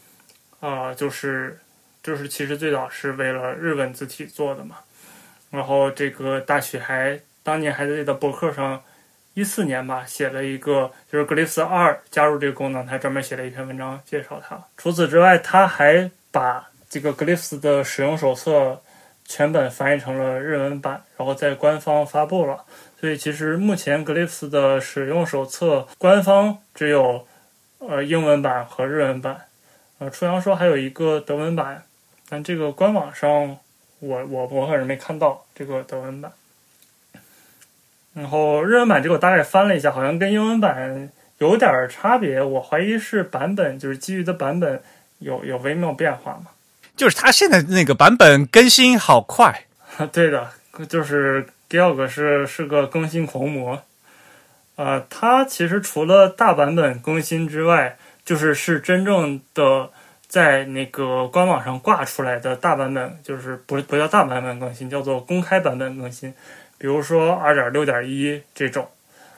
就是其实最早是为了日文字体做的嘛。然后这个大曲当年还在的博客上 14年吧，写了一个就是 Glyphs 2加入这个功能，他专门写了一篇文章介绍它。除此之外，他还把这个 Glyphs 的使用手册全本翻译成了日文版，然后在官方发布了。所以其实目前 Glyphs 的使用手册官方只有英文版和日文版，初阳说还有一个德文版，但这个官网上我可是没看到这个德文版。然后日文版这个我大概翻了一下，好像跟英文版有点差别，我怀疑是版本就是基于的版本有微妙变化嘛。 就是它现在那个版本更新好快。 对的，就是 Georg 是个更新狂魔。它其实除了大版本更新之外，是真正的在那个官网上挂出来的大版本，就是不叫大版本更新，叫做公开版本更新。比如说 2.6.1 这种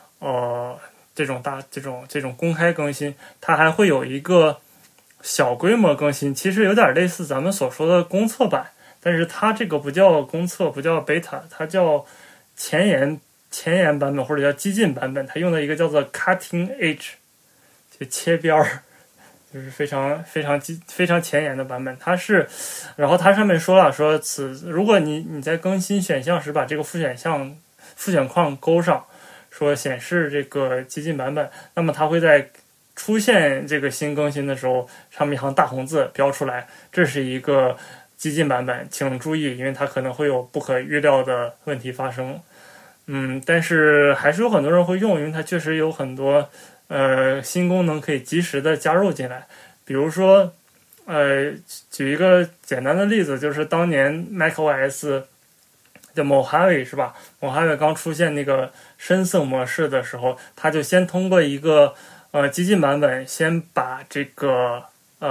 这种公开更新，它还会有一个小规模更新，其实有点类似咱们所说的公测版，但是它这个不叫公测，不叫 beta， 它叫前沿版本或者叫激进版本，它用的一个叫做 cutting edge， 就切边儿，就是非常前沿的版本。然后它上面说了，说如果你在更新选项时把这个复选框勾上，说显示这个激进版本，那么它会在出现这个新更新的时候，上面一行大红字标出来，这是一个激进版本，请注意，因为它可能会有不可预料的问题发生。但是还是有很多人会用，因为它确实有很多新功能可以及时的加入进来。比如说举一个简单的例子，就是当年 macOS 的 Mojave 是吧？ Mojave 刚出现那个深色模式的时候，它就先通过一个激进版本，先把这个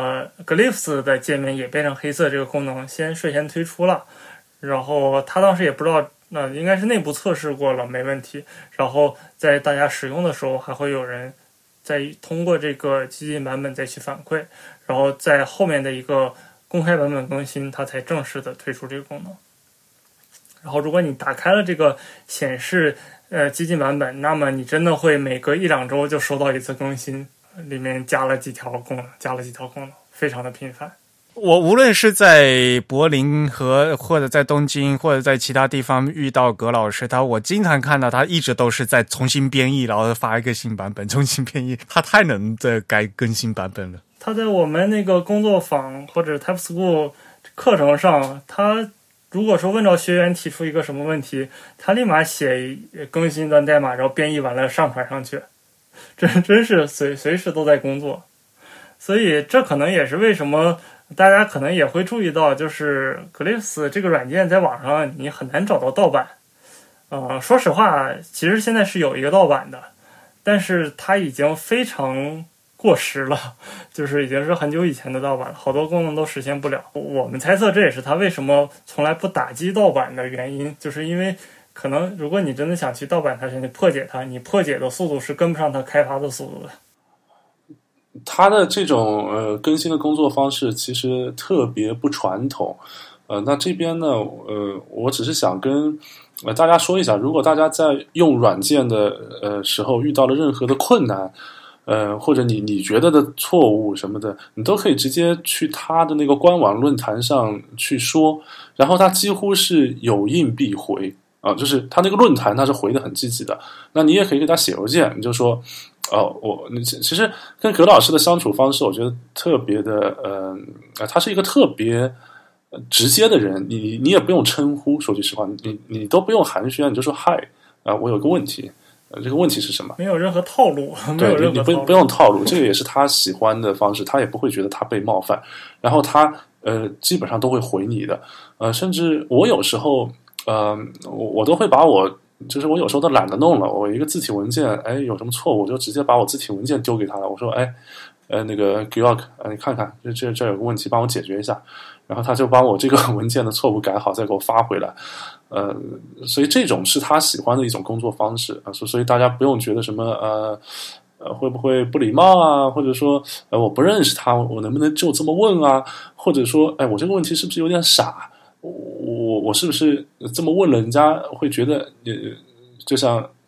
Glyphs 的界面也变成黑色这个功能先率先推出了。然后他当时也不知道，应该是内部测试过了没问题，然后在大家使用的时候还会有人再通过这个激进版本再去反馈，然后在后面的一个公开版本更新，它才正式的推出这个功能。然后如果你打开了这个显示激进版本，那么你真的会每隔1-2周就收到一次更新，里面加了几条功能，非常的频繁。 我无论是在柏林或者在东京或者在其他地方遇到葛老师，我经常看到他一直都是在重新编译，然后发一个新版本，重新编译，他太能改更新版本了。 他在我们那个工作坊或者 Type School 课程上，他如果说问到学员提出一个什么问题，他立马写更新一段代码，然后编译完了上传上去，真是随时都在工作。所以这可能也是为什么大家可能也会注意到，就是 Glyphs 这个软件在网上你很难找到盗版。说实话，其实现在是有一个盗版的，但是它已经非常过时了，就是已经是很久以前的盗版了，好多功能都实现不了。我们猜测这也是它为什么从来不打击盗版的原因，就是因为可能如果你真的想去盗版它，想去破解它，你破解的速度是跟不上它开发的速度的。 它的这种更新的工作方式其实特别不传统。那这边呢，我只是想跟大家说一下，如果大家在用软件的时候遇到了任何的困难，或者你觉得的错误什么的，你都可以直接去他的那个官网论坛上去说，然后他几乎是有应必回啊，就是他那个论坛他是回的很积极的。那你也可以给他写邮件，你就说其实跟葛老师的相处方式，我觉得特别的他是一个特别直接的人，你也不用称呼，说句实话，你都不用寒暄，你就说嗨我有个问题，这个问题是什么？ 没有任何套路， 对，你不用套路，这个也是他喜欢的方式，他也不会觉得他被冒犯，然后他基本上都会回你的，甚至我有时候我都会把就是我有时候都懒得弄了，我一个字体文件，有什么错误，我就直接把我字体文件丢给他了。我说，那个 Georg，你看看，这有个问题，帮我解决一下。然后他就帮我这个文件的错误改好，再给我发回来。所以这种是他喜欢的一种工作方式啊，所以大家不用觉得什么会不会不礼貌啊，或者说我不认识他，我能不能就这么问啊？或者说，我这个问题是不是有点傻？我是不是这么问了，人家会觉得就像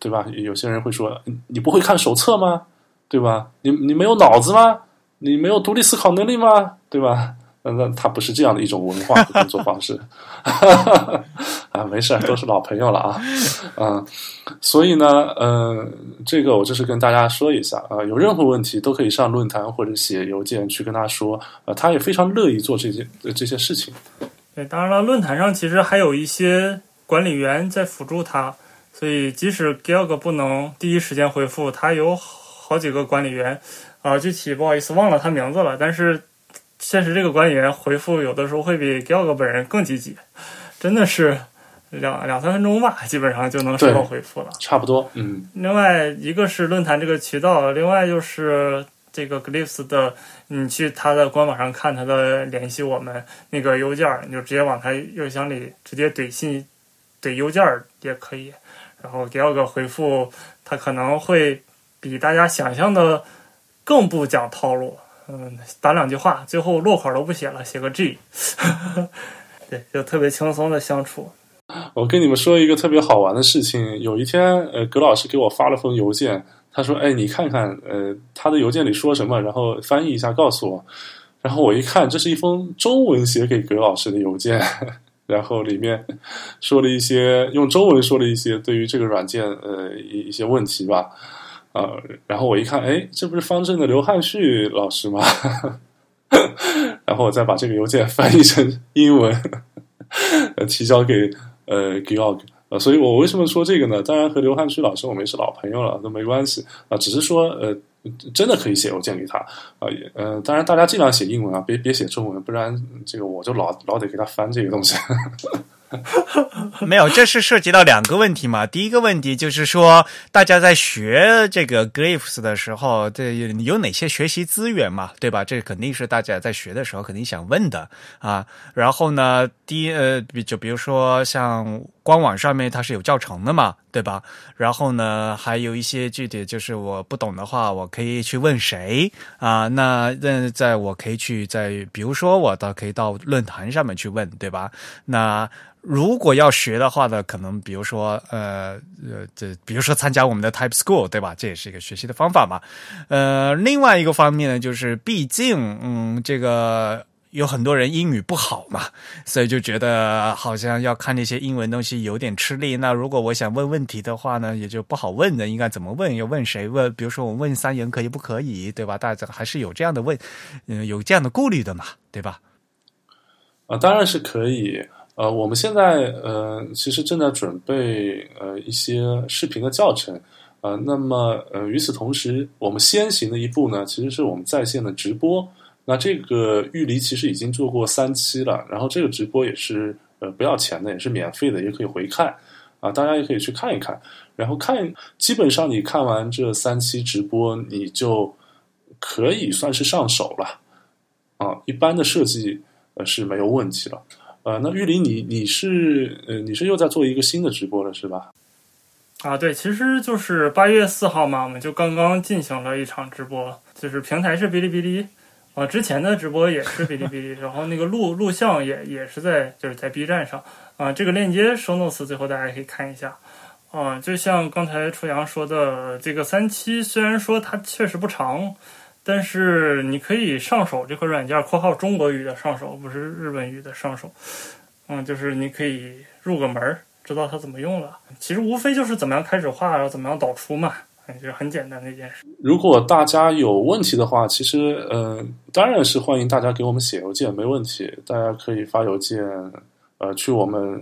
对吧？有些人会说你不会看手册吗？对吧？你没有脑子吗？你没有独立思考能力吗？对吧？那他不是这样的一种文化和工作方式啊，没事，都是老朋友了啊，所以呢，这个我就是跟大家说一下啊，有任何问题都可以上论坛或者写邮件去跟他说，他也非常乐意做这些事情。 对，当然了，论坛上其实还有一些管理员在辅助他，所以即使 Georg 不能第一时间回复，他有好几个管理员具体不好意思忘了他名字了，但是现实这个管理员回复有的时候会比 Georg 本人更积极，真的是两三分钟吧，基本上就能收到回复了， 差不多。 另外一个是论坛这个渠道，另外就是这个 Glyphs 的，你去他的官网上看他的联系我们那个邮件，你就直接往他邮箱里直接怼邮件也可以，然后Georg回复他可能会比大家想象的更不讲套路。打两句话，最后落款都不写了，写个 G 对，就特别轻松的相处。 我跟你们说一个特别好玩的事情，有一天葛老师给我发了封邮件，他说你看看他的邮件里说什么，然后翻译一下告诉我。然后我一看，这是一封中文写给葛老师的邮件，然后里面说了一些用中文说了一些对于这个软件一些问题吧。然后我一看，这不是方正的刘汉旭老师吗？然后我再把这个邮件翻译成英文，提交给Georg。所以我为什么说这个呢？当然和刘汉旭老师我们也是老朋友了，都没关系只是说真的可以写邮件给他当然大家尽量写英文别写中文，不然这个我就老得给他翻这个东西。 没有，这是涉及到两个问题嘛。第一个问题就是说，大家在学这个 Glyphs 的时候，这有哪些学习资源嘛，对吧？这肯定是大家在学的时候肯定想问的啊。然后呢，就比如说像官网上面它是有教程的嘛，对吧？然后呢，还有一些具体就是我不懂的话，我可以去问谁啊？那我可以去比如说我可以到论坛上面去问，对吧？那如果要学的话呢，可能比如说比如说参加我们的 Type School， 对吧？这也是一个学习的方法嘛。另外一个方面呢，就是毕竟这个有很多人英语不好嘛，所以就觉得好像要看那些英文东西有点吃力。那如果我想问问题的话呢，也就不好问的，应该怎么问？要问谁问？比如说我问三言可以不可以，对吧？大家还是有这样的有这样的顾虑的嘛，对吧？ 当然是可以。我们现在其实正在准备一些视频的教程。那么与此同时，我们先行的一步呢，其实是我们在线的直播。那这个玉梨其实已经做过3期了，然后这个直播也是不要钱的，也是免费的，也可以回看大家也可以去看一看。然后基本上你看完这3期直播，你就可以算是上手了一般的设计是没有问题了。那玉梨你是又在做一个新的直播了是吧？ 对，其实就是8月4号嘛，我们就刚刚进行了一场直播，就是平台是哔哩哔哩之前的直播也是哔哩哔哩，然后那个录像也是在 B 站上这个链接 show notes 最后大家可以看一下就像刚才初阳说的，这个3期虽然说它确实不长，但是你可以上手这款软件（括号中国语的上手，不是日本语的上手）就是你可以入个门，知道它怎么用了。其实无非就是怎么样开始画，然后怎么样导出嘛，就是很简单的一件事。 如果大家有问题的话，其实当然是欢迎大家给我们写邮件，没问题。大家可以发邮件去我们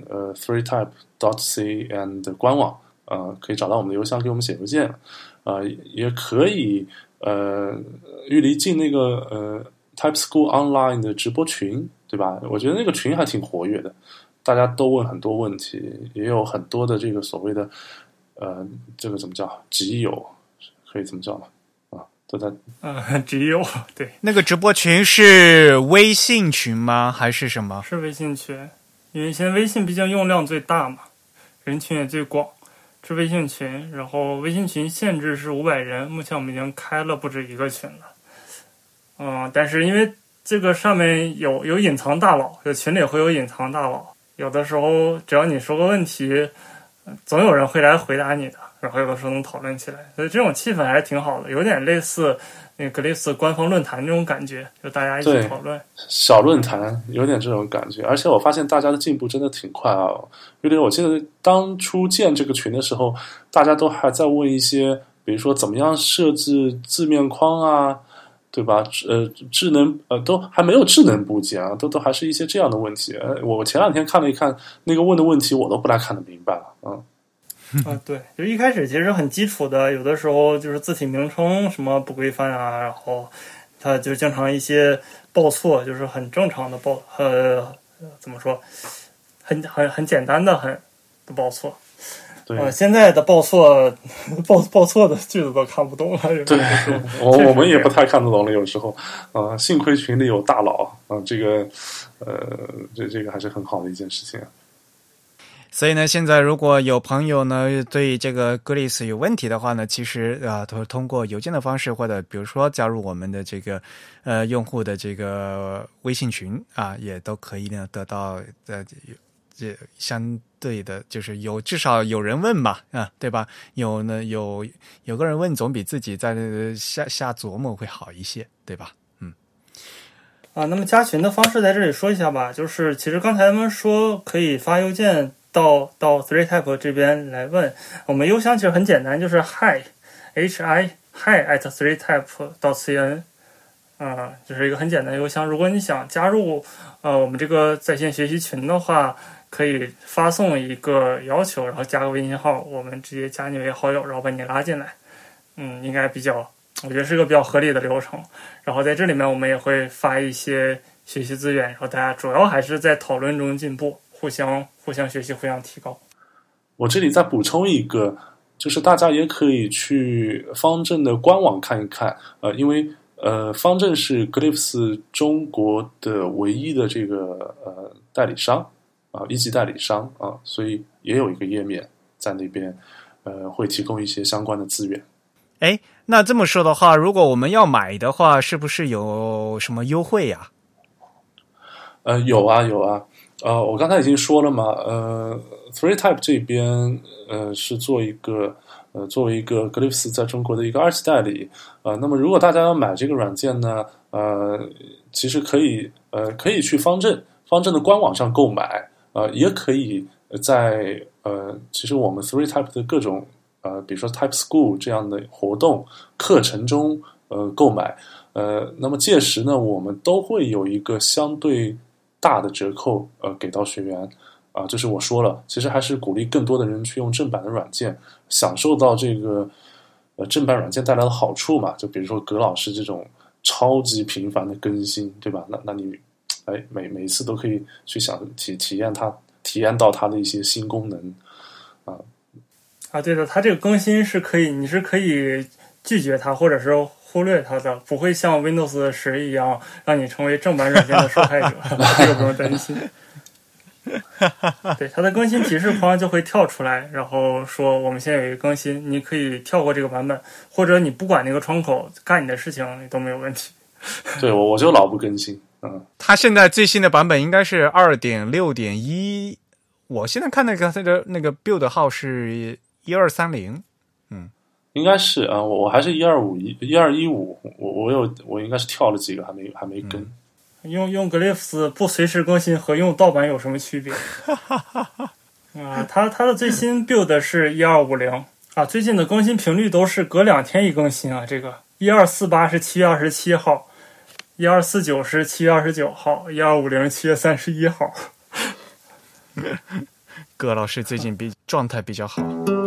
3type.cn 的官网可以找到我们的邮箱给我们写邮件也可以玉梨进那个Type School Online 的直播群，对吧？我觉得那个群还挺活跃的，大家都问很多问题，也有很多的这个所谓的这个怎么叫集友，可以这么叫吗？都在集友，对。 那个直播群是微信群吗？还是什么？ 是微信群，因为现在微信毕竟用量最大嘛，人群也最广，是微信群。然后微信群限制是500人，目前我们已经开了不止一个群了。但是因为这个上面有隐藏大佬，有群里会有隐藏大佬，有的时候只要你说个问题， 总有人会来回答你的，然后有的时候能讨论起来，所以这种气氛还是挺好的，有点类似那个 Glyphs 官方论坛这种感觉，就大家一起讨论。 小论坛有点这种感觉，而且我发现大家的进步真的挺快啊！因为我记得当初建这个群的时候，大家都还在问一些，比如说怎么样设置字面框啊，对吧？智能都还没有智能部件啊，都还是一些这样的问题。我前两天看了一看那个问的问题，我都不太看得明白了对，就一开始其实很基础的，有的时候就是字体名称什么不规范啊，然后它就经常一些报错，就是很正常的怎么说，很简单的报错。 对， 现在的报错的句子都看不懂了。 对，我们也不太看得懂了，有时候幸亏群里有大佬这个这个还是很好的一件事情啊。 所以呢，现在如果有朋友呢对这个 Glyphs 有问题的话呢，其实通过邮件的方式，或者比如说加入我们的这个用户的这个微信群啊，也都可以呢得到这相对的，就是至少有人问嘛对吧？有个人问总比自己在瞎琢磨会好一些，对吧？ 那么加群的方式在这里说一下吧，就是其实刚才他们说可以发邮件到 3type 这边来问，我们邮箱其实很简单，就是 hi at 3type.cn， 这是一个很简单的邮箱。如果你想加入我们这个在线学习群的话，可以发送一个要求，然后加个微信号，我们直接加你为好友，然后把你拉进来。应该我觉得是个比较合理的流程。然后在这里面我们也会发一些学习资源，然后大家主要还是在讨论中进步，互相学习，互相提高。 我这里再补充一个，就是大家也可以去方正的官网看一看，因为方正是 Glyphs 中国的唯一的这个代理商一级代理商所以也有一个页面在那边，会提供一些相关的资源。 哎，那这么说的话，如果我们要买的话，是不是有什么优惠呀？ 有啊，我刚才已经说了嘛，3type 这边是作为一个 Glyphs 在中国的一个二级代理那么如果大家要买这个软件呢，其实可以去方正的官网上购买，也可以在其实我们 3type 的各种比如说 Type School 这样的活动课程中购买，那么届时呢，我们都会有一个相对大的折扣给到学员就是我说了，其实还是鼓励更多的人去用正版的软件，享受到这个正版软件带来的好处嘛。就比如说葛老师这种超级频繁的更新，对吧？那你每一次都可以去体验到它的一些新功能对的，它这个更新你是可以拒绝它，或者是忽略它的，不会像 Windows 10一样让你成为正版软件的受害者，这个不用担心。对，它的更新提示框就会跳出来，然后说我们现在有一个更新，你可以跳过这个版本，或者你不管那个窗口干你的事情都没有问题。 对，我就老不更新。 它现在最新的版本应该是 2.6.1， 我现在看那个 build 号是1230， 应该是我还是1215，我应该是跳了几个还没跟。 用 Glyphs 不随时更新和用盗版有什么区别？它的最新 build 是1250最近的更新频率都是隔2天一更新这个1248是7月27号，1249是7月29号，1250 7月31号。 葛老师最近状态比较好。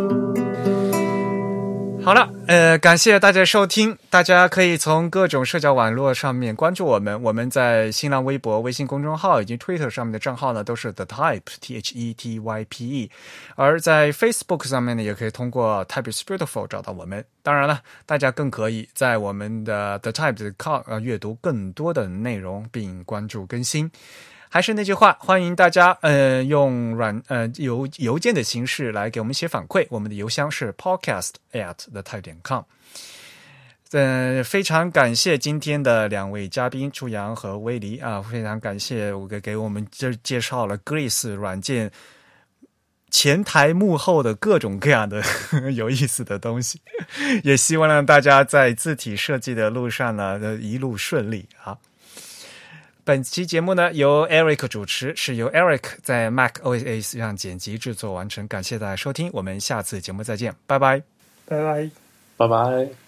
好了，感谢大家收听，大家可以从各种社交网络上面关注我们，我们在新浪微博、微信公众号以及 Twitter 上面的账号呢都是 The Type THETYPE， 而在 Facebook 上面呢也可以通过 Type is Beautiful 找到我们。当然了，大家更可以在我们的 The Type 阅读更多的内容并关注更新。还是那句话，欢迎大家用邮件的形式来给我们写反馈，我们的邮箱是 podcast@thetype.com。非常感谢今天的2位嘉宾朱阳和威黎非常感谢给我们介绍了 Glyphs 软件前台幕后的各种各样的有意思的东西，也希望让大家在字体设计的路上呢一路顺利啊。本期节目呢由 Eric 主持，是由 Eric 在 Mac OS 上剪辑制作完成，感谢大家收听，我们下次节目再见，拜拜， 拜拜， 拜拜。